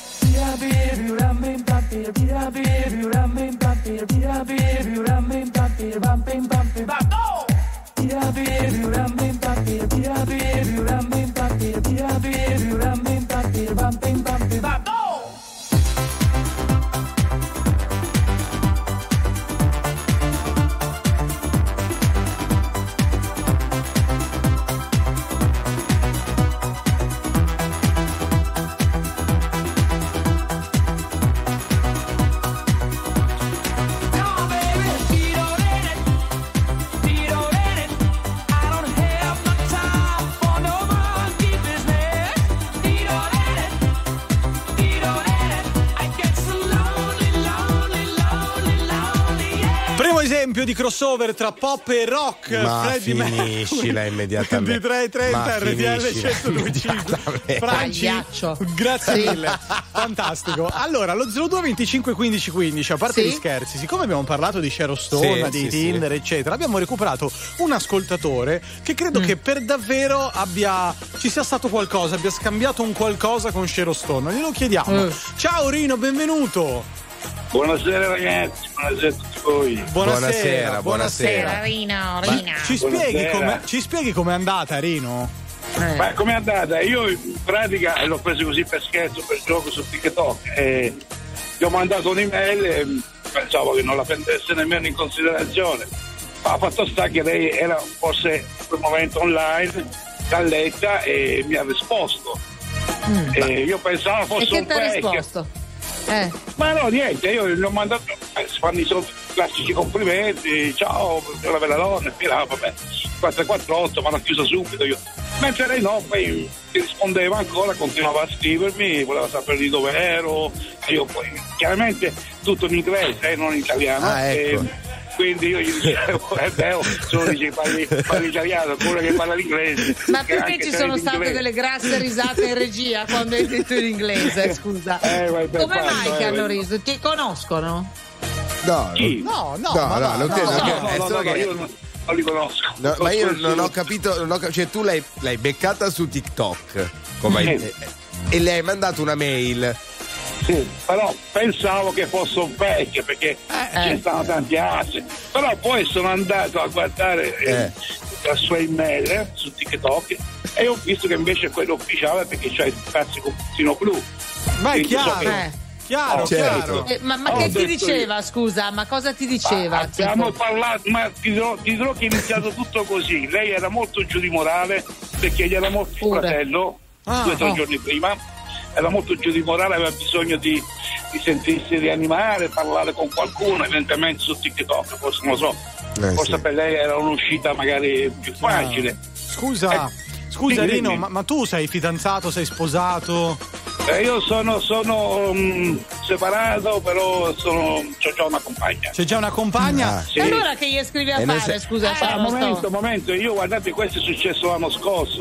Esempio di crossover tra pop e rock. Ma Freddie finiscila immediatamente. Di 3:30 RTL 102.5. Franci, grazie mille. Fantastico. Allora, lo 02 25 15 15, a parte gli scherzi, siccome abbiamo parlato di Sharon Stone, di Tinder, eccetera, abbiamo recuperato un ascoltatore che credo che per davvero ci sia stato qualcosa, abbia scambiato un qualcosa con Sharon Stone. Glielo chiediamo. Ciao Rino, benvenuto. Buonasera ragazzi, buonasera a tutti voi. Buonasera. Rino. Ci spieghi com'è andata, Rino? Ma com'è andata? Io in pratica l'ho preso così per scherzo, per gioco su TikTok e gli ho mandato un'email e pensavo che non la prendesse nemmeno in considerazione. Ma fatto sta che lei era forse in quel momento online, Calletta, e mi ha risposto. Io pensavo fosse un fake. Risposto? Ma no, niente, io gli ho mandato, si fanno i classici complimenti, ciao, una bella donna, e vabbè, 448, ma l'ho chiusa subito io. Mentre lei no, poi mi rispondeva ancora, continuava a scrivermi, voleva sapere di dove ero, e io poi chiaramente tutto in inglese, non in italiano. quindi io gli dicevo solo dice parli italiano, quello che parla l'inglese. Ma perché ci sono state delle grasse risate in regia quando hai detto in inglese, scusa? Come mai che hanno riso? Ti conoscono? No, Chi? no, non credo. Io non li conosco. No, ma io non ho capito, cioè tu l'hai beccata su TikTok e le hai mandato una mail. Sì, però pensavo che fosse un vecchio perché ci stanno tanti assi. Però poi sono andato a guardare la sua email su TikTok e ho visto che invece è quello ufficiale perché c'è il pezzo con puntino blu. Ma è chiaro. Chiaro. Ma che ti diceva, scusa? Ma cosa ti diceva? Abbiamo parlato, ma ti dirò che è iniziato tutto così. Lei era molto giù di morale perché gli era morto il fratello 2 o 3 giorni prima. Era molto giù di morale, aveva bisogno di sentirsi rianimare, parlare con qualcuno, evidentemente su TikTok, forse non lo so. Forse per lei era un'uscita magari più facile. Scusa Rino, ma tu sei fidanzato, sei sposato? Io sono separato, però c'ho già una compagna. C'è già una compagna? Sì. Allora che gli scrivi a fare, scusa? Momento, io guardate, questo è successo l'anno scorso.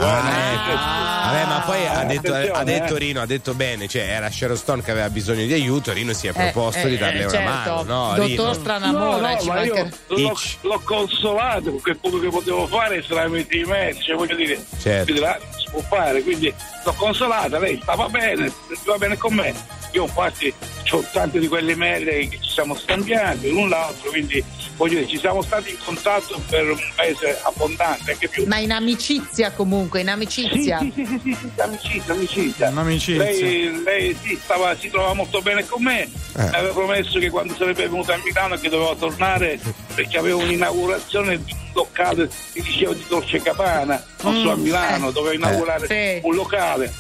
Ma poi ha detto Rino, ha detto bene, cioè era Sharon Stone che aveva bisogno di aiuto, Rino si è proposto di darle una mano, no? Dottor Stranamore, l'ho consolato, perché quello che potevo fare è tramite i medici, cioè voglio dire, si può fare, quindi l'ho consolata, lei stava bene con me. Io infatti ho tante di quelle mail che ci siamo scambiati l'un l'altro, quindi voglio dire, ci siamo stati in contatto per un mese abbondante, anche più. Ma in amicizia comunque, in amicizia? Sì, amicizia. Lei si trovava molto bene con me, mi aveva promesso che quando sarebbe venuta a Milano che doveva tornare perché aveva un'inaugurazione di un locale, mi diceva di Dolce Gabbana, non so, a Milano, doveva inaugurare un locale.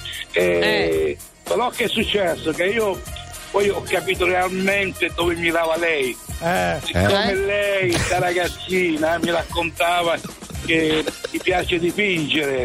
Però che è successo? Che io poi ho capito realmente dove mirava lei. Siccome lei da ragazzina mi raccontava che gli piace dipingere,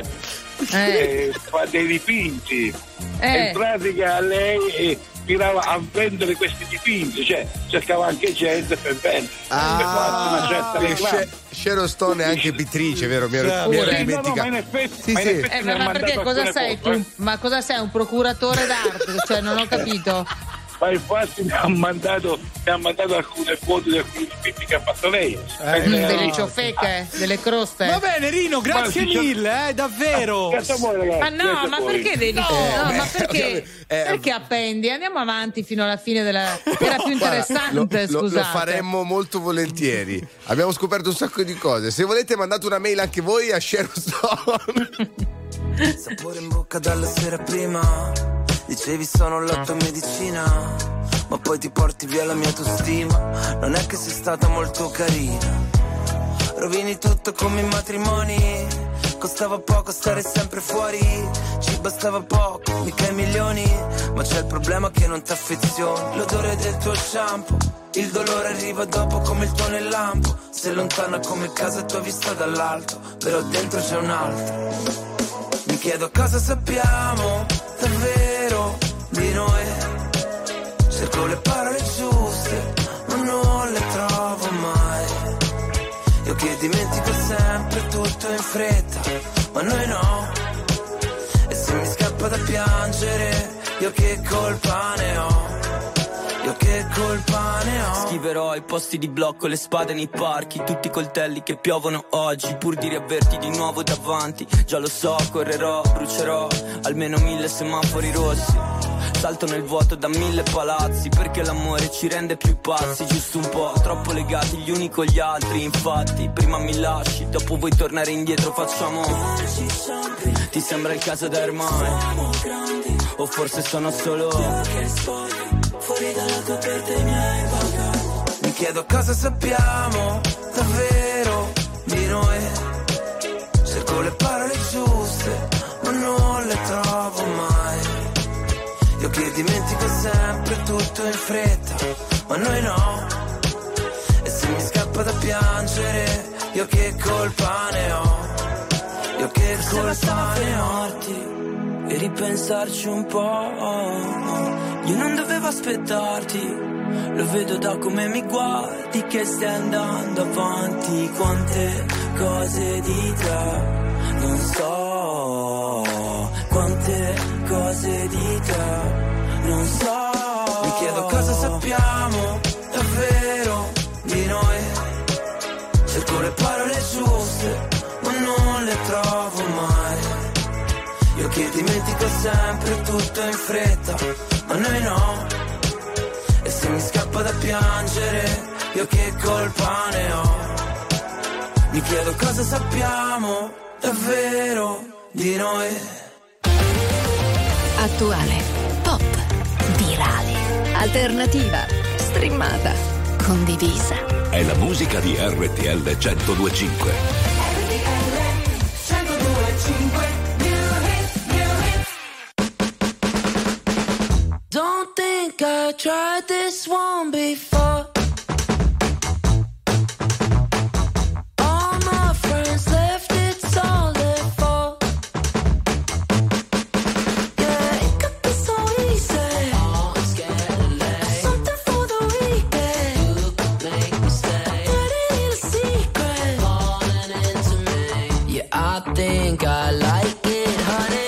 fa dei dipinti, in pratica lei mirava a vendere questi dipinti, cioè cercava anche gente per vendere, per fare una certa reclama. Sharon Stone è anche pittrice, vero? Mi ero dimenticato. Ma perché cosa sei tu? Ma cosa sei, un procuratore d'arte? Cioè non ho capito. Ma infatti mi ha mandato alcune foto di alcuni dipinti che ha fatto lei. Delle ciofeche, delle croste. Va bene Rino, grazie mille, davvero. Ma no, ma perché devi? Ma perché appendi? Andiamo avanti fino alla fine della. Era più interessante, scusate. Lo faremmo molto volentieri. Abbiamo scoperto un sacco di cose. Se volete mandate una mail anche voi a Sharon Stone. Sapore in bocca dalla sera prima. Dicevi sono la tua medicina, ma poi ti porti via la mia autostima. Non è che sei stata molto carina. Rovini tutto come i matrimoni. Costava poco stare sempre fuori. Ci bastava poco, mica i milioni. Ma c'è il problema che non t'affezioni. L'odore del tuo shampoo, il dolore arriva dopo come il tuo nel lampo. Sei lontana come casa tua vista dall'alto, però dentro c'è un altro. Mi chiedo cosa sappiamo davvero di noi. Cerco le parole giuste, ma non le trovo mai. Io che dimentico sempre tutto in fretta, ma noi no. E se mi scappa da piangere, io che colpa ne ho? Io che colpa ne ho? Scriverò ai posti di blocco, le spade nei parchi, tutti i coltelli che piovono oggi, pur di riaverti di nuovo davanti. Già lo so, correrò, brucerò almeno 1000 semafori rossi. Salto nel vuoto da 1000 palazzi, perché l'amore ci rende più pazzi, giusto un po', troppo legati gli uni con gli altri. Infatti, prima mi lasci, dopo vuoi tornare indietro, facciamo. Ti sembra il caso d'Hermione? O forse sono solo fuori dalla tua porta i miei bagagli. Mi chiedo cosa sappiamo davvero di noi. Cerco le parole giuste, ma non le trovo mai. Io che dimentico sempre tutto in fretta, ma noi no. E se mi scappa da piangere, io che colpa ne ho? Io che colpa ne ho? E ripensarci un po'. Io non dovevo aspettarti, Lo vedo da come mi guardi che stai andando avanti. Quante cose di te non so, quante cose di te non so. Mi chiedo cosa sappiamo davvero di noi. Cerco le parole giuste ma non le trovo mai. Io che dimentico sempre tutto in fretta, ma noi no. E se mi scappa da piangere, io che colpa ne ho? Mi chiedo cosa sappiamo davvero di noi. Attuale, pop, virale, alternativa, streamata, condivisa. È la musica di RTL 102.5. Don't think I tried this one before. All my friends left, it's all their fault. Yeah, it could be so easy. Something for the weekend. You could make me stay. Dirty little secret. Falling into me. Yeah, I think I like it, honey.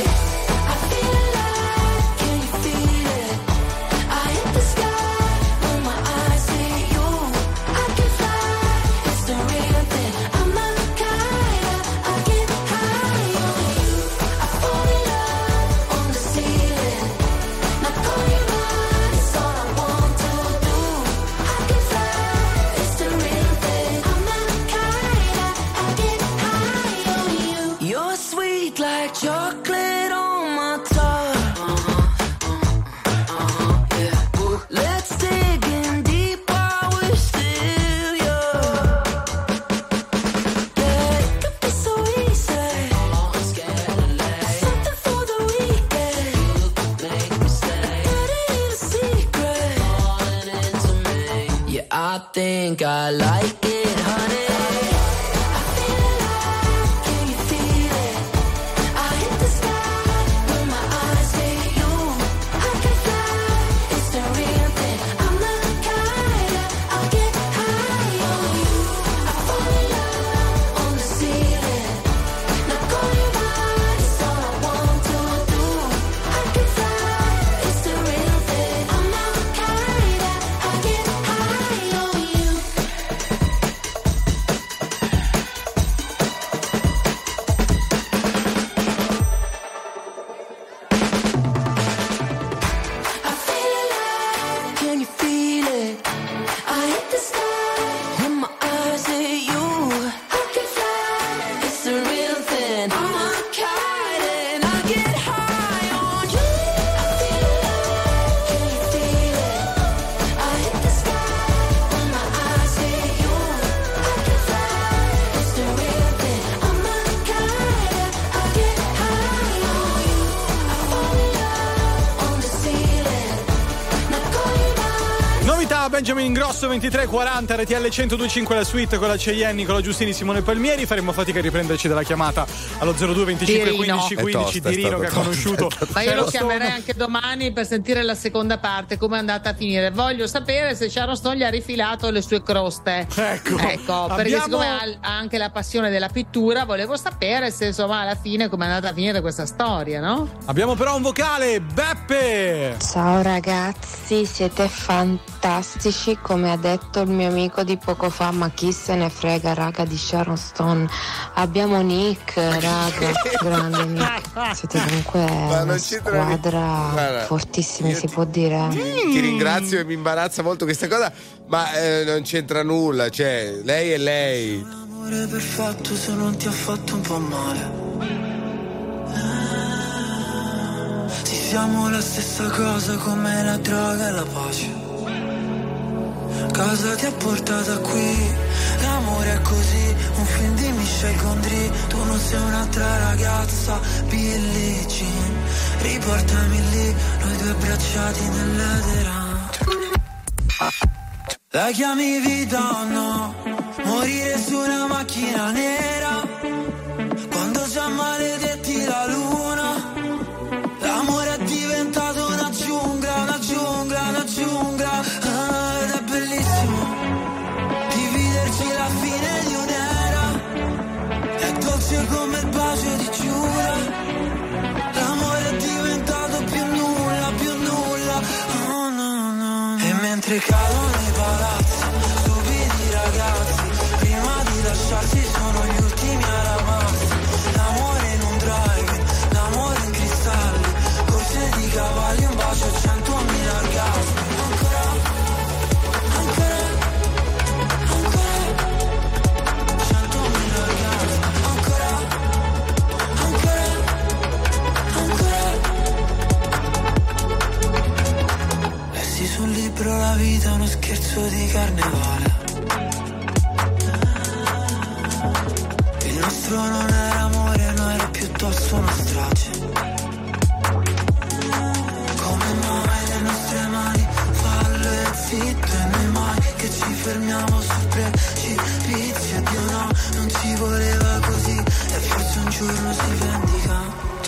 Chocolate on my tongue. Yeah. Let's dig in deep while we're still young. Yeah, it could be so easy. Something for the weekend. You could make me stay. Dirty little secret. Falling into me. Yeah, I think I like it, honey. Benjamin Ingrosso 2340 RTL 102.5 la suite con la Cheyenne, Nicola Giustini, Simone Palmieri. Faremo fatica a riprenderci dalla chiamata allo 0225 15 15 di Rino che ha conosciuto. Ma io lo chiamerei anche domani per sentire la seconda parte, come è andata a finire. Voglio sapere se Sharon Stone gli ha rifilato le sue croste. Ecco, perché siccome ha anche la passione della pittura, volevo sapere se insomma alla fine come è andata a finire questa storia, no? Abbiamo però un vocale, Beppe! Ciao ragazzi, siete fantastici, come ha detto il mio amico di poco fa, ma chi se ne frega raga di Sharon Stone. Abbiamo Nick, raga, grande Nick, siete comunque una squadra fortissima, si può dire. Ti ringrazio e mi imbarazza molto questa cosa, ma non c'entra nulla, cioè lei è lei. L'amore perfetto se non ti ha fatto un po' male. Sì, siamo la stessa cosa come la droga e la pace. Cosa ti ha portata qui? L'amore è così, un film di Michel Gondry. Tu non sei un'altra ragazza, Billie Jean. Riportami lì, noi due abbracciati nell'edera. La chiami vita o no? Morire su una macchina nera, quando già maledetti la luna. L'amore è diventato una giungla, una giungla, una giungla. mentre cadono i palazzi, stupidi ragazzi, prima di lasciarsi sono gli ultimi a ramarsi. L'amore in un drive, l'amore in cristalli, corse di cavalli, un bacio e 100.000 orgasmi. Ancora, ancora, ancora, 100.000 orgasmi. Ancora, ancora, ancora. Lessi sul libro La vita è uno scherzo di carnevale. Il nostro non era amore, no, era piuttosto una strage. Come mai le nostre mani fallo e zitto, e noi mai che ci fermiamo su precipizio. E Dio no, non ci voleva così, e forse un giorno si vendica.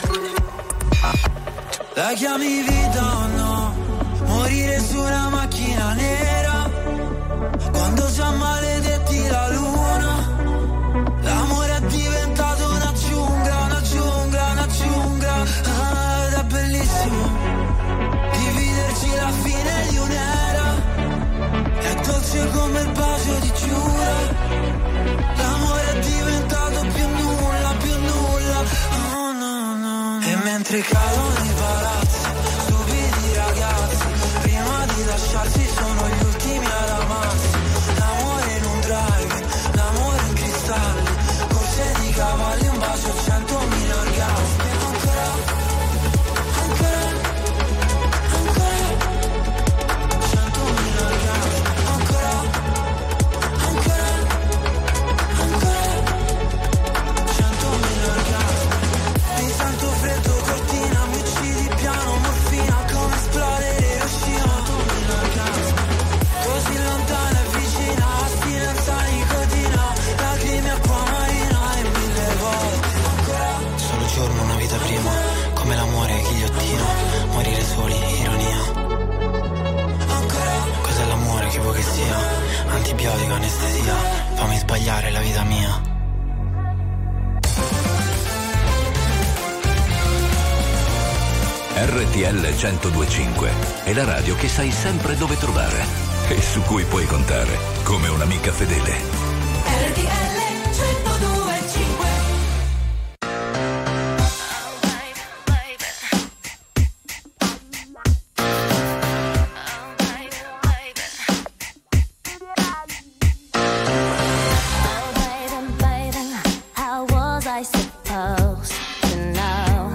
La chiami vita o no? Morire su una macchina nera, quando già maledetti la luna. L'amore è diventato una giungla, una giungla, una giungla. Ah, ed è bellissimo dividerci la fine di un'era. È dolce come il bacio di Giura. L'amore è diventato più nulla, più nulla. Oh, no, no. E mentre cadono i palazzi, stupidi ragazzi, prima di lasciarsi sono gli ultimi a ramarsi. L'amore in un drive, l'amore in cristalli, corse di cavalli, un bacio e 100.000 orgasmi. Ancora, ancora, ancora, 100.000 orgasmi. Ancora, ancora, ancora, 100.000 orgasmi. Mi sento freddo, cortina, mi uccidi piano, morfina, come esplodere Hiroshima. 100.000 orgasmi. Così lontana e vicina, astinenza, nicotina, lacrime, acqua marina e 1000 volte. Ancora, solo giorno, una vita prima, come l'amore, ghigliottina, morire soli, ironia. ancora, Cos'è l'amore, che vuoi che sia? Antibiotico, anestesia, fammi sbagliare la vita mia. RTL 102.5 è la radio che sai sempre dove trovare e su cui puoi contare come un'amica fedele. RTL 102.5. How was I supposed to know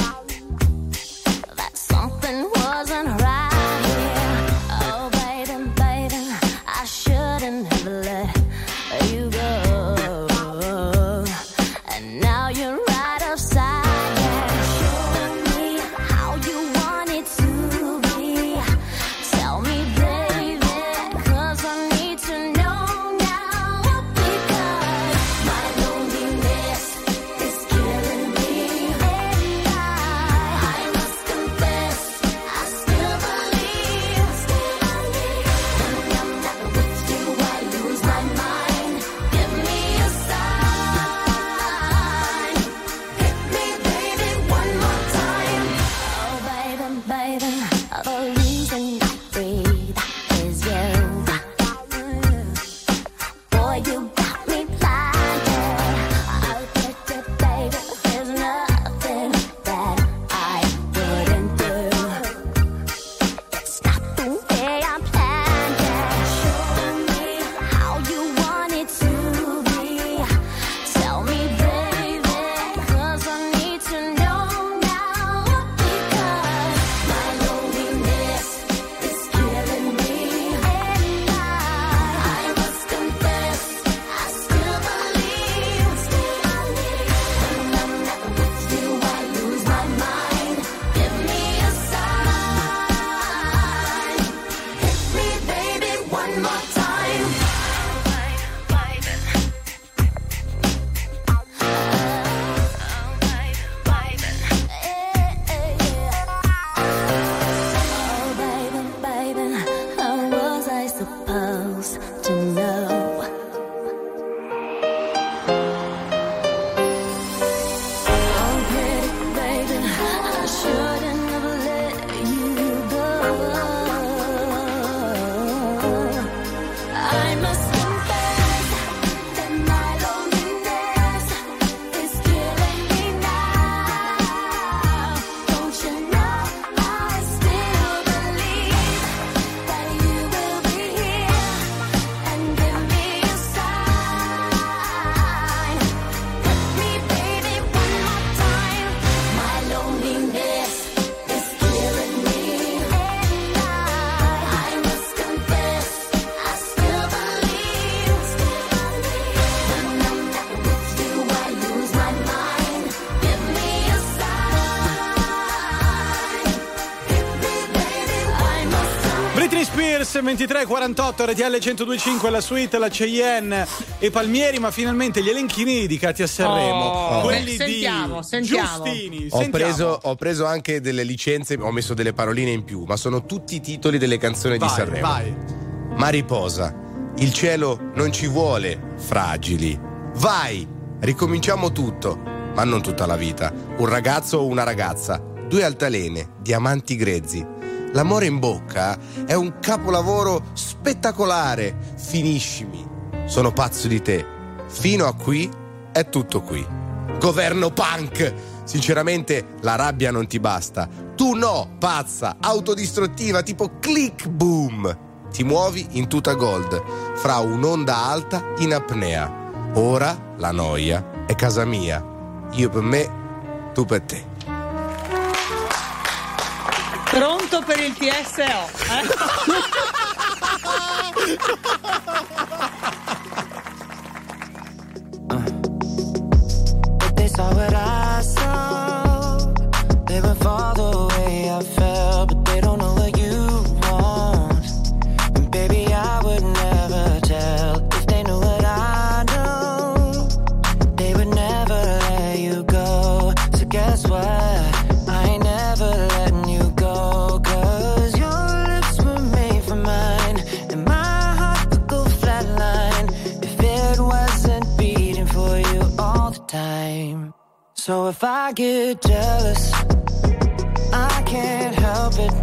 that something wasn't right here? Oh, baby, I shouldn't have let you go. Britney Spears 23:48, RTL 102.5, la suite, la Cheyenne e Palmieri, ma finalmente gli elenchini dedicati a Sanremo. Quelli sentiamo. Giustini. Ho preso anche delle licenze, ho messo delle paroline in più, ma sono tutti i titoli delle canzoni di Sanremo. Vai. Mariposa, il cielo non ci vuole fragili. Vai, ricominciamo tutto, ma non tutta la vita. Un ragazzo o una ragazza, due altalene, diamanti grezzi. L'amore in bocca è un capolavoro spettacolare. Finiscimi, sono pazzo di te. Fino a qui è tutto qui. Governo punk, sinceramente la rabbia non ti basta. Tu no, pazza, autodistruttiva tipo click boom. Ti muovi in tuta gold, fra un'onda alta in apnea. Ora la noia è casa mia. Io per me, tu per te. Pronto per il TSO? They saw what I saw. They went far the way I felt, but they don't know what you want. And baby, I would never tell. If they knew what I know, they would never let you go. So guess what? I ain't never letting you go. 'Cause your lips were made for mine, and my heart would go flatline if it wasn't beating for you all the time. So if I get jealous, I can't help it.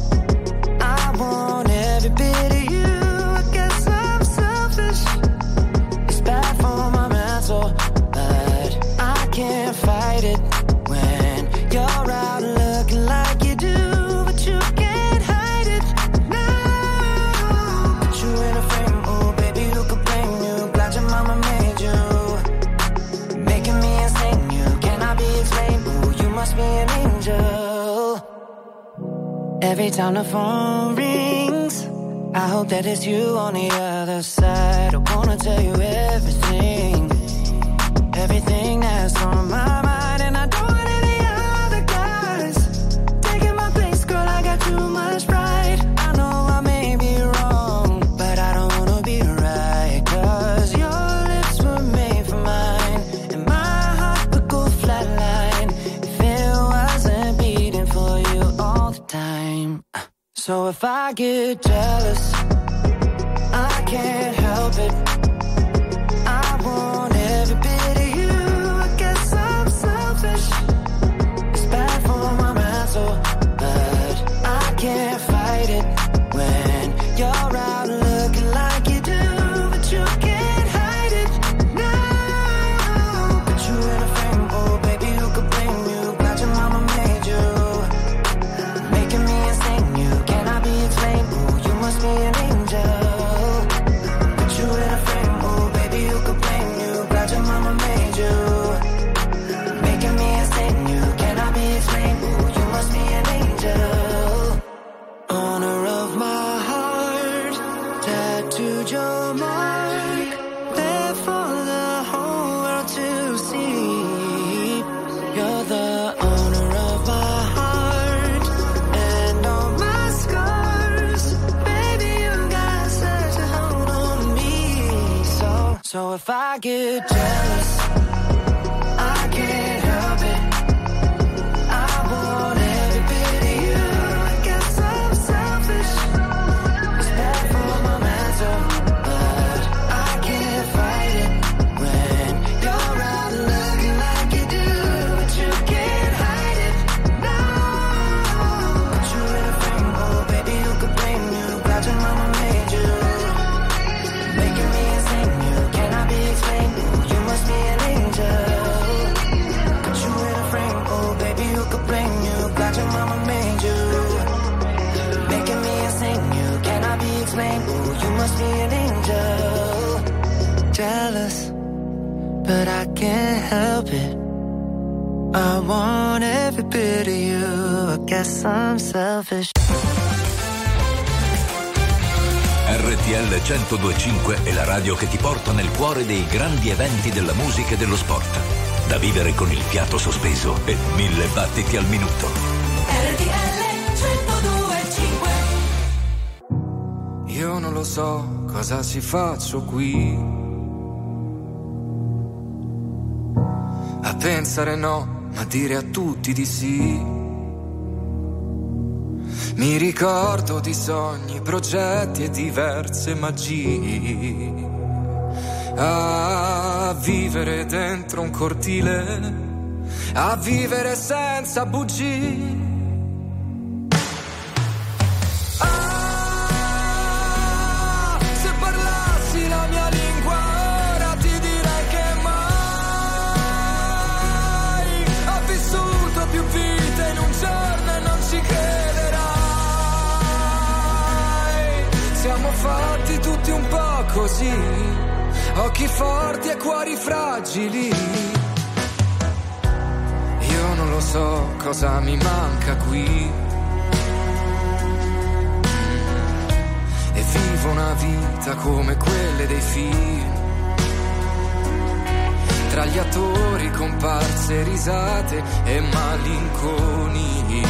I want every bit of you. I guess I'm selfish. It's bad for my mental, but I can't fight it when you're out looking like you do, but you can't hide it. No, put you in a frame, oh baby, who could blame you? Glad your mama made you, making me insane. You cannot be explained. Oh, you must be an angel. Every time the phone rings, I hope that it's you on the other side. I wanna tell you everything, everything that's on my mind, and I don't want any other guys taking my place, girl. I got too much pride. I know I may be wrong, but I don't wanna be right. 'Cause your lips were made for mine, and my heart would go flatline if it wasn't beating for you all the time. So if I get jealous, I can't help it. I want every bit of you. I guess I'm selfish. It's bad for my mental, but I can't fight it when you're out looking like you do, but you can't hide it. No, put you in a frame, oh baby, who could blame you? Glad your mama made you, making me insane. You cannot be explained. Oh, you must be an angel. Put you in a frame, oh baby, who could blame you? Glad your mama made you, making me insane. You cannot be explained. Oh, you must be an angel. Honor of my heart, tattooed your mark, there for the whole world to see. You're the owner of my heart and all my scars. Baby, you got such a hold on me. So if I get jealous, I can't help it. I want every bit of you. I guess I'm selfish. It's bad for my mental, but I can't fight it when you're out looking like you do, but you can't hide it. No, put you in a frame, oh baby, who could blame you? Glad your mama made you, making me insane. You cannot be explained. Oh, you must be an angel. Put you in a frame, oh baby, who could blame you? Glad your mama made you, making me insane. You cannot be explained. Oh, you must be an angel. Jealous, but I can't help it. I want every bit of you. I guess I'm selfish. RTL 102.5 è la radio che ti porta nel cuore dei grandi eventi della musica e dello sport. Da vivere con il fiato sospeso e 1000 battiti al minuto. RTL 102.5. lo so cosa ci faccio qui. A pensare no, ma dire a tutti di sì. Mi ricordo di sogni, progetti e diverse magie. A vivere dentro un cortile, a vivere senza bugie. Ah, se parlassi la mia lingua ora ti direi che mai ha vissuto più vite in un giorno e non ci crederai. Siamo fatti tutti un po' così, occhi forti e cuori fragili. Io non lo so cosa mi manca qui. E vivo una vita come quelle dei film, tra gli attori, comparse, risate e malinconia.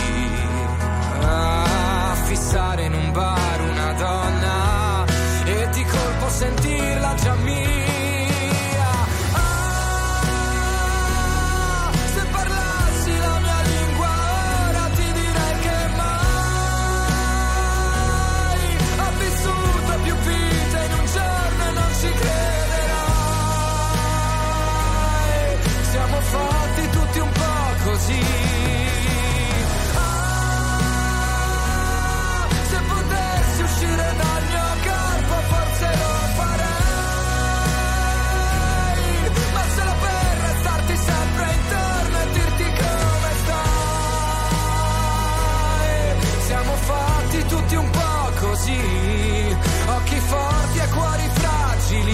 A fissare in un bar una donna e di colpo sentirla già mia. Ah, se parlassi la mia lingua ora ti direi che mai ha vissuto più vite in un giorno e non ci crederai. Siamo fatti tutti un po' così. Se potessi uscire dal mio corpo forse lo farei, ma solo per restarti sempre intorno e dirti come stai. Siamo fatti tutti un po' così, occhi forti e cuori fragili.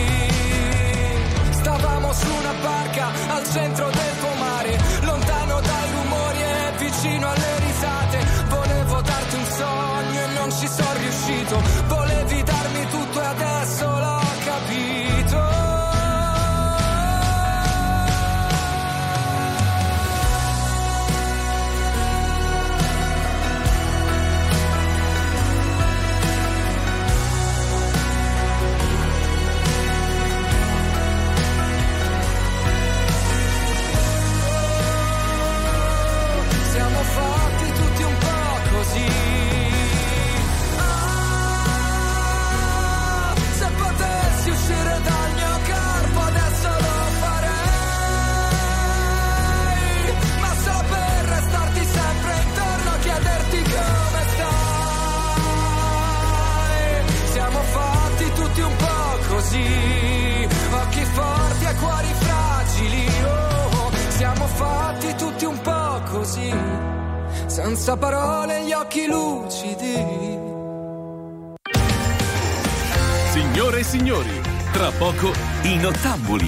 Stavamo su una barca al centro del pomare, lontano dai rumori e vicino alle risate. Volevo darti un sogno e non ci sono riuscito. Volevi darmi tutto e adesso l'ho capito. Siamo fatti tutti un po' così. Ah, se potessi uscire dal mio corpo adesso lo farei, ma solo per restarti sempre intorno a chiederti come stai. Siamo fatti tutti un po' così, occhi forti e cuori fragili. Oh, siamo fatti tutti un po' così, senza parole e gli occhi lucidi. Signore e signori, tra poco i Nottambuli.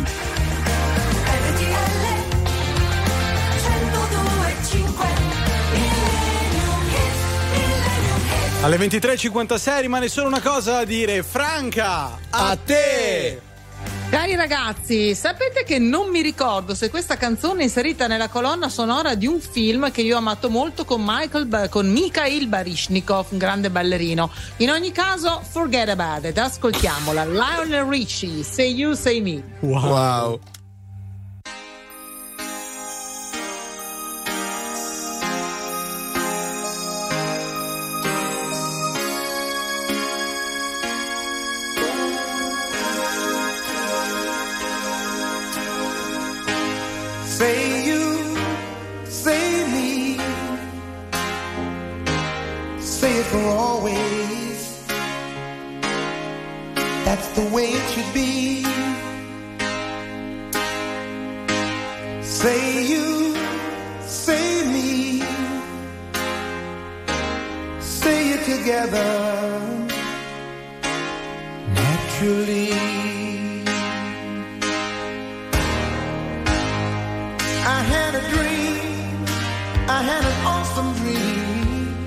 Alle 23.56 rimane solo una cosa da dire. Franca, a te! Cari ragazzi, sapete che non mi ricordo se questa canzone è inserita nella colonna sonora di un film che io ho amato molto con Mikhail Baryshnikov, un grande ballerino. In ogni caso, forget about it, ascoltiamola. Lionel Richie, Say You, Say Me. Wow. Say you, say me, say it for always. That's the way it should be. Say you, say me, say it together naturally. I had a dream, I had an awesome dream.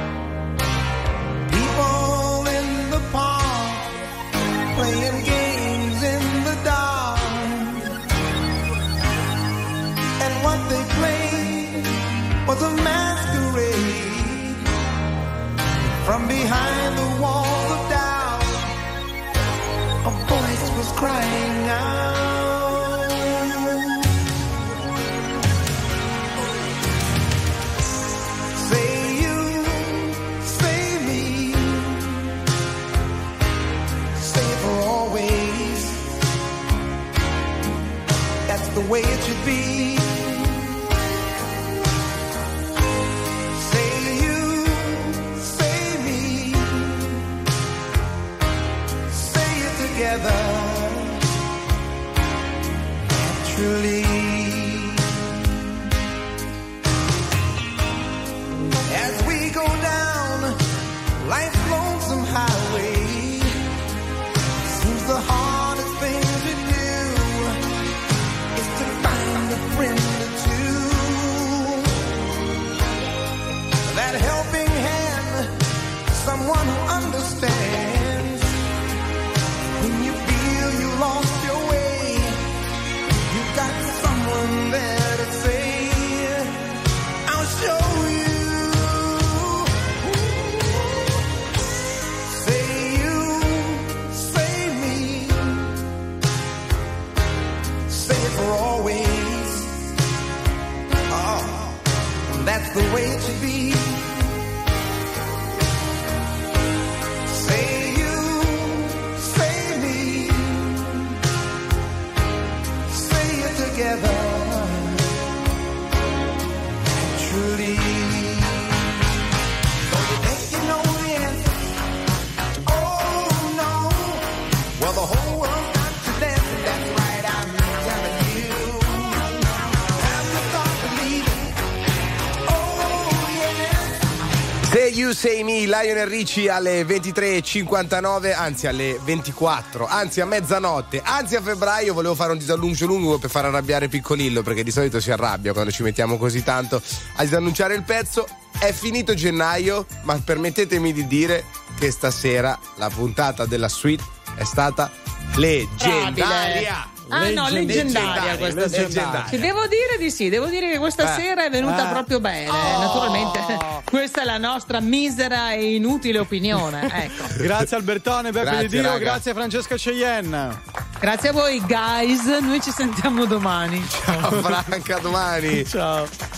People in the park playing games in the dark, and what they played was a masquerade from behind the wall of doubt. crying out. Say you, say me, say it for always. That's the way it should be. Say you, say me, say it together. Naturally. As we go down life's lonesome highway, seems the hardest thing to do is to find a friend or two. That helping hand, someone who understands. When you feel you lost your way, you got someone there to say, I'll show you. Say you, say me, say it for always. Oh, that's the way it should be. Say you, say me, say it together. Truly. So you think you know the answer? Oh no. Well, the whole world got to dance, and that's right, I'm telling you. Have to start believing. Oh yeah. Say You Say Me, Lionel Richie alle 23.59, anzi alle 24, anzi a mezzanotte, anzi a febbraio. Volevo fare un disannuncio lungo per far arrabbiare Piccolillo, perché di solito si arrabbia quando ci mettiamo così tanto a disannunciare il pezzo. È finito gennaio, ma permettetemi di dire che stasera la puntata della suite è stata leggendaria. Ah no, leggendaria questa sera. Sì, devo dire di sì, devo dire che questa sera è venuta proprio bene. Naturalmente questa è la nostra misera e inutile opinione. Ecco. Grazie Albertone, Beppe Grazie, di Dio, raga. grazie Francesca Cheyenne. Grazie a voi guys, noi ci sentiamo domani. Ciao Franca, domani. Ciao.